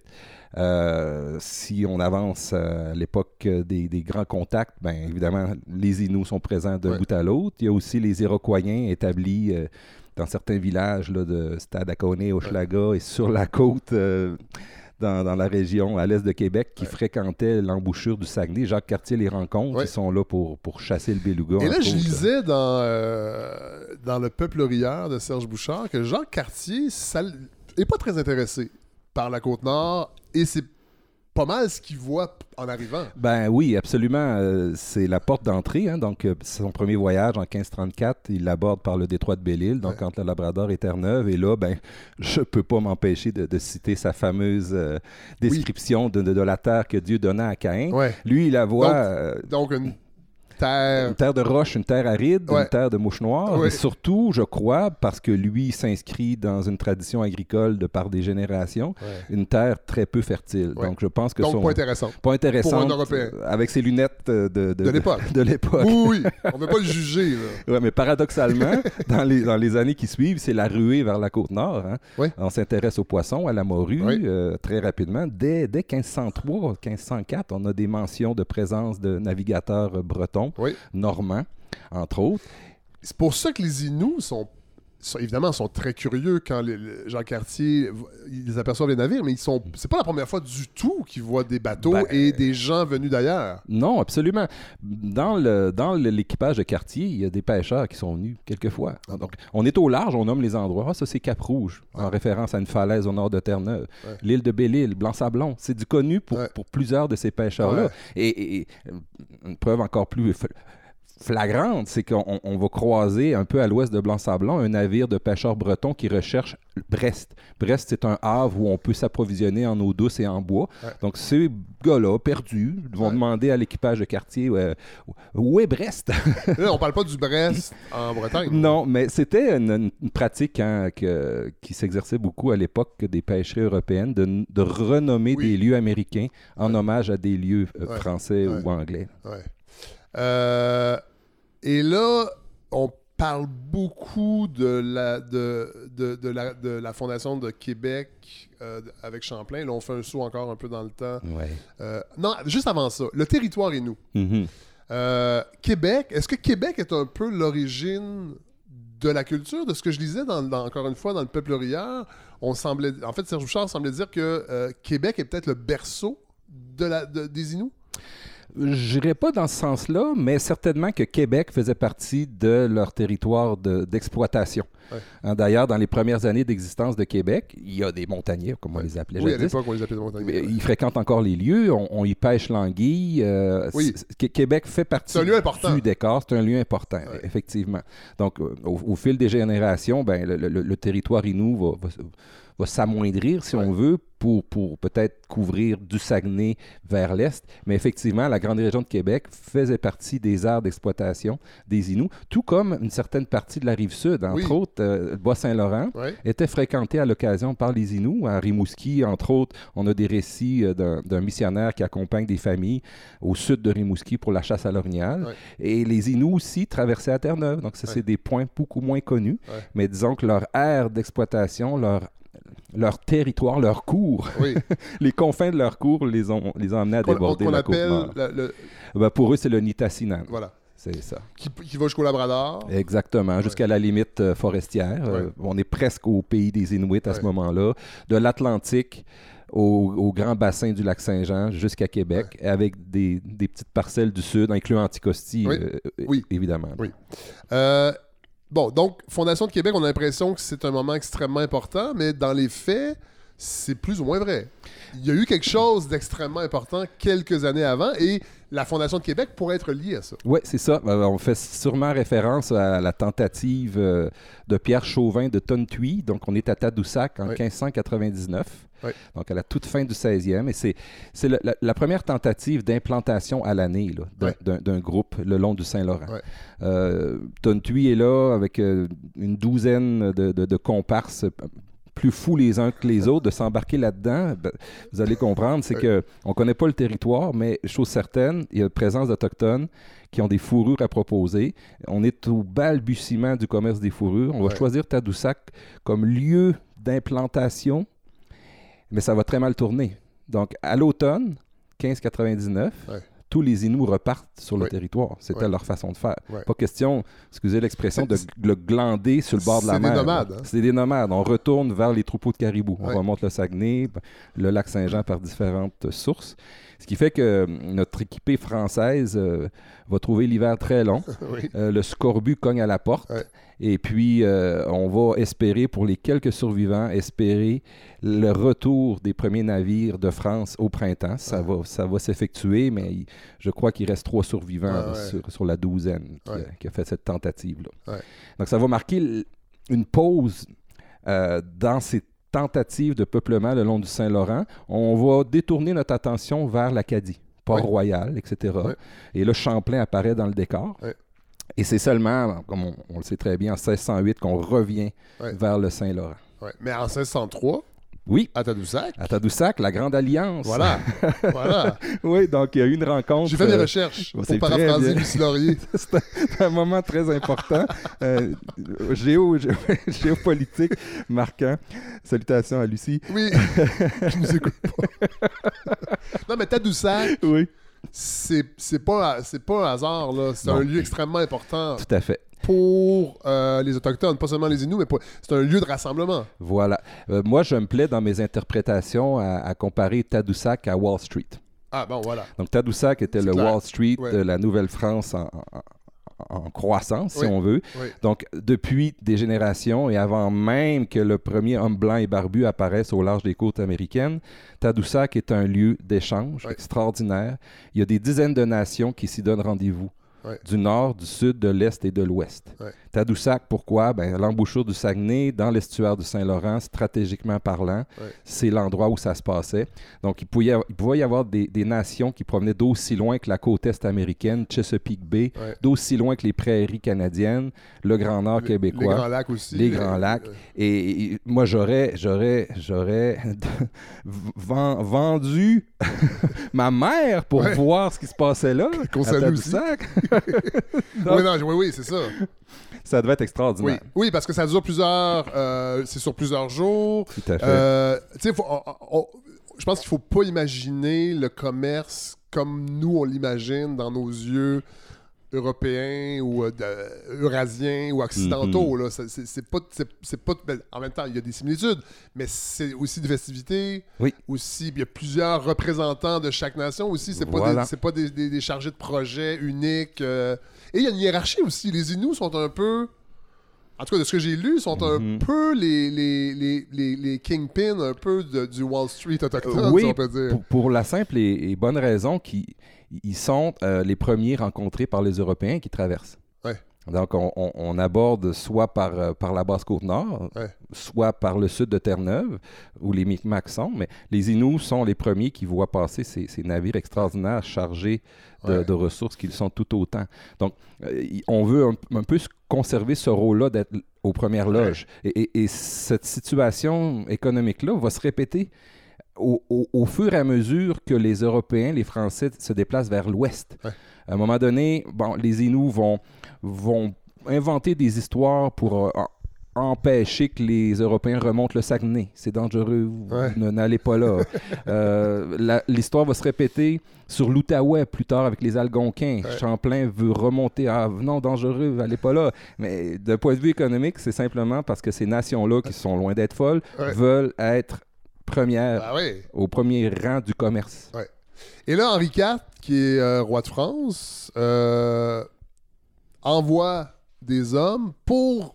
Euh, si on avance à l'époque des, des grands contacts, bien évidemment, les Inuits sont présents d'un ouais. bout à l'autre. Il y a aussi les Iroquois établis euh, dans certains villages là, de Stadacone, Hochelaga ouais. et sur la côte euh, dans, dans la région à l'est de Québec qui ouais. fréquentaient l'embouchure du Saguenay. Jacques Cartier les rencontre. Ouais. Ils sont là pour, pour chasser le beluga. Et là, je autres, lisais dans, euh, dans Le Peuple rieur de Serge Bouchard que Jacques Cartier n'est pas très intéressé par la Côte-Nord et c'est pas mal ce qu'il voit en arrivant. Ben oui, absolument. Euh, c'est la porte d'entrée. Hein, donc, euh, c'est son premier voyage en quinze trente-quatre. Il l'aborde par le détroit de Belle-Île, donc ouais. entre le Labrador et Terre-Neuve. Et là, ben, je peux pas m'empêcher de, de citer sa fameuse euh, description oui. de, de, de la terre que Dieu donna à Caïn. Ouais. Lui, il la voit... Donc, euh, donc une... Terre... Une terre de roche, une terre aride, ouais. une terre de mouches noires. Ouais. Et surtout, je crois, parce que lui s'inscrit dans une tradition agricole de par des générations, ouais. une terre très peu fertile. Ouais. Donc, je pense que Donc, son... pas intéressant. Pas intéressant. Pour un Européen. Avec ses lunettes de, de, de l'époque. De l'époque. Oui, oui. On ne peut pas le juger. Oui, mais paradoxalement, dans, les, dans les années qui suivent, c'est la ruée vers la Côte-Nord. Hein. Ouais. On s'intéresse aux poissons, à la morue, ouais. euh, très rapidement. Dès, dès quinze cent trois, quinze cent quatre, on a des mentions de présence de navigateurs bretons, ouais. normands, entre autres. C'est pour ça que les Inuits sont, sont évidemment sont très curieux quand les, les Jean Cartier ils aperçoivent les navires, mais ils sont c'est pas la première fois du tout qu'ils voient des bateaux ben, et des gens venus d'ailleurs. Non, absolument. Dans le dans l'équipage de Cartier, il y a des pêcheurs qui sont venus quelquefois. Donc, on est au large, on nomme les endroits. Ah, ça c'est Cap-Rouge, ouais. en référence à une falaise au nord de Terre-Neuve. Ouais. L'île de Belle-Île, Blanc-Sablon, c'est du connu pour, ouais. pour plusieurs de ces pêcheurs-là. Ouais. Et, et, et une preuve encore plus flagrante, c'est qu'on on va croiser un peu à l'ouest de Blanc-Sablon un navire de pêcheurs bretons qui recherche Brest. Brest, c'est un havre où on peut s'approvisionner en eau douce et en bois. Ouais. Donc, ces gars-là, perdus, vont ouais. demander à l'équipage de Cartier euh, où est Brest? Là, on parle pas du Brest en Bretagne. Non, mais c'était une, une pratique hein, que, qui s'exerçait beaucoup à l'époque des pêcheries européennes de, de renommer oui. des lieux américains en ouais. hommage à des lieux euh, ouais. français ouais. ou anglais. Ouais. Euh, et là, on parle beaucoup de la, de, de, de la, de la Fondation de Québec euh, avec Champlain. Là, on fait un saut encore un peu dans le temps. Ouais. Euh, non, juste avant ça, le territoire Innu. Mm-hmm. Euh, Québec, est-ce que Québec est un peu l'origine de la culture? De ce que je lisais, dans, dans, encore une fois, dans Le Peuple rieur, on semblait, en fait, Serge Bouchard semblait dire que euh, Québec est peut-être le berceau de la, de, des Inuits? Je n'irais pas dans ce sens-là, mais certainement que Québec faisait partie de leur territoire de, d'exploitation. Ouais. Hein, d'ailleurs, dans les premières années d'existence de Québec, il y a des montagnais, comme on les appelait oui, jadis. à l'époque, on les appelait des montagnais. Ils ouais. fréquentent encore les lieux, on, on y pêche l'anguille. Euh, oui. Québec fait partie c'est un lieu important. du décor, c'est un lieu important, ouais. effectivement. Donc, au, au fil des générations, ben, le, le, le territoire Innu va... va va s'amoindrir, si ouais. on veut, pour, pour peut-être couvrir du Saguenay vers l'est. Mais effectivement, la grande région de Québec faisait partie des aires d'exploitation des Inuits, tout comme une certaine partie de la rive sud. Entre oui. autres, euh, le Bas-Saint-Laurent ouais. était fréquenté à l'occasion par les Inuits. À Rimouski, entre autres, on a des récits euh, d'un, d'un missionnaire qui accompagne des familles au sud de Rimouski pour la chasse à l'orignal. Ouais. Et les Inuits aussi traversaient à Terre-Neuve. Donc, ça, ouais. c'est des points beaucoup moins connus. Ouais. Mais disons que leur aire d'exploitation, leur leur territoire, leur cours, oui. les confins de leur cours les ont, les ont amenés à déborder qu'on, qu'on la Côte-Nord. La, le... ben, pour eux, c'est le Nitassinan. Voilà. C'est ça. Qui, qui va jusqu'au Labrador. Exactement, ouais. jusqu'à la limite euh, forestière. Ouais. Euh, on est presque au pays des Inuits à ouais. ce moment-là. De l'Atlantique au, au grand bassin du lac Saint-Jean jusqu'à Québec, ouais. avec des, des petites parcelles du sud, incluant Anticosti, oui. Euh, oui. évidemment. Oui. Euh... Bon, donc, Fondation de Québec, on a l'impression que c'est un moment extrêmement important, mais dans les faits, c'est plus ou moins vrai. Il y a eu quelque chose d'extrêmement important quelques années avant et la Fondation de Québec pourrait être liée à ça. Oui, c'est ça. Euh, on fait sûrement référence à la tentative euh, de Pierre Chauvin de Tontuy. Donc, on est à Tadoussac en oui. quinze cent quatre-vingt-dix-neuf, oui. donc à la toute fin du seizième. Et c'est, c'est le, la, la première tentative d'implantation à l'année là, d'un, oui. d'un, d'un groupe le long du Saint-Laurent. Oui. Euh, Tontuy est là avec euh, une douzaine de, de, de comparses plus fous les uns que les autres, de s'embarquer là-dedans, ben, vous allez comprendre, c'est oui. qu'on ne connaît pas le territoire, mais chose certaine, il y a une présence d'Autochtones qui ont des fourrures à proposer. On est au balbutiement du commerce des fourrures. On va oui. choisir Tadoussac comme lieu d'implantation, mais ça va très mal tourner. Donc, à l'automne, quinze quatre-vingt-dix-neuf, oui. tous les Inuits repartent sur le oui. territoire. C'était ouais. leur façon de faire. Ouais. Pas question, excusez l'expression, de le glander sur le bord de la mer. C'est des nomades. Hein? C'est des nomades. On retourne vers les troupeaux de caribous. Ouais. On remonte le Saguenay, le lac Saint-Jean par différentes sources. Ce qui fait que notre équipée française euh, va trouver l'hiver très long. oui. euh, le scorbut cogne à la porte. Ouais. Et puis, euh, on va espérer, pour les quelques survivants, espérer le retour des premiers navires de France au printemps. Ça, ouais. va, ça va s'effectuer, mais il, je crois qu'il reste trois survivants ouais, là, ouais. Sur, sur la douzaine qui, ouais. a, qui a fait cette tentative-là. Ouais. Donc, ça va marquer une pause euh, dans ces tentatives de peuplement le long du Saint-Laurent. On va détourner notre attention vers l'Acadie, Port-Royal, ouais. et cetera. Ouais. Et là, Champlain apparaît dans le décor. Ouais. Et c'est seulement, comme on, on le sait très bien, en seize cent huit qu'on revient ouais. vers le Saint-Laurent. Ouais. Mais en seize cent trois, oui. à Tadoussac. À Tadoussac, la Grande Alliance. Voilà. voilà. Oui, donc il y a eu une rencontre. J'ai fait des euh, recherches pour paraphraser Lucie Laurier. C'est un, un moment très important. euh, géo, géo, géopolitique marquant. Salutations à Lucie. Oui. Je nous écoute pas. Non, mais Tadoussac. Oui. C'est, c'est, pas, c'est pas un hasard, là. C'est non. un lieu extrêmement important. Tout à fait. Pour euh, les Autochtones, pas seulement les Inuits, mais pour... c'est un lieu de rassemblement. Voilà. Euh, moi, je me plais dans mes interprétations à, à comparer Tadoussac à Wall Street. Ah bon, voilà. Donc, Tadoussac était c'est le clair. Wall Street ouais. de la Nouvelle-France en, en, en croissance, si oui. on veut. Oui. Donc, depuis des générations et avant même que le premier homme blanc et barbu apparaisse au large des côtes américaines, Tadoussac est un lieu d'échange oui. extraordinaire. Il y a des dizaines de nations qui s'y donnent rendez-vous. Ouais. Du nord, du sud, de l'est et de l'ouest. Ouais. Tadoussac, pourquoi? Ben, l'embouchure du Saguenay, dans l'estuaire du Saint-Laurent, stratégiquement parlant, ouais. c'est l'endroit où ça se passait. Donc, il pouvait y avoir, il pouvait y avoir des, des nations qui provenaient d'aussi loin que la côte est américaine, Chesapeake Bay, ouais. d'aussi loin que les prairies canadiennes, le Grand Nord les, québécois. Les Grands Lacs aussi. Les Grands Lacs. Euh... Et, et moi, j'aurais, j'aurais, j'aurais vendu ma mère pour ouais. voir ce qui se passait là. Qu'on salue aussi. Donc, oui, non, oui, oui, c'est ça. Ça devait être extraordinaire. Oui, oui parce que ça dure plusieurs... Euh, c'est sur plusieurs jours. Tout à fait. Euh, tu sais, je pense qu'il ne faut pas imaginer le commerce comme nous, on l'imagine dans nos yeux européens ou euh, de, eurasiens ou occidentaux. Mm-hmm. Là. C'est, c'est, c'est pas, c'est, c'est pas, ben, en même temps, il y a des similitudes, mais c'est aussi des festivités. Oui. Aussi, il y a plusieurs représentants de chaque nation aussi. C'est pas, voilà. des, c'est pas des, des, des chargés de projet uniques. Euh... Et il y a une hiérarchie aussi. Les Inuits sont un peu... En tout cas, de ce que j'ai lu, sont mm-hmm. un peu les, les, les, les, les kingpins un peu de, du Wall Street autochtone, euh, oui, si on peut dire. Pour, pour la simple et, et bonne raison qu'ils ils sont euh, les premiers rencontrés par les Européens qui traversent. Ouais. Donc, on, on, on aborde soit par, euh, par la Basse-Côte-Nord, ouais. soit par le sud de Terre-Neuve, où les Micmacs sont, mais les Inuits sont les premiers qui voient passer ces, ces navires extraordinaires chargés de, ouais. de ressources qu'ils sont tout autant. Donc, euh, on veut un, un peu conserver ce rôle-là d'être aux premières loges. Ouais. Et, et, et cette situation économique-là va se répéter Au, au, au fur et à mesure que les Européens, les Français se déplacent vers l'ouest. Ouais. À un moment donné, bon, les Inuits vont, vont inventer des histoires pour euh, empêcher que les Européens remontent le Saguenay. C'est dangereux, ouais. vous n'allez pas là. euh, la, l'histoire va se répéter sur l'Outaouais plus tard avec les Algonquins. Ouais. Champlain veut remonter. Ah non, dangereux, n'allez pas là. Mais d'un point de vue économique, c'est simplement parce que ces nations-là, qui sont loin d'être folles, ouais. veulent être première, ah oui. au premier rang du commerce. Ouais. Et là, Henri quatre, qui est euh, roi de France, euh, envoie des hommes pour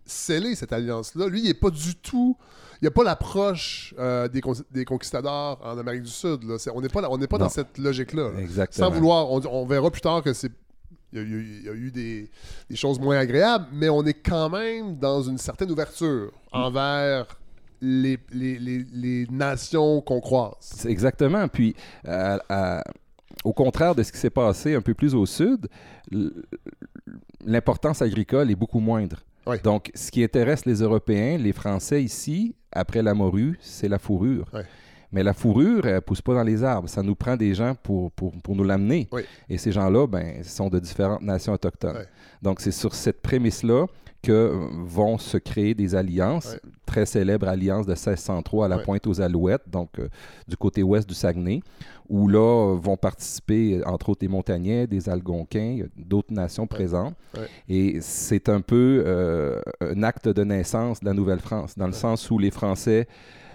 sceller cette alliance-là. Lui, il n'est pas du tout... Il n'y a pas l'approche euh, des, con- des conquistadors en Amérique du Sud. Là. C'est, on n'est pas, là, on n'est pas dans cette logique-là. Là. Exactement. Sans vouloir... On, on verra plus tard que c'est... Il y a, il y a eu des, des choses moins agréables, mais on est quand même dans une certaine ouverture envers les, les, les, les nations qu'on croise. C'est exactement. Puis, euh, à- au contraire de ce qui s'est passé un peu plus au sud, l- l'importance agricole est beaucoup moindre. Oui. Donc, ce qui intéresse les Européens, les Français ici, après la morue, c'est la fourrure. Oui. Mais la fourrure, elle ne pousse pas dans les arbres. Ça nous prend des gens pour, pour, pour nous l'amener. Oui. Et ces gens-là, ben, sont de différentes nations autochtones. Oui. Donc, c'est sur cette prémisse-là que euh, vont se créer des alliances, Oui. très célèbre alliance de seize cent trois à la Oui. Pointe aux Alouettes, donc euh, du côté ouest du Saguenay, où là euh, vont participer, entre autres, des Montagnais, des Algonquins, il y a d'autres nations Oui. présentes. Oui. Et c'est un peu euh, un acte de naissance de la Nouvelle-France, dans le Oui. sens où les Français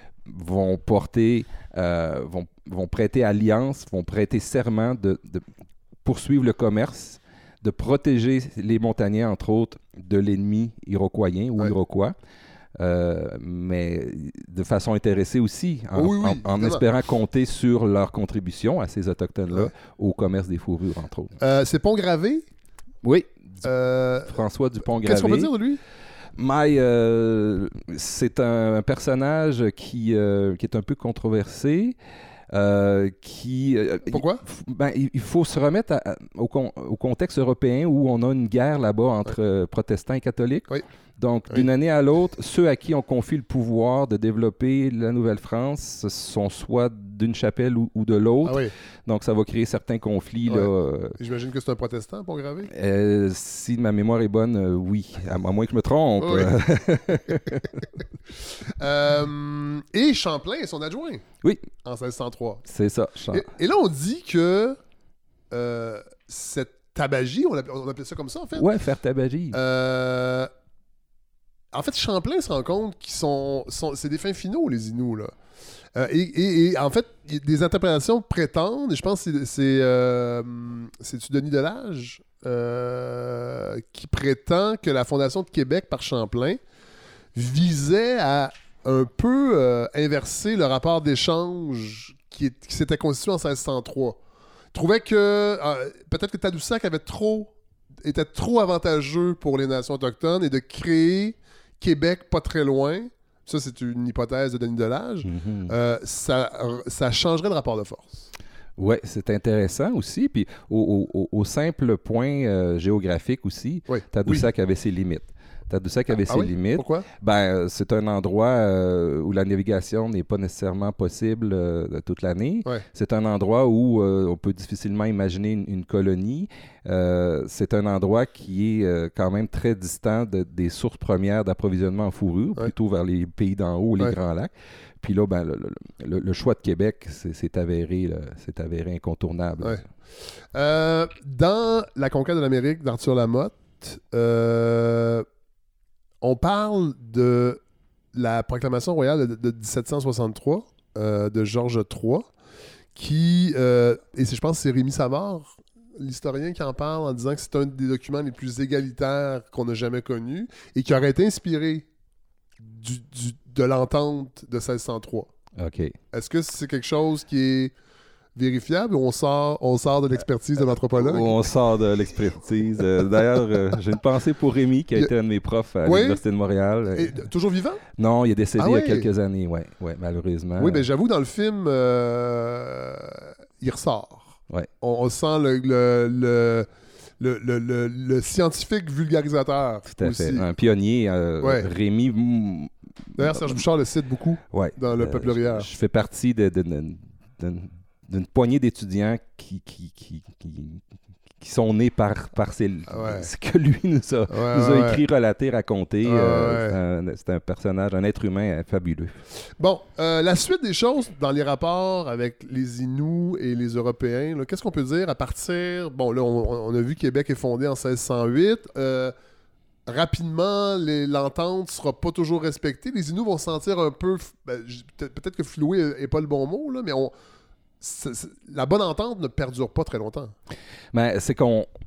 vont porter, euh, vont, vont prêter alliance, vont prêter serment de, de poursuivre le commerce, de protéger les montagnais, entre autres, de l'ennemi iroquoien ou Ouais. iroquois, euh, mais de façon intéressée aussi, en, Oui, oui, en- en évidemment. espérant compter sur leur contribution à ces Autochtones-là Ouais. au commerce des fourrures, entre autres. Euh, c'est Pont-Gravé. Oui, Euh, François Dupont-Gravé. Qu'est-ce qu'on peut dire de lui? Maille, euh, c'est un, un personnage qui, euh, qui est un peu controversé. euh, qui, euh, Pourquoi? il, ben, il, il faut se remettre à- à- au, con- au contexte européen où on a une guerre là-bas entre euh, protestants et catholiques. Oui. Donc, Oui. d'une année à l'autre, ceux à qui on confie le pouvoir de développer la Nouvelle-France sont soit d'une chapelle ou, ou de l'autre. Ah oui. Donc, ça va créer certains conflits. Ouais. Là, euh, J'imagine que c'est un protestant, Pont-Gravé. euh, si ma mémoire est bonne, euh, oui. À, à moins que je me trompe. Oui. Euh, Euh, et Champlain est son adjoint. Oui. En seize cent trois. C'est ça. Cha- Et, et là, on dit que euh, cette tabagie, on appelait, on appelait ça comme ça, en fait. Ouais, faire tabagie. Euh, en fait, Champlain se rend compte qu'ils sont, sont- c'est des fins finaux, les Inuits, là. Euh, et, et- et en fait, y- des interprétations prétendent, et je pense que c'est, c'est, euh, c'est-tu Denis Delage euh, qui prétend que la fondation de Québec par Champlain visait à un peu euh, inverser le rapport d'échange qui, est- qui s'était constitué en seize cent trois. Il trouvait que euh, peut-être que Tadoussac avait trop était trop avantageux pour les nations autochtones et de créer Québec pas très loin, ça c'est une hypothèse de Denis Delage, Mhm. euh, ça, ça changerait le rapport de force. Oui, c'est intéressant aussi. Puis au, au- au- au simple point euh, géographique aussi, Oui. Tadoussac avait ses limites. Tadoussac avait Ah ses oui? limites. Pourquoi? Ben, euh, c'est un endroit euh, où la navigation n'est pas nécessairement possible euh, de toute l'année. Ouais. C'est un endroit où euh, on peut difficilement imaginer une, une colonie. Euh, c'est un endroit qui est euh, quand même très distant de- des sources premières d'approvisionnement en fourrure, Ouais. plutôt vers les pays d'en haut, les Ouais. Grands Lacs. Puis là, ben, le, le- le- le choix de Québec, c'est c'est avéré, là, c'est avéré incontournable. Ouais. Euh, dans La conquête de l'Amérique d'Arthur Lamotte, euh, on parle de la proclamation royale de, de dix-sept cent soixante-trois euh, de Georges trois, qui, euh, et c'est- je pense que c'est Rémi Savard, l'historien, qui en parle en disant que c'est un des documents les plus égalitaires qu'on a jamais connus et qui aurait été inspiré du, du- de l'entente de seize cent trois. OK. Est-ce que c'est quelque chose qui est vérifiable ou on sort, on sort de l'expertise de l'anthropologue? On sort de l'expertise. Euh, D'ailleurs, euh, j'ai une pensée pour Rémi, qui a Il- été un de mes profs à Oui? l'Université de Montréal. Euh, Et, toujours vivant? Non, il est décédé Ah il y a oui? quelques années, ouais, ouais, malheureusement. Oui, mais j'avoue, dans le film, euh, il ressort. Ouais. On, on sent le, le, le, le, le- le- le scientifique vulgarisateur Tout à aussi. fait. Un pionnier, euh, Ouais. Rémi. mm, D'ailleurs, Serge Bouchard le cite beaucoup ouais, dans Le euh, Peuple Rieur. Je, je fais partie de- de- de- d'une d'une poignée d'étudiants qui, qui, qui, qui, qui sont nés par, par ces- Ouais. ce que lui nous a, Ouais, nous a ouais, écrit, relaté, raconté. Ouais, Euh, c'est un- C'est un, personnage, un être humain euh, fabuleux. Bon, euh, la suite des choses dans les rapports avec les Inuits et les Européens, là, qu'est-ce qu'on peut dire à partir... Bon, là, on, on a vu que Québec est fondé en seize cent huit. Euh, rapidement, les- l'entente sera pas toujours respectée. Les Inuits vont se sentir un peu... f- ben, j- peut-être peut-être que floué n'est pas le bon mot, là, mais on, c'est- c'est- la bonne entente ne perdure pas très longtemps. Mais c'est qu'on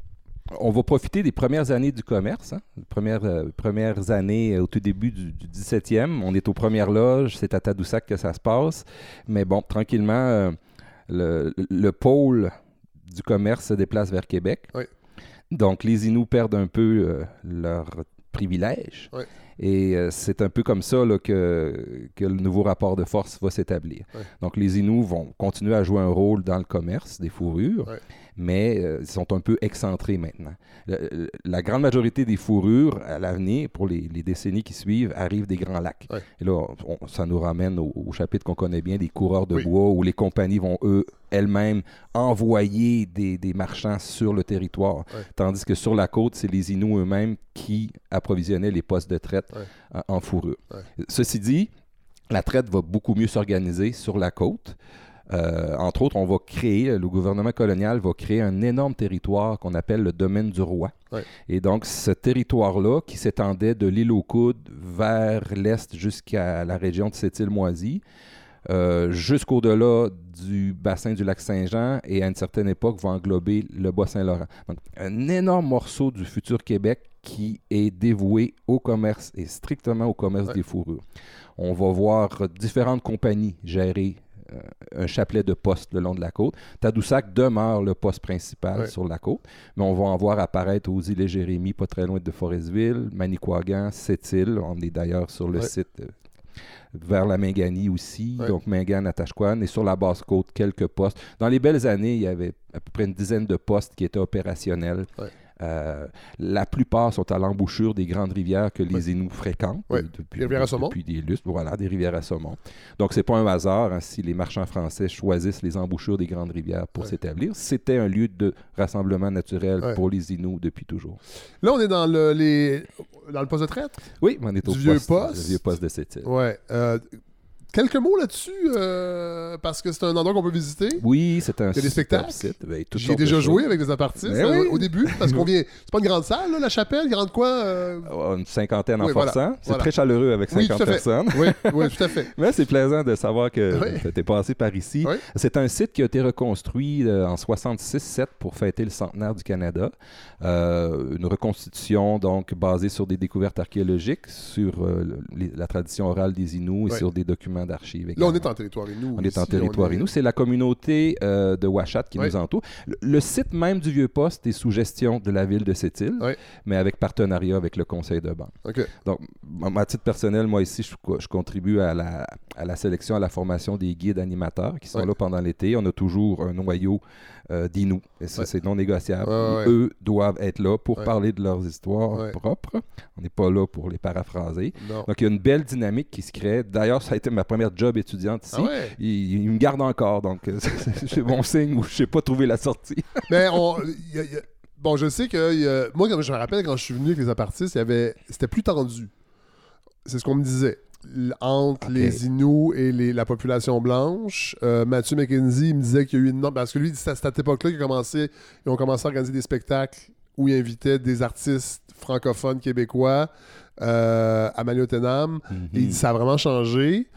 on va profiter des premières années du commerce, hein? les premières, euh, premières années euh, au tout début du, du dix-septième. On est aux premières loges, c'est à Tadoussac que ça se passe. Mais bon, tranquillement, euh, le, le pôle du commerce se déplace vers Québec. Oui. Donc, les Inuits perdent un peu euh, leur privilège. Oui. Et euh, c'est un peu comme ça là, que, que le nouveau rapport de force va s'établir. Oui. Donc, les Inuits vont continuer à jouer un rôle dans le commerce des fourrures, Oui. mais euh, ils sont un peu excentrés maintenant. Le, la grande majorité des fourrures, à l'avenir, pour les, les décennies qui suivent, arrivent des Grands Lacs. Oui. Et là, on, ça nous ramène au, au chapitre qu'on connaît bien, des coureurs de Oui. bois, où les compagnies vont, eux, elles-mêmes, envoyer des, des marchands sur le territoire. Oui. Tandis que sur la côte, c'est les Inuits eux-mêmes qui approvisionnaient les postes de traite Oui. en, en fourrure. Oui. Ceci dit, la traite va beaucoup mieux s'organiser sur la côte. Euh, entre autres, on va créer, le gouvernement colonial va créer un énorme territoire qu'on appelle le domaine du roi. Ouais. Et donc, ce territoire-là, qui s'étendait de l'île aux Coudes vers l'est jusqu'à la région de Sept-Îles-Moisies, euh, jusqu'au-delà du bassin du lac Saint-Jean et à une certaine époque va englober le Bas-Saint-Laurent. Donc, un énorme morceau du futur Québec qui est dévoué au commerce et strictement au commerce ouais. des fourrures. On va voir différentes compagnies gérer euh, un chapelet de postes le long de la côte. Tadoussac demeure le poste principal ouais. sur la côte, mais on va en voir apparaître aux îles Jérémie, pas très loin de Forestville, Manicouagan, Sept-Îles. On est d'ailleurs sur le ouais. site euh, vers la Mingani aussi, ouais. donc Mingan, Atashquan, et sur la Basse-Côte, quelques postes. Dans les belles années, il y avait à peu près une dizaine de postes qui étaient opérationnels. Ouais. Euh, la plupart sont à l'embouchure des grandes rivières que les ouais. Inuits fréquentent ouais. depuis, des rivières à saumon. depuis des lustres. Voilà, des rivières à saumon. Donc, c'est pas un hasard hein, si les marchands français choisissent les embouchures des grandes rivières pour ouais. s'établir. C'était un lieu de rassemblement naturel ouais. pour les Inuits depuis toujours. Là, on est dans le, les... dans le poste de traite? Oui, on est du au vieux poste, poste. Le vieux poste de Sept-Îles. Oui. Euh... Quelques mots là-dessus, euh, parce que c'est un endroit qu'on peut visiter. Oui, c'est un Il y a des spectacles. Site. Ben, J'ai déjà joué avec des apartistes ben oui. au début, parce qu'on vient... C'est pas une grande salle, là, la chapelle, grande quoi? Euh... Une cinquantaine en oui, forçant. Voilà, c'est voilà. très chaleureux avec cinquante oui, personnes. oui, oui, tout à fait. Mais c'est plaisant de savoir que oui. tu es passé par ici. Oui. C'est un site qui a été reconstruit euh, en soixante-six sept pour fêter le centenaire du Canada. Euh, une reconstitution donc basée sur des découvertes archéologiques, sur euh, les, la tradition orale des Inuits et oui. sur des documents d'archives. Là, on est en territoire Innu. On est ici, en territoire est... Innu. C'est la communauté euh, de Ouachat qui oui. nous entoure. Le, le site même du vieux poste est sous gestion de la ville de Sept-Îles, oui. mais avec partenariat avec le conseil de banque. Okay. Donc, à titre personnel, moi ici, je, je contribue à la, à la sélection, à la formation des guides animateurs qui sont oui. là pendant l'été. On a toujours un noyau euh, d'Inuits. Et ça, oui. c'est non négociable. Oui, oui. Eux doivent être là pour oui. parler de leurs histoires oui. propres. On n'est pas là pour les paraphraser. Non. Donc, il y a une belle dynamique qui se crée. D'ailleurs, ça a été ma première job étudiante ici. Ah ouais. il, il me garde encore, donc c'est bon signe où je n'ai pas trouvé la sortie. Mais on... Y a, y a... Bon, je sais que... Y a... Moi, comme je me rappelle, quand je suis venu avec les apartistes, y avait... c'était plus tendu. C'est ce qu'on me disait. Entre okay. les Inuits et les, la population blanche. Euh, Mathieu McKenzie il me disait qu'il y a eu une... Parce que lui, c'est à cette époque-là qu'ils commencé... ils ont commencé à organiser des spectacles où ils invitaient des artistes francophones québécois euh, à Maliotenam. Mm-hmm. Et il dit ça a vraiment changé.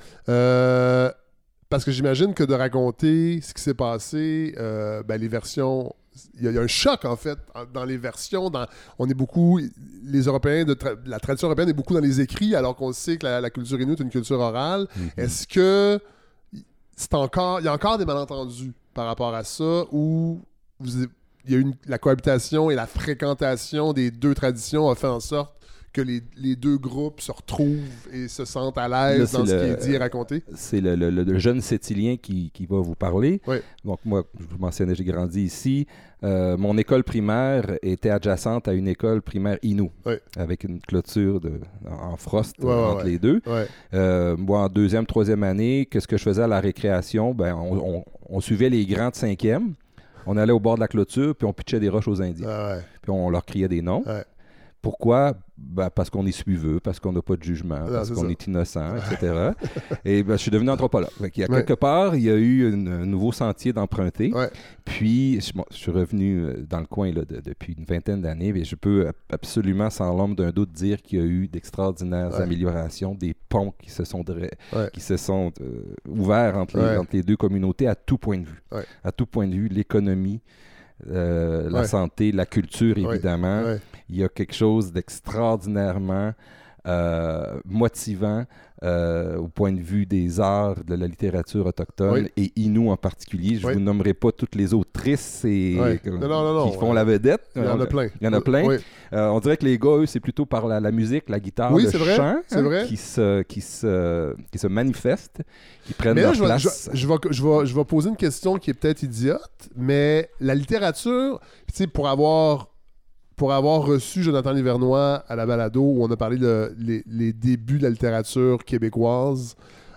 Euh, parce que j'imagine que de raconter ce qui s'est passé, euh, ben, les versions... Il y, y a un choc, en fait, dans les versions. Dans, on est beaucoup... Les Européens, de tra- la tradition européenne est beaucoup dans les écrits, alors qu'on sait que la, la culture inuit est une culture orale. Mm-hmm. Est-ce que c'est encore... Il y a encore des malentendus par rapport à ça, où vous, il y a une, la cohabitation et la fréquentation des deux traditions a fait en sorte que les, les deux groupes se retrouvent et se sentent à l'aise là, dans ce le, qui est dit et raconté? C'est le, le, le jeune Sétilien qui, qui va vous parler. Oui. Donc moi, je vous mentionnais, j'ai grandi ici. Euh, mon école primaire était adjacente à une école primaire Innu, oui. avec une clôture de, en frost ouais, entre ouais, les deux. Ouais. Euh, moi, en deuxième, troisième année, qu'est-ce que je faisais à la récréation? Ben, on, on, on suivait les grands de cinquième. On allait au bord de la clôture, puis on pitchait des roches aux Indiens. Ah ouais. Puis on leur criait des noms. Ouais. Pourquoi? Ben, parce qu'on est suiveux, parce qu'on n'a pas de jugement, non, parce c'est qu'on ça. est innocent, et cetera. Et ben, je suis devenu anthropologue. Il y a ouais. quelque part, il y a eu une, un nouveau sentier d'emprunter. Ouais. Puis, je, bon, je suis revenu dans le coin là, de, depuis une vingtaine d'années, et je peux absolument, sans l'ombre d'un doute, dire qu'il y a eu d'extraordinaires ouais. améliorations, des ponts qui se sont, ouais. qui se sont euh, ouverts entre les, ouais. entre les deux communautés à tout point de vue. Ouais. À tout point de vue, l'économie, euh, la Ouais. santé, la culture, évidemment. Ouais. Il y a quelque chose d'extraordinairement euh, motivant euh, au point de vue des arts, de la littérature autochtone Oui. et Innu en particulier. Je ne Oui. vous nommerai pas toutes les autrices et, Ouais. euh, Non, non, non, non, qui font ouais. la vedette. Il y en a plein. Il y en a plein. Oui, Euh, on dirait que les gars, eux, c'est plutôt par la, la musique, la guitare, Oui, le c'est vrai, chant c'est hein, vrai. Qui, se, qui, se, qui se manifestent, qui prennent Mais là, leur je vais, place. je, je vais, je, vais, je vais poser une question qui est peut-être idiote, mais la littérature, tu sais, pour avoir, pour avoir reçu Jonathan Livernois à la balado où on a parlé de les, les débuts de la littérature québécoise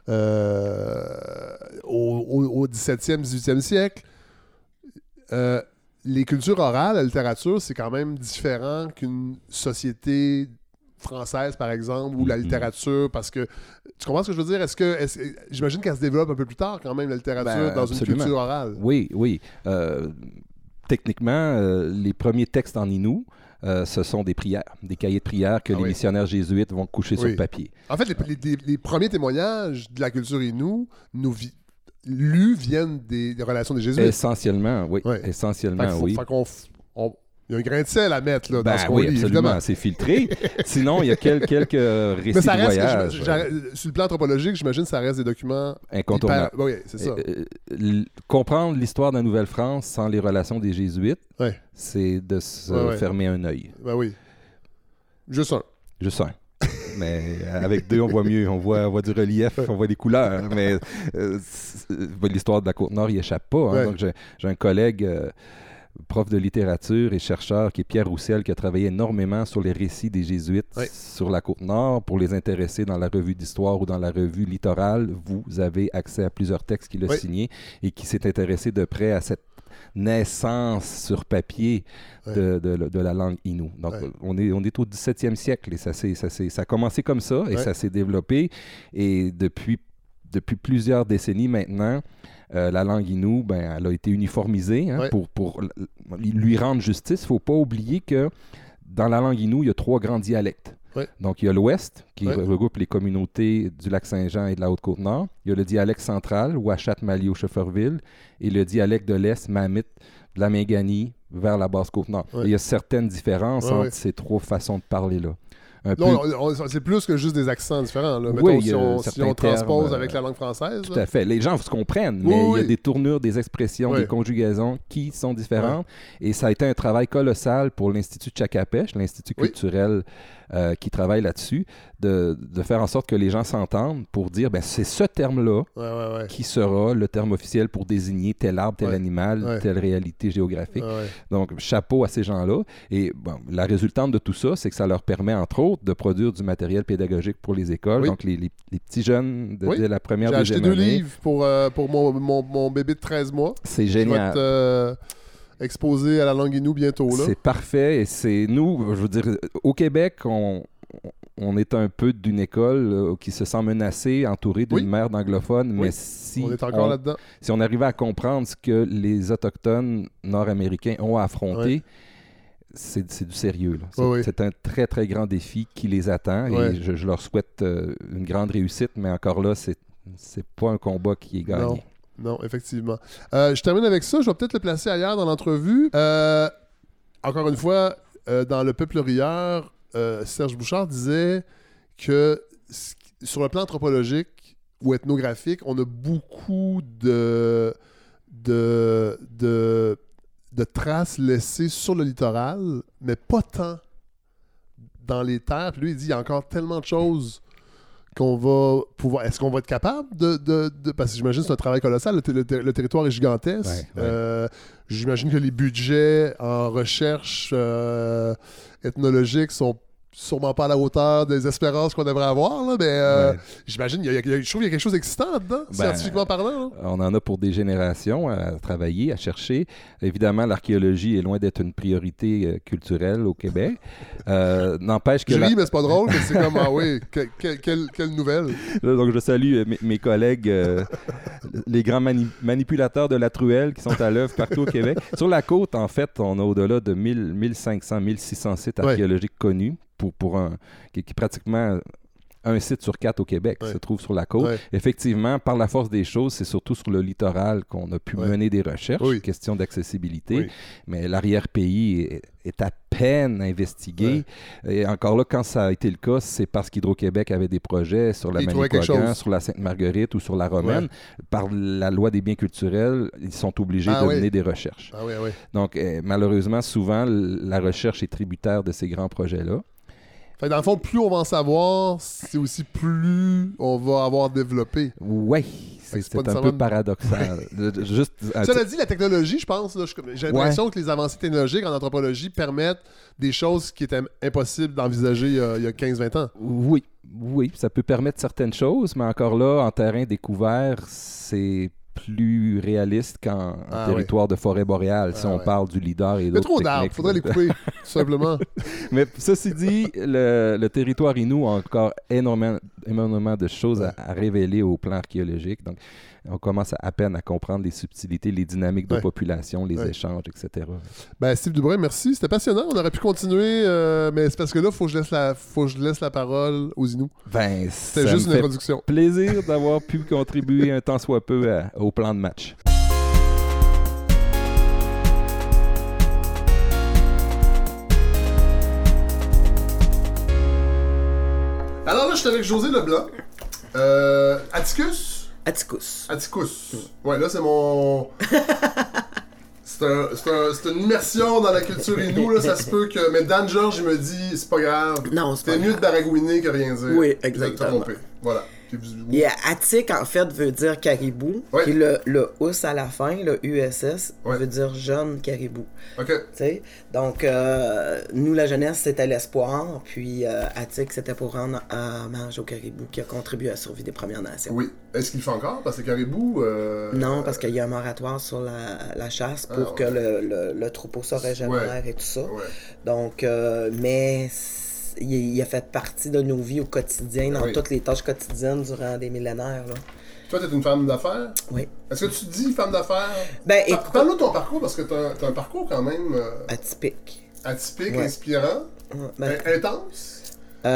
euh, au, au, au dix-septième, dix-huitième siècle, euh, les cultures orales, la littérature, c'est quand même différent qu'une société française, par exemple, ou la Mm-hmm. littérature, parce que, tu comprends ce que je veux dire? Est-ce que, est-ce, j'imagine qu'elle se développe un peu plus tard, quand même, la littérature, Ben, dans absolument. une culture orale. Oui, oui. Euh, techniquement, euh, les premiers textes en Innu, euh, ce sont des prières, des cahiers de prières que Ah les oui. missionnaires jésuites vont coucher Oui. sur papier. En fait, les, les- les premiers témoignages de la culture Innu, nous vi- lus, viennent des, des relations des Jésuites. Essentiellement, oui. Ouais. Essentiellement, Fait qu'il faut- oui. fait qu'on f- on- il y a un grain de sel à mettre là, Ben dans ce qu'on oui, lit, absolument, évidemment. c'est filtré. Sinon, il y a quel- quelques récits Mais ça de reste, que voyage j'ima- j'arrête- sur le plan anthropologique, j'imagine que ça reste des documents incontournables. hyper- Oui, c'est ça. Euh, euh, l- comprendre l'histoire de la Nouvelle-France sans les relations des Jésuites, Ouais. c'est de se Ouais, ouais. fermer un œil. Ben oui. Juste un. Juste un. Mais avec deux, on voit mieux. On voit, on voit du relief, on voit des couleurs. Mais euh, c'est- l'histoire de la Côte-Nord n'y échappe pas. Hein. Ouais. Donc, j'ai, j'ai un collègue, euh, prof de littérature et chercheur, qui est Pierre Roussel, qui a travaillé énormément sur les récits des Jésuites Ouais. sur la Côte-Nord pour les intéresser dans la revue d'histoire ou dans la revue littorale. Vous avez accès à plusieurs textes qu'il a Ouais. signés et qui s'est intéressé de près à cette naissance sur papier de, de- de la langue Innu. Donc, Ouais. on, est, on est au dix-septième siècle et ça, s'est- ça, s'est- ça a commencé comme ça et Ouais. ça s'est développé. Et depuis, depuis plusieurs décennies maintenant, euh, la langue Innu, ben, elle a été uniformisée hein, Ouais. pour, pour l- l- lui rendre justice. Il ne faut pas oublier que dans la langue Innu, il y a trois grands dialectes. Ouais. Donc, il y a l'Ouest, qui Ouais. regroupe les communautés du Lac-Saint-Jean et de la Haute-Côte-Nord. Il y a le dialecte central, Ouachat-Malio-Schefferville, et le dialecte de l'Est, Mamit, de la Mingani, vers la Basse-Côte-Nord. Ouais. Et il y a certaines différences Ouais, entre ouais. ces trois façons de parler-là. Un Non, peu- on- on- c'est plus que juste des accents différents. Là. Oui, Mettons, il y si a on, si certains on transpose termes, avec euh, la langue française. Tout là. à fait. Les gens se comprennent, Oui, mais il y a oui. des tournures, des expressions, Oui. des conjugaisons qui sont différentes. Et ça a été un travail colossal pour l'Institut Tchakapèche, l'Institut Oui. culturel euh, qui travaille là-dessus, de, de faire en sorte que les gens s'entendent pour dire, ben, c'est ce terme-là Ouais, ouais, ouais. qui sera le terme officiel pour désigner tel arbre, tel Ouais. animal, Ouais. telle réalité géographique. Ouais, ouais. Donc, chapeau à ces gens-là. Et bon, la résultante de tout ça, c'est que ça leur permet, entre autres, de produire du matériel pédagogique pour les écoles. Oui. Donc, les, les- les petits jeunes de, Oui. dès la première, J'ai acheté deuxième deux année, livres pour, euh, pour mon, mon, mon bébé de treize mois. c'est Je vais génial. être euh, exposé à la langue Innu bientôt. Là. C'est parfait. Et c'est nous, je veux dire, au Québec, on, on est un peu d'une école euh, qui se sent menacée, entourée d'une Oui. mer d'anglophones. Oui. Mais si On est encore on, là-dedans. si on arrivait à comprendre ce que les Autochtones nord-américains ont à affronter, Ouais. c'est, c'est du sérieux. là. C'est, Oui, oui. c'est un très, très grand défi qui les attend. Ouais. Et je, je leur souhaite euh, une grande réussite. Mais encore là, c'est, c'est pas un combat qui est gagné. Non. Non, effectivement. Euh, je termine avec ça. Je vais peut-être le placer ailleurs dans l'entrevue. Euh, encore une fois, euh, dans Le Peuple rieur, euh, Serge Bouchard disait que s- sur le plan anthropologique ou ethnographique, on a beaucoup de, de, de, de traces laissées sur le littoral, mais pas tant dans les terres. Puis lui, il dit il y a encore tellement de choses qu'on va pouvoir... Est-ce qu'on va être capable de... de, de- Parce que j'imagine que c'est un travail colossal. Le, ter- le ter- le territoire est gigantesque. Ouais, ouais. Euh, j'imagine que les budgets en recherche euh, ethnologique sont sûrement pas à la hauteur des espérances qu'on devrait avoir. Là, mais euh, Ouais. j'imagine, il y a- il y a- je trouve qu'il y a quelque chose d'excitant là-dedans, Ben, scientifiquement parlant. là. On en a pour des générations à travailler, à chercher. Évidemment, l'archéologie est loin d'être une priorité euh, culturelle au Québec. Euh, n'empêche que... Je la- ris, mais c'est pas drôle, mais c'est comme, ah oui, que- que- quelle, quelle nouvelle. Là, donc, je salue euh, mes, mes collègues, euh, les grands mani- manipulateurs de la truelle qui sont à l'œuvre partout au Québec. Sur la côte, en fait, on a au-delà de mille, mille cinq cents, mille six cents sites Ouais. archéologiques connus pour, pour un, qui, qui pratiquement un site sur quatre au Québec ouais. se trouve sur la côte. Ouais. Effectivement, par la force des choses, c'est surtout sur le littoral qu'on a pu ouais. mener des recherches, oui. question d'accessibilité. Oui. Mais l'arrière-pays est, est à peine investigué. Ouais. Et encore là, quand ça a été le cas, c'est parce qu'Hydro-Québec avait des projets sur la Manicouagan, sur la Sainte-Marguerite ou sur la Romaine. Ouais. Par la loi des biens culturels, ils sont obligés ah, de oui. mener des recherches. Ah, oui, oui. Donc, euh, malheureusement, souvent, la recherche est tributaire de ces grands projets-là. Fait que dans le fond, plus on va en savoir, c'est aussi plus on va avoir développé. Oui, c'est, c'est un peu paradoxal. Juste, Cela dit, la technologie, je pense, là, j'ai l'impression ouais. que les avancées technologiques en anthropologie permettent des choses qui étaient impossibles d'envisager euh, il y a quinze vingt ans. Oui, oui, ça peut permettre certaines choses, mais encore là, en terrain découvert, c'est plus réaliste qu'en ah, territoire ouais. de forêt boréale, ah, si on ouais. parle du leader et d'autres techniques. Il y a trop d'arbres, il faudrait les couper, tout simplement. Mais ceci dit, le, le territoire Innu a encore énormément, énormément de choses ouais. à, à révéler au plan archéologique. Donc, on commence à, à peine à comprendre les subtilités, les dynamiques de ouais. population, les ouais. échanges, et cetera. Ben, Steve Dubreuil, merci. C'était passionnant. On aurait pu continuer, euh, mais c'est parce que là, il faut que je laisse la, faut que je laisse la parole aux Inuits. Ben, C'était juste une introduction. Plaisir d'avoir pu contribuer un tant soit peu à, au plan de match. Alors là, je suis avec José Leblanc. Euh, Atticus? Atticus. Atticus. Mm. Ouais, là, c'est mon... c'est, un, c'est, un, c'est une immersion dans la culture Innu, là, ça se peut que... Mais Dan George, il me dit, c'est pas grave. Non, c'est pas grave. C'est mieux de baragouiner que rien dire. Oui, exactement. Voilà. Et Attic, en fait, veut dire caribou. Ouais. Puis le, le us à la fin, le U S S, ouais. veut dire jeune caribou. OK. T'sais? Donc, euh, nous, la jeunesse, c'était l'espoir. Puis euh, Attic, c'était pour rendre hommage au caribou qui a contribué à la survie des Premières Nations. Oui. Est-ce qu'il le fait encore? Parce que caribou... Euh... Non, parce qu'il y a un moratoire sur la, la chasse pour ah, ouais. que le, le, le troupeau se régénère ouais. et tout ça. Ouais. Donc, euh, mais... Il, il a fait partie de nos vies au quotidien, dans oui. toutes les tâches quotidiennes durant des millénaires. Là. Toi, tu es une femme d'affaires? Oui. Est-ce que tu dis femme d'affaires? Ben, écoute... Parle-nous de ton parcours, parce que tu as un parcours quand même... Euh... Atypique. Atypique, ouais. inspirant, ouais, ben... intense?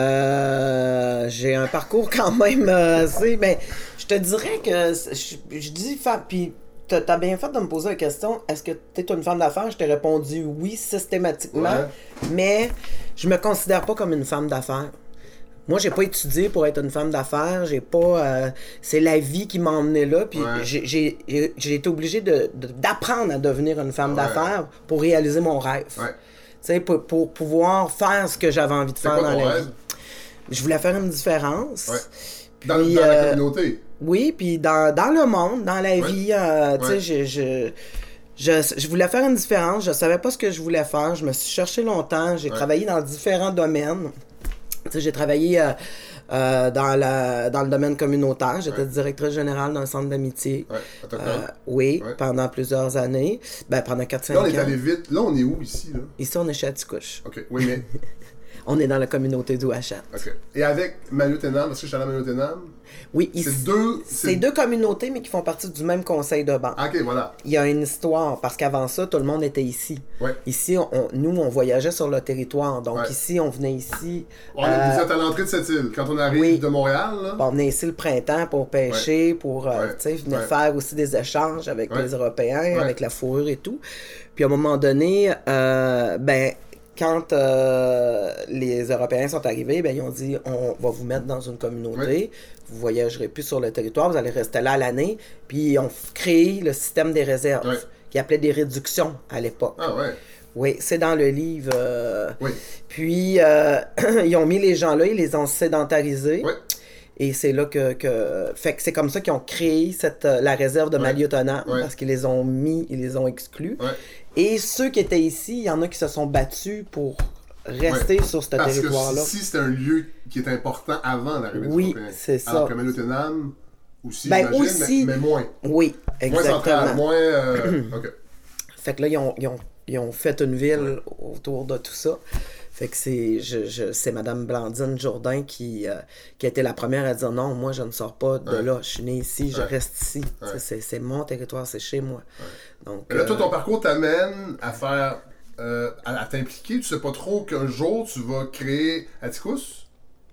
Euh, j'ai un parcours quand même assez... Euh, ben, je te dirais que... Je, je dis femme, puis... T'as bien fait de me poser la question, est-ce que t'es une femme d'affaires? Je t'ai répondu oui, systématiquement, ouais. mais je me considère pas comme une femme d'affaires. Moi, j'ai pas étudié pour être une femme d'affaires, j'ai pas... Euh, c'est la vie qui m'a emmené là, puis ouais. j'ai, j'ai, j'ai été obligé de, de, d'apprendre à devenir une femme ouais. d'affaires pour réaliser mon rêve. Ouais. Tu sais, pour, pour pouvoir faire ce que j'avais envie de c'est faire dans la rêve? vie. Je voulais faire une différence. Ouais. Puis, dans, dans euh, la communauté? Oui, puis dans, dans le monde, dans la ouais. vie, euh, tu sais, ouais. je, je, je, je voulais faire une différence, je savais pas ce que je voulais faire, je me suis cherché longtemps, j'ai ouais. travaillé dans différents domaines. Tu sais, j'ai travaillé euh, euh, dans, la, dans le domaine communautaire, j'étais ouais. directrice générale d'un centre d'amitié. Ouais. Euh, oui, ouais. pendant plusieurs années, ben pendant quatre cinq ans. Là, on est allé vite. Là, on est où, ici, là? Ici, on est chez Atticouche. OK, oui, mais... On est dans la communauté d'Ouachat. OK. Et avec Maliotenam, parce que je suis allé à Maliotenam? Oui, ici, c'est deux... C'est... c'est deux communautés, mais qui font partie du même conseil de banque. OK, voilà. Il y a une histoire, parce qu'avant ça, tout le monde était ici. Ouais. Ici, on, nous, on voyageait sur le territoire. Donc ouais. ici, on venait ici... On euh... Vous êtes à l'entrée de cette île, quand on arrive oui. de Montréal, là? Bon, on venait ici le printemps pour pêcher, ouais. pour, euh, ouais. tu sais, venir ouais. faire aussi des échanges avec ouais. les Européens, ouais. avec la fourrure et tout. Puis à un moment donné, euh, ben... Quand euh, les Européens sont arrivés, ben, ils ont dit on va vous mettre dans une communauté, oui. vous voyagerez plus sur le territoire, vous allez rester là à l'année. Puis ils ont créé le système des réserves, oui. qu'ils appelaient des réductions à l'époque. Ah ouais. Oui, c'est dans le livre. Euh, oui. Puis euh, ils ont mis les gens là, ils les ont sédentarisés. Oui. Et c'est là que, que... Fait que c'est comme ça qu'ils ont créé cette, la réserve de ouais. Maliotenam, ouais. parce qu'ils les ont mis, ils les ont exclus. Ouais. Et ceux qui étaient ici, il y en a qui se sont battus pour rester ouais. sur ce parce territoire-là. Parce que ici, c'était un lieu qui était important avant l'arrivée oui, des Européens. Oui, c'est ça. Alors que Maliotenam, aussi, ben, aussi, mais, mais moins. Oui, exactement. Moins central, moins... Euh... OK. Fait que là, ils ont, ils ont, ils ont fait une ville ouais. autour de tout ça. Fait que c'est, je, je, c'est Mme Blandine Jourdain qui, euh, qui a été la première à dire non, moi je ne sors pas de ouais. là, je suis née ici, je ouais. reste ici. Ouais. C'est, c'est mon territoire, c'est chez moi. Ouais. Donc, là, toi, euh... ton parcours t'amène à faire, euh, à, à t'impliquer. Tu sais pas trop qu'un jour tu vas créer Atticus?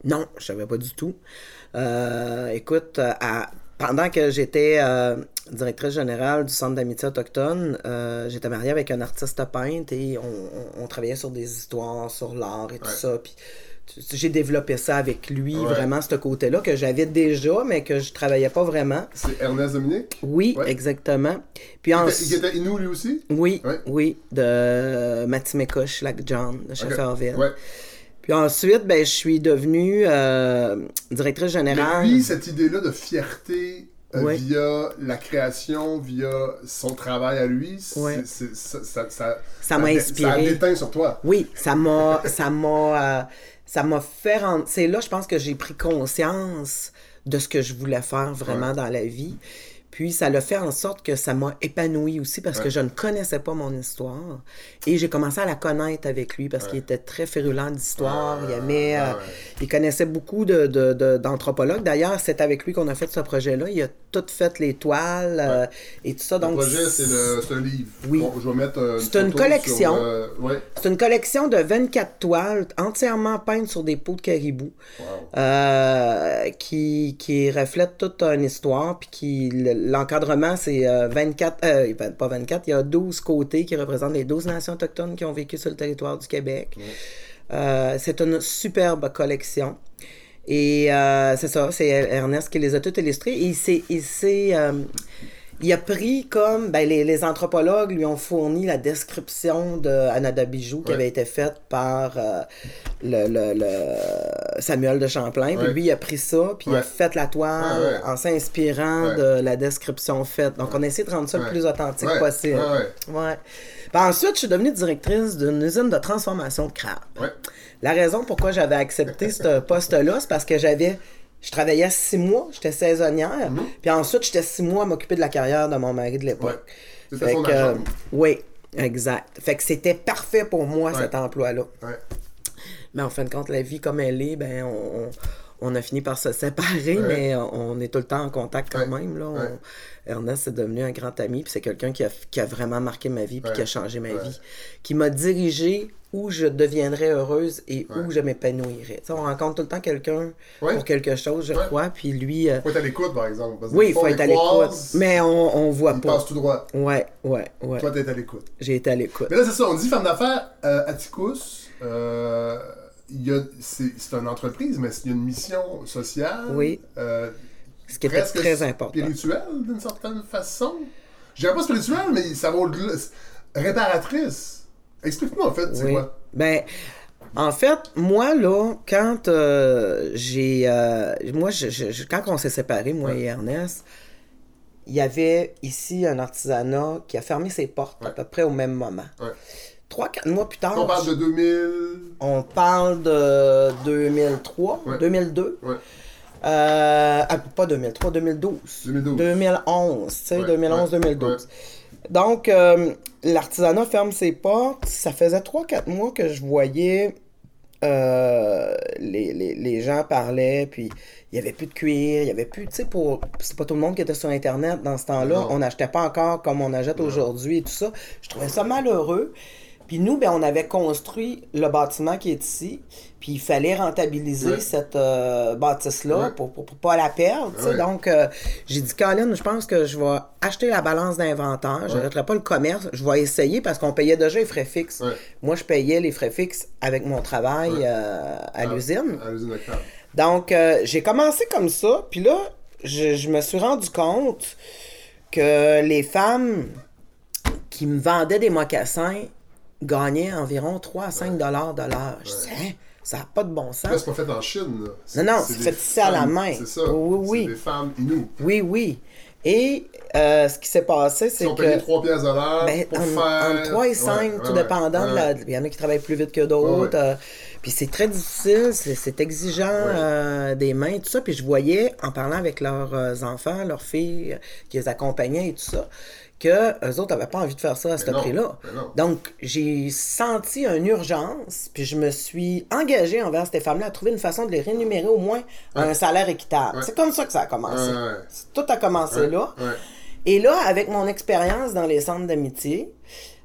Non, je savais pas du tout. Euh, écoute, à, pendant que j'étais euh, directrice générale du Centre d'amitié autochtone, euh, j'étais mariée avec un artiste peintre et on, on, on travaillait sur des histoires, sur l'art et tout ouais. ça. Puis j'ai développé ça avec lui, ouais. vraiment, ce côté-là, que j'avais déjà, mais que je travaillais pas vraiment. C'est Ernest Dominique? Oui, ouais. exactement. Puis il, en... était, il était Innu, lui aussi? Oui, ouais. oui, de Matimeka, Lac John, de Shefferville. Okay. Ouais. Puis ensuite, ben, je suis devenue euh, directrice générale. Mais lui, cette idée-là de fierté euh, ouais. via la création, via son travail à lui, c'est, ouais. c'est, ça, ça, ça, ça m'a inspiré. Ça a déteint sur toi. Oui, ça m'a, ça m'a, euh, ça m'a fait rendre... C'est là, je pense que j'ai pris conscience de ce que je voulais faire vraiment ouais. dans la vie. Puis ça l'a fait en sorte que ça m'a épanoui aussi parce ouais. que je ne connaissais pas mon histoire. Et j'ai commencé à la connaître avec lui parce ouais. qu'il était très férulent d'histoire. Ouais, il aimait... ouais. Euh, il connaissait beaucoup de, de, de, d'anthropologues. D'ailleurs, c'est avec lui qu'on a fait ce projet-là. Il a tout fait les toiles ouais. euh, et tout ça. Donc, le projet, c'est, le, c'est un livre. Oui. Bon, je vais mettre une c'est une collection. Sur, euh, ouais. C'est une collection de vingt-quatre toiles entièrement peintes sur des peaux de caribou wow. euh, qui, qui reflètent toute une histoire puis qui... L'encadrement, c'est vingt-quatre, euh, pas vingt-quatre, il y a douze côtés qui représentent les douze nations autochtones qui ont vécu sur le territoire du Québec. Oui. Euh, c'est une superbe collection. Et euh, c'est ça, c'est Ernest qui les a toutes illustrées. Et il s'est... Il, s'est, euh, il a pris comme... Ben, les, les anthropologues lui ont fourni la description de Anada Bijou qui ouais. avait été faite par euh, le, le, le Samuel de Champlain. Ouais. Puis lui, il a pris ça, puis ouais. il a fait la toile ouais, ouais. en s'inspirant ouais. de la description faite. Donc, ouais. on a essayé de rendre ça ouais. le plus authentique ouais. possible. Ouais. Ouais. Puis ensuite, je suis devenue directrice d'une usine de transformation de crabes. Ouais. La raison pourquoi j'avais accepté ce poste-là, c'est parce que j'avais... Je travaillais six mois, j'étais saisonnière, mm-hmm. puis ensuite, j'étais six mois à m'occuper de la carrière de mon mari de l'époque. Ouais. C'était son euh, Oui, exact. Fait que c'était parfait pour moi, ouais. cet emploi-là. Ouais. Mais en fin de compte, la vie comme elle est, ben on, on a fini par se séparer, ouais. mais on est tout le temps en contact quand ouais. même. Là. On, ouais. Ernest est devenu un grand ami, puis c'est quelqu'un qui a, qui a vraiment marqué ma vie, puis ouais. qui a changé ma ouais. vie, qui m'a dirigé où je deviendrais heureuse et ouais. où je m'épanouirais. T'sais, on rencontre tout le temps quelqu'un ouais. pour quelque chose, je ouais. crois, puis lui... Il faut être à l'écoute, par exemple. Parce oui, il faut être à l'écoute, mais on, on voit il pas. Il passe tout droit. Ouais, ouais, ouais. Toi, t'es à l'écoute. J'ai été à l'écoute. Mais là, c'est ça, on dit femme d'affaires, euh, Atticus, euh, il y a, c'est, c'est une entreprise, mais il y a une mission sociale. Oui. Euh, Ce qui était très important. Spirituelle, d'une certaine façon. Je dirais pas spirituelle, mais ça va au-delà. Réparatrice. Explique-moi, en fait, c'est oui. quoi? Ben, en fait, moi, là, quand euh, j'ai... Euh, moi, je, je, quand on s'est séparés, moi ouais. et Ernest, il y avait ici un artisanat qui a fermé ses portes ouais. à peu près au même moment. Ouais. Trois, quatre mois plus tard... On parle de deux mille... On parle de deux mille trois, ouais. deux mille deux. Ouais. Euh, ah, pas deux mille trois, deux mille douze. deux mille douze. deux mille onze, tu sais, ouais. deux mille onze, ouais. deux mille douze. Ouais. Donc, euh, l'artisanat ferme ses portes. Ça faisait trois quatre mois que je voyais euh, les, les, les gens parlaient, puis il n'y avait plus de cuir, il n'y avait plus, tu sais, pour... C'est pas tout le monde qui était sur Internet dans ce temps-là. Non. On n'achetait pas encore comme on achète non. aujourd'hui et tout ça. Je trouvais ça malheureux. Puis nous, ben, on avait construit le bâtiment qui est ici, puis il fallait rentabiliser ouais. cette euh, bâtisse-là ouais. pour, pour, pour pas la perdre. Ouais. Donc, euh, j'ai dit, Colin, je pense que je vais acheter la balance d'inventaire, ouais. je n'arrêterai pas le commerce, je vais essayer parce qu'on payait déjà les frais fixes. Ouais. Moi, je payais les frais fixes avec mon travail ouais. euh, à ah, l'usine. À l'usine de crabes. Donc, euh, j'ai commencé comme ça, puis là, je, je me suis rendu compte que les femmes qui me vendaient des mocassins gagnaient environ trois à cinq dollars de l'heure. Je disais, hein, ça n'a pas de bon sens. Là, c'est pas fait en Chine. Là. C'est, non, non, c'est, c'est fait ici à la main. C'est ça. Oui, oui. C'est des femmes Innu. Oui, oui. Et euh, ce qui s'est passé, c'est Ils que... Ils ont payé trois piastres de l'heure ben, pour en, faire... Entre trois et cinq, ouais, tout ouais, dépendant. Ouais. De la... Il y en a qui travaillent plus vite que d'autres. Ouais, ouais. Euh, puis c'est très difficile, c'est, c'est exigeant ouais. euh, des mains, tout ça. Puis je voyais, en parlant avec leurs euh, enfants, leurs filles, qui les accompagnaient et tout ça, qu'eux autres n'avaient pas envie de faire ça à ce prix-là. Donc, j'ai senti une urgence, puis je me suis engagée envers ces femmes-là à trouver une façon de les rémunérer au moins à ouais. un salaire équitable. Ouais. C'est comme ça que ça a commencé. Ouais, ouais. Tout a commencé ouais. là. Ouais. Et là, avec mon expérience dans les centres d'amitié,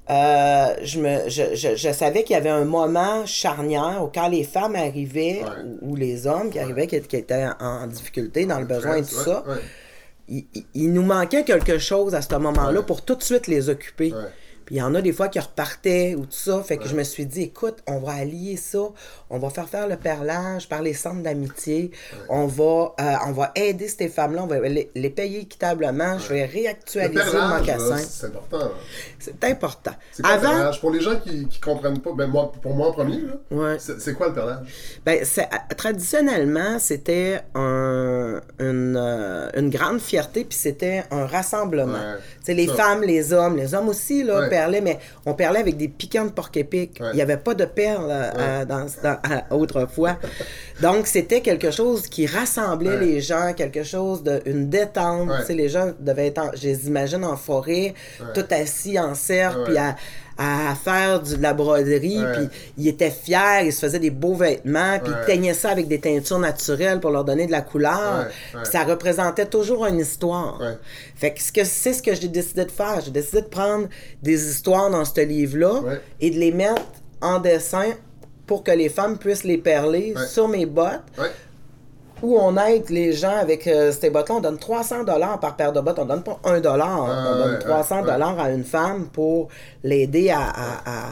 Euh, je, me, je, je, je savais qu'il y avait un moment charnière où quand les femmes arrivaient, ouais. ou, ou les hommes qui arrivaient, ouais. qui, qui étaient en, en difficulté, dans le besoin et tout ouais, ça, ouais. Il, il, il nous manquait quelque chose à ce moment-là ouais. pour tout de suite les occuper. Ouais. Puis il y en a des fois qui repartaient ou tout ça. Fait que ouais. je me suis dit, écoute, on va allier ça. On va faire faire le perlage par les centres d'amitié. Ouais. On va euh, on va aider ces femmes-là. On va les, les payer équitablement. Ouais. Je vais réactualiser le, perlage, le mocassin. Là, c'est important. Là. C'est important. C'est quoi Avant... le perlage? Pour les gens qui ne comprennent pas, ben moi, pour moi en premier, là, ouais. c'est, c'est quoi le perlage? Ben, c'est, traditionnellement, c'était un, une, euh, une grande fierté, puis c'était un rassemblement. Ouais. C'est les ça. femmes, les hommes, les hommes aussi, là, ouais. perlaient, mais on perlait avec des piquants de porc-épic. Ouais. Il n'y avait pas de perles ouais. euh, dans, dans, à, autrefois. Donc, c'était quelque chose qui rassemblait ouais. les gens, quelque chose de une détente. Ouais. Les gens devaient être, en, je les imagine, en forêt, ouais. tout assis en cercle, ouais. puis à, à faire du, de la broderie, ouais. puis ils étaient fiers, ils se faisaient des beaux vêtements, puis ouais. ils teignaient ça avec des teintures naturelles pour leur donner de la couleur. Ouais. Ouais. Ça représentait toujours une histoire. Ouais. Fait que, ce que c'est ce que j'ai décidé de faire. J'ai décidé de prendre des histoires dans ce livre-là ouais. et de les mettre en dessin pour que les femmes puissent les perler ouais. sur mes bottes. Ouais. Où on aide les gens avec euh, ces bottes-là. On donne trois cents dollars par paire de bottes. On donne pas un dollar. Ah, on donne ouais, trois cents dollars ouais. à une femme pour l'aider à, à, à,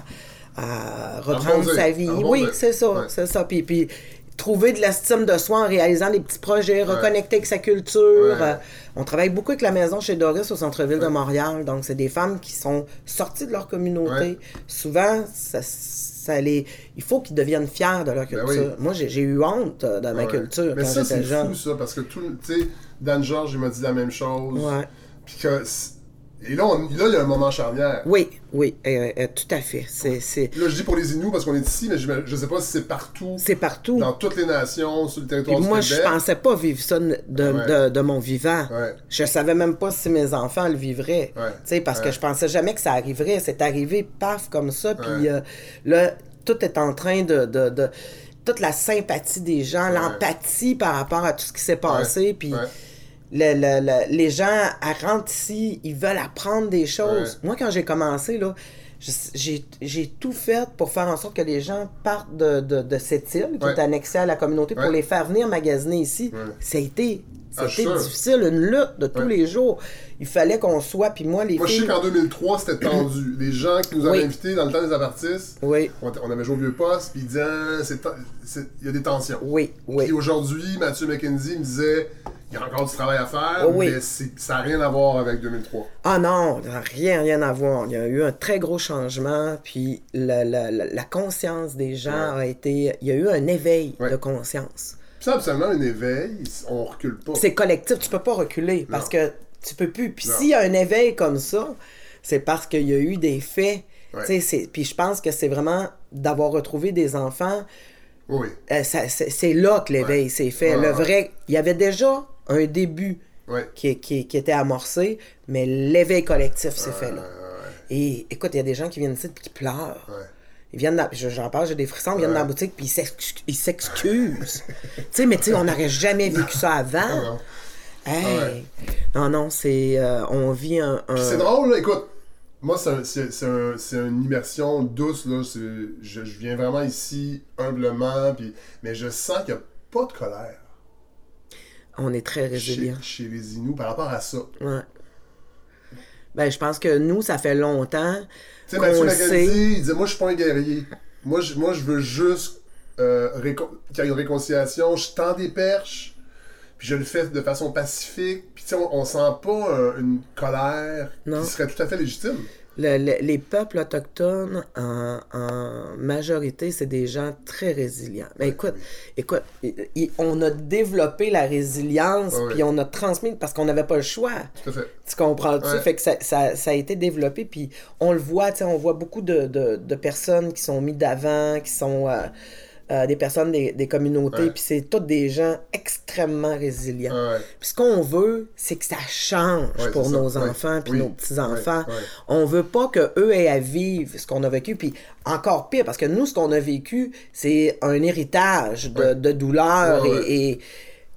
à reprendre bon sa vie. Bon oui, bon c'est ça. Ouais. C'est ça. Puis, puis trouver de l'estime de soi en réalisant des petits projets, ouais. reconnecter avec sa culture. Ouais. Euh, on travaille beaucoup avec la maison chez Doris au centre-ville ouais. de Montréal. Donc, c'est des femmes qui sont sorties de leur communauté. Ouais. Souvent, ça... Ça les... il faut qu'ils deviennent fiers de leur culture. Ben oui. Moi, j'ai, j'ai eu honte de ma ouais. culture mais quand ça, j'étais jeune. Mais ça, c'est fou, ça, parce que tout, tu sais, Dan Georges, il m'a dit la même chose. Ouais. Puis que... Et là, on... là, il y a un moment charnière. Oui, oui, euh, euh, tout à fait. C'est, c'est... Là, je dis pour les Inuits parce qu'on est ici, mais je ne sais pas si c'est partout. C'est partout. Dans toutes les nations, sur le territoire Et du moi, Québec. Moi, je pensais pas vivre ça de, de, ouais. de, de mon vivant. Ouais. Je savais même pas si mes enfants le vivraient. Ouais. Tu sais, parce ouais. que je pensais jamais que ça arriverait. C'est arrivé, paf, comme ça. Puis ouais. euh, là, tout est en train de... de, de toute la sympathie des gens, ouais. l'empathie par rapport à tout ce qui s'est passé. Ouais. Puis... Ouais. Le, le, le, les gens rentrent ici, ils veulent apprendre des choses. Ouais. Moi, quand j'ai commencé, là, j'ai, j'ai tout fait pour faire en sorte que les gens partent de, de, de cette île qui ouais. est annexée à la communauté ouais. pour les faire venir magasiner ici. Ouais. Ça a été, ça a ah, été difficile, une lutte de tous ouais. les jours. Il fallait qu'on soit, puis moi, les moi, filles... je sais qu'en deux mille trois, c'était tendu. Les gens qui nous avaient oui. invités dans le temps des avertisses, oui. on, on avait joué au Vieux-Poste, puis ils disaient, c'est, c'est, il y a des tensions. Oui, oui. Puis aujourd'hui, Mathieu McKenzie me disait... Il y a encore du travail à faire, oh oui. mais c'est, ça n'a rien à voir avec deux mille trois. Ah non, ça n'a rien, rien à voir. Il y a eu un très gros changement, puis la, la, la, la conscience des gens ouais. a été... Il y a eu un éveil ouais. de conscience. Puis ça, absolument, un éveil, on recule pas. C'est collectif, tu peux pas reculer, non. parce que tu peux plus. Puis s'il y a un éveil comme ça, c'est parce qu'il y a eu des faits. Ouais. C'est, puis je pense que c'est vraiment d'avoir retrouvé des enfants... Oui. Euh, ça, c'est, c'est là que l'éveil ouais. s'est fait. Ouais, le vrai... Ouais. Il y avait déjà... un début ouais. qui, qui, qui était amorcé, mais l'éveil collectif s'est ouais, fait là. Ouais. Et écoute, il y a des gens qui viennent ici et qui pleurent. Ouais. Ils viennent dans, j'en parle, j'ai des frissons, ils viennent ouais. dans la boutique puis ils, s'ex, ils s'excusent. Tu sais, mais tu sais, on n'aurait jamais vécu ça avant. Non, non. Hey. Ah ouais. non, non, c'est... Euh, on vit un... un... C'est drôle, là, écoute. Moi, c'est, un, c'est, c'est, un, c'est une immersion douce, là. C'est, je, je viens vraiment ici humblement, puis, mais je sens qu'il n'y a pas de colère. On est très résilient. Chez, chez les Inuits, par rapport à ça. Ouais. Ben, je pense que nous, ça fait longtemps. Tu sais, Mathieu McKenzie, il disait, moi, je suis pas un guerrier. Moi, je, moi, je veux juste euh, réco- qu'il y ait une réconciliation. Je tends des perches, puis je le fais de façon pacifique. Puis, tu sais, on, on sent pas euh, une colère non. qui serait tout à fait légitime. Le, le, les peuples autochtones, en, en majorité, c'est des gens très résilients. Mais écoute, oui. écoute, y, y, on a développé la résilience, ah, puis oui. on a transmis, parce qu'on n'avait pas le choix. Tout à fait. Tu comprends-tu? Ouais. Fait que ça, ça, ça a été développé, puis on le voit, tu sais, on voit beaucoup de, de, de personnes qui sont mises d'avant, qui sont... Euh, Euh, des personnes des, des communautés, ouais. puis c'est tous des gens extrêmement résilients. Ouais. Puis ce qu'on veut, c'est que ça change ouais, pour nos ça. enfants puis oui. nos petits-enfants. Ouais. Ouais. On veut pas qu'eux aient à vivre ce qu'on a vécu, puis encore pire, parce que nous, ce qu'on a vécu, c'est un héritage de, ouais. de douleur ouais, ouais. et... et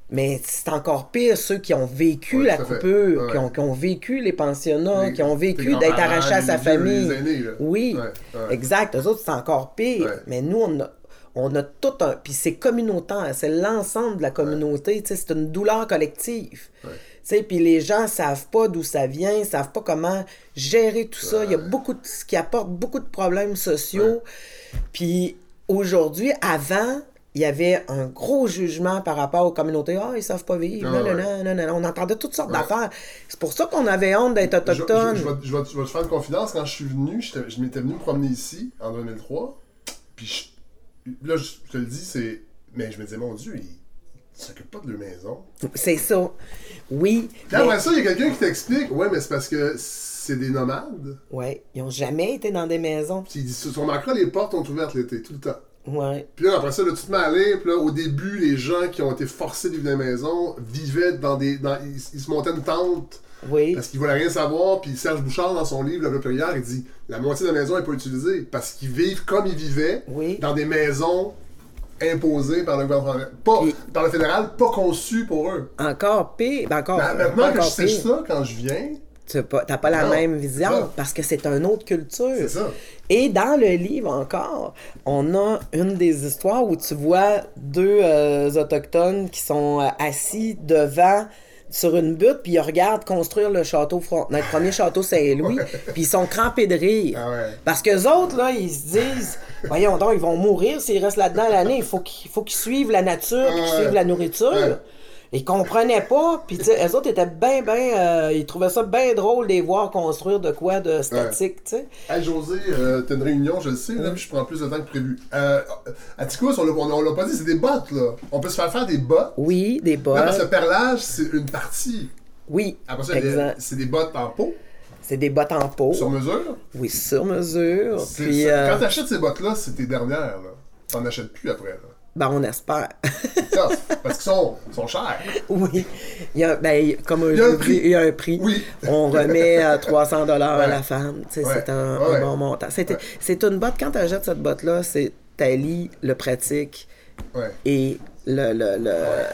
Mais c'est encore pire ceux qui ont vécu Ouais, la tout à fait. coupure, Ouais. qui, ont, qui ont vécu les pensionnats, Les- qui ont vécu les d'être grands-parents, arrachés à sa les vieux, famille. les aînés, là. Oui, Ouais, ouais. exact. Eux autres, c'est encore pire. Ouais. Mais nous, on a, on a tout un... Puis c'est communautaire, c'est l'ensemble de la communauté. Tu sais, c'est une douleur collective. Ouais. Tu sais, puis les gens savent pas d'où ça vient, ils savent pas comment gérer tout ça. Il y a beaucoup de... ce qui apporte beaucoup de problèmes sociaux. Puis aujourd'hui, avant, il y avait un gros jugement par rapport aux communautés. Ah, ils savent pas vivre. Ah, non, non, ouais. non, non, non. On entendait toutes sortes Ouais. d'affaires. C'est pour ça qu'on avait honte d'être Je, je, autochtone. je, vais, je, vais, je vais te faire une confidence. Quand je suis venu, j'étais- je m'étais venu me promener ici en deux mille trois. Puis je- là, je, je te le dis, c'est. Mais je me disais, mon Dieu, ils ne s'occupent pas de leur maison. C'est ça. Oui. Puis mais- après ça, il y a quelqu'un qui t'explique, ouais, mais c'est parce que c'est des nomades. Ouais. Ils ont jamais été dans des maisons. Puis il dit, sur Macron, les portes sont ouvertes l'été, tout le temps. Ouais. Puis là, après ça, là, tu te mets à aller. Puis là, au début, les gens qui ont été forcés de vivre dans les maisons vivaient dans des. Dans, ils, ils se montaient une tente. Oui. Parce qu'ils voulaient rien savoir, puis Serge Bouchard, dans son livre, Le Prière, il dit la moitié de la maison n'est pas utilisée parce qu'ils vivent comme ils vivaient Oui. dans des maisons imposées par le gouvernement. Pas, Puis- par le fédéral, pas conçues pour eux. Encore pire. Ben encore, Ben, maintenant que je encore sais pire. ça, quand je viens, Tu n'as pas, t'as pas la Non, même c'est vision ça. parce que c'est une autre culture. c'est ça. Et dans le livre encore, on a une des histoires où tu vois deux euh, autochtones qui sont euh, assis devant sur une butte, puis ils regardent construire le château Frontenac, le premier château Saint-Louis, puis ils sont crampés de rire. Ah ouais. Parce qu'eux autres, là, ils se disent, voyons donc, ils vont mourir s'ils restent là-dedans l'année, il faut qu'ils, faut qu'ils suivent la nature, puis qu'ils Ouais. suivent la nourriture. Ouais. Ils comprenaient pas, puis tu sais, eux autres étaient bien, bien, ils trouvaient ça bien drôle de les voir construire de quoi de statique, tu sais. Hey José, euh, t'as une réunion, je le sais, là, puis je prends plus de temps que prévu. Euh, à Ticos, on l'a, on, on l'a pas dit, c'est des bottes, là. On peut se faire faire des bottes. Oui, des Là, parce que bottes. le perlage, c'est une partie. Oui, Après ça, il y a des- exact. c'est des bottes en peau, C'est des bottes en peau. sur mesure. Oui, sur mesure. C'est- Puis, c'est- euh, Quand t'achètes ces bottes-là, c'est tes dernières, là. T'en achètes plus après, là. ben, on espère. C'est tough, parce qu'ils sont, ils sont chers. Oui. Il y a, ben, comme Il y je a un vous prix. dis, il y a un prix. Oui. On remet euh, trois cents dollars à Ouais. la femme. Tu sais, Ouais. c'est un, Ouais. un bon montant. C'est, Ouais. c'est une botte. Quand tu achètes cette botte-là, c'est Thalie, le pratique Ouais. et le, le, le,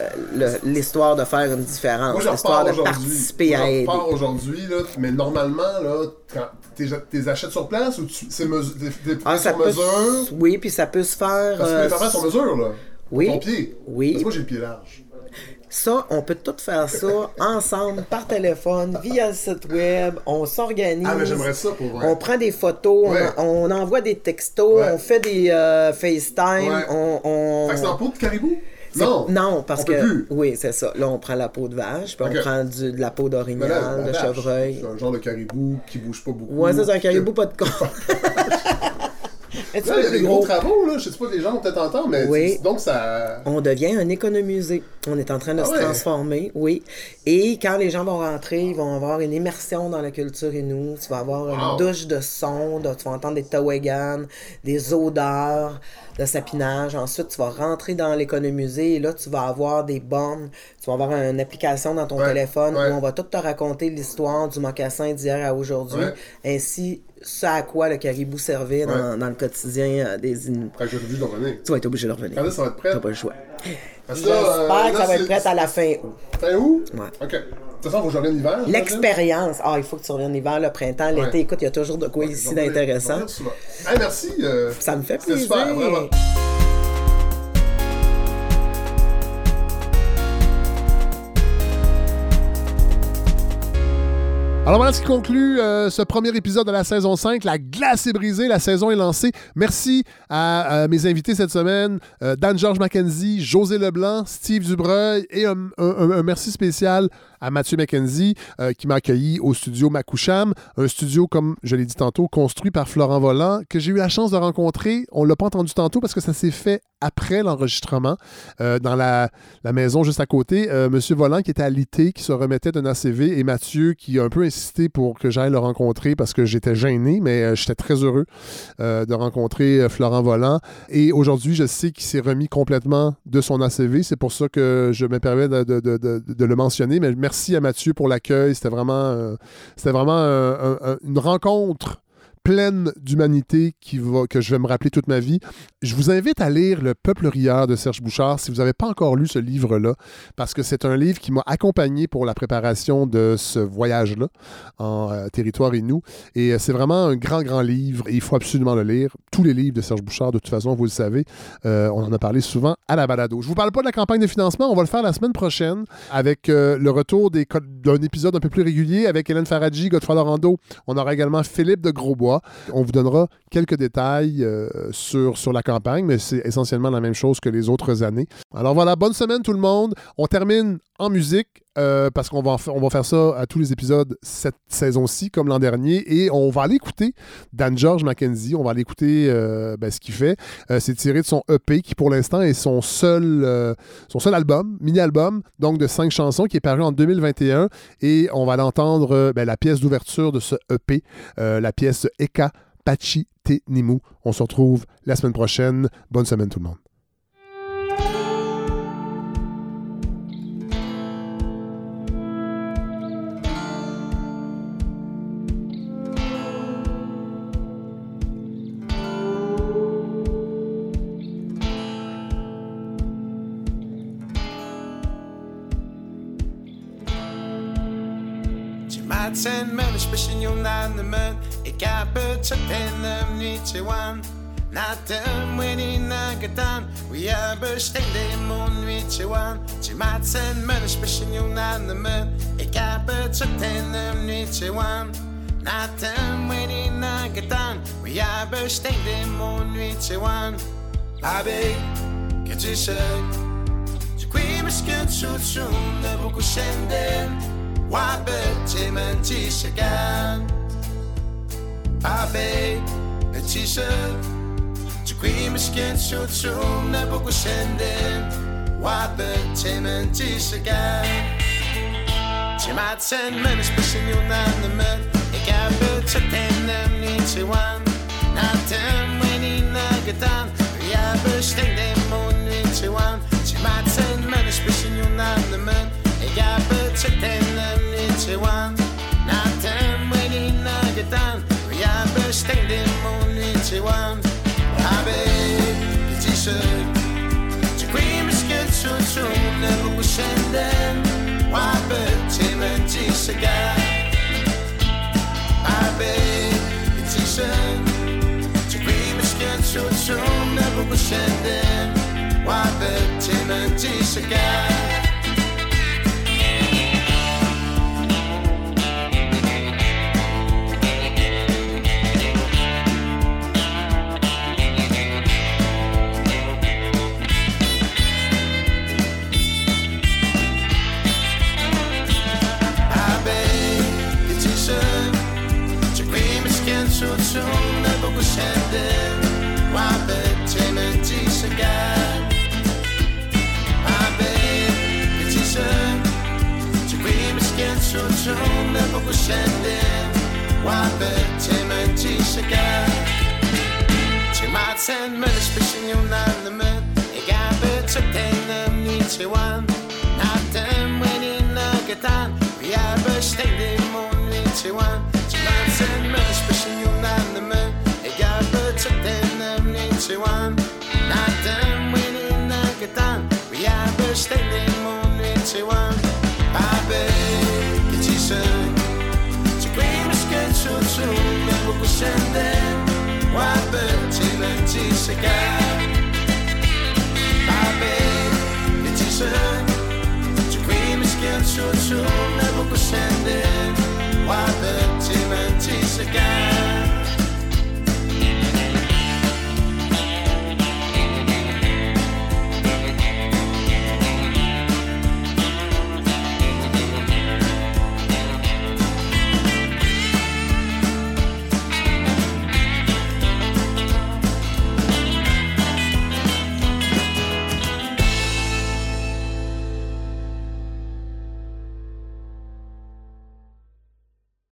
le- l'histoire de faire une différence. Moi, je l'histoire repars de aujourd'hui. participer Moi, à je aider. repars aujourd'hui, là, mais normalement, là, quand t'es, t'es achètes sur place ou tu, c'est mesu- t'es, t'es Ah, ça sur peut mesure? s- Oui, puis ça peut se faire. Parce que euh, les enfants sont sur mesure, là. Oui. Ton pied. Oui. Parce que moi, j'ai le pied large. Ça, on peut tout faire ça ensemble, par téléphone, via le site web. On s'organise. Ah, mais j'aimerais ça pour vrai. On prend des photos, on- Ouais. on, envoie des textos, Ouais. on fait des euh, FaceTime. Ouais. On, on- Fait que c'est en peau de caribou? C'est- Non. Non, parce On que. peut plus. Oui, c'est ça. Là, on prend la peau de vache, puis Ok. on prend du, de la peau Mais là, d'orignal, la de vache, chevreuil. C'est un genre de caribou qui bouge pas beaucoup. Ouais, ça, c'est un caribou pas de con. Un petit Là, peu il y a des plus gros gros. travaux, là. Je sais pas, les gens ont peut-être entendu, mais Oui. donc ça. On devient un économusée. On est en train de Ah se ouais. transformer, oui. Et quand les gens vont rentrer, ils vont avoir une immersion dans la culture Innu. Tu vas avoir une Wow. douche de son, de- tu vas entendre des tawagans, des odeurs de sapinage. Ensuite, tu vas rentrer dans l'économusée et là, tu vas avoir des bornes. Tu vas avoir une application dans ton Ouais, téléphone ouais. où on va tout te raconter l'histoire du mocassin d'hier à aujourd'hui, Ouais. ainsi ce à quoi le caribou servait dans, Ouais. dans le quotidien euh, des Inuits. Fait que j'ai vu de revenir. Tu vas être obligé de revenir. Quand est-ce que ça va être prêt? T'as pas le choix. Parce J'espère là, euh, que là, ça va être c'est- prêt à la fin août. Fin août? Ouais. OK. De toute façon, faut que je revienne l'hiver. j'imagine? L'expérience. Ah, il faut que tu reviennes l'hiver, le printemps, l'été. Ouais. Écoute, il y a toujours de quoi Je ici vais revenir- je vais d'intéressant. revenir souvent. Hey, merci. euh, Ça me fait C'était plaisir. super, vraiment. Alors voilà ce qui conclut euh, ce premier épisode de la saison cinq. La glace est brisée, la saison est lancée. Merci à, à mes invités cette semaine, euh, Dan-Georges Mackenzie, José Leblanc, Steve Dubreuil et un, un- un merci spécial à Mathieu Mackenzie euh, qui m'a accueilli au studio Makoucham, un studio, comme je l'ai dit tantôt, construit par Florent Volant, que j'ai eu la chance de rencontrer. On ne l'a pas entendu tantôt parce que ça s'est fait après l'enregistrement euh, dans la, la maison juste à côté. Euh, Monsieur Volant qui était à l'I T, qui se remettait d'un A C V, et Mathieu qui a un peu insisté pour que j'aille le rencontrer parce que j'étais gêné, mais euh, j'étais très heureux euh, de rencontrer euh, Florent Volant. Et aujourd'hui, je sais qu'il s'est remis complètement de son A C V. C'est pour ça que je me permets de, de- de- de- de le mentionner. Mais merci à Mathieu pour l'accueil. C'était vraiment, euh, c'était vraiment euh, un- un- une rencontre pleine d'humanité qui va, que je vais me rappeler toute ma vie. Je vous invite à lire Le Peuple rieur de Serge Bouchard si vous n'avez pas encore lu ce livre-là, parce que c'est un livre qui m'a accompagné pour la préparation de ce voyage-là en euh, territoire Innu. Et euh, c'est vraiment un grand, grand livre et il faut absolument le lire. Tous les livres de Serge Bouchard, de toute façon, vous le savez, euh, on en a parlé souvent à la balado. Je ne vous parle pas de la campagne de financement, on va le faire la semaine prochaine avec euh, le retour des, d'un épisode un peu plus régulier avec Hélène Faradji, Godefroy Lorando. On aura également Philippe de Grosbois. On vous donnera quelques détails euh, sur, sur la campagne, mais c'est essentiellement la même chose que les autres années. Alors voilà, bonne semaine tout le monde. On termine en musique euh, parce qu'on va, en fa- on va faire ça à tous les épisodes cette saison-ci, comme l'an dernier, et on va aller écouter Dan George Mackenzie. On va aller écouter euh, ben, ce qu'il fait. Euh, c'est tiré de son E P qui, pour l'instant, est son seul, euh, son seul album, mini-album, donc de cinq chansons, qui est paru en deux mille vingt et un. Et on va aller entendre euh, ben, la pièce d'ouverture de ce E P, euh, la pièce Eka Pachi Te Nimu. On se retrouve la semaine prochaine. Bonne semaine tout le monde. Sen men special you nan the men e kapet chaten ni chewan natem weni nagatan we are bestende mon ni chewan chimatsen men special you nan the men e kapet chaten ni chewan natem weni nagatan we are bestende mon ni chewan abe que tu sais tu qui me skin chut chut ne beaucoup shenden Wabet Timen Tishagan Abe Tisha Chukwi Miskin Shutsum Nebuku Shenden Wabet Timen Tishagan Chimatsen Men Especially Yunan the Men Ikabet Chatenem Nichiwan Natem Weni Nagatan Yabush Tendem Mon Nichiwan Chimatsen Men Especially Yunan the Men Ikabet Chatenem Nichiwan Natem Weni Nagatan Yabush Tendem Mon Nichiwan Abe Kitisha Chikwi Miskin Chuchum Nebuku Shenden Wabet Timen Tishagan Abe Kitisha Chikwi Miskin Chuchum Nebuku Shenden Wabet Timen Tishagan Chuchum Nebuku Shenden Wabet Timen Tishagan Abe Kitisha Chikwi Miskin Chuchum Nebuku Shenden Wabet Timen Tishagan Chimatsen Men Especially Yunan the Men Igabet Chatenem Nichiwan Natem Weni Nagatan Yabush Tendem Mon Nichiwan Chimatsen Men Especially Yunan the Men Igabet Chatenem Nichiwan Natem Weni Nagatan Yabush Tendem Mon Nichiwan Abe Kitisha Chikwi Miskin Chuchum Nebuku Shenden Wabet Timen Tishagan Abe Kitisha Chikwi Miskin Chuchum Nebuku Shenden Wabet Timen Tishagan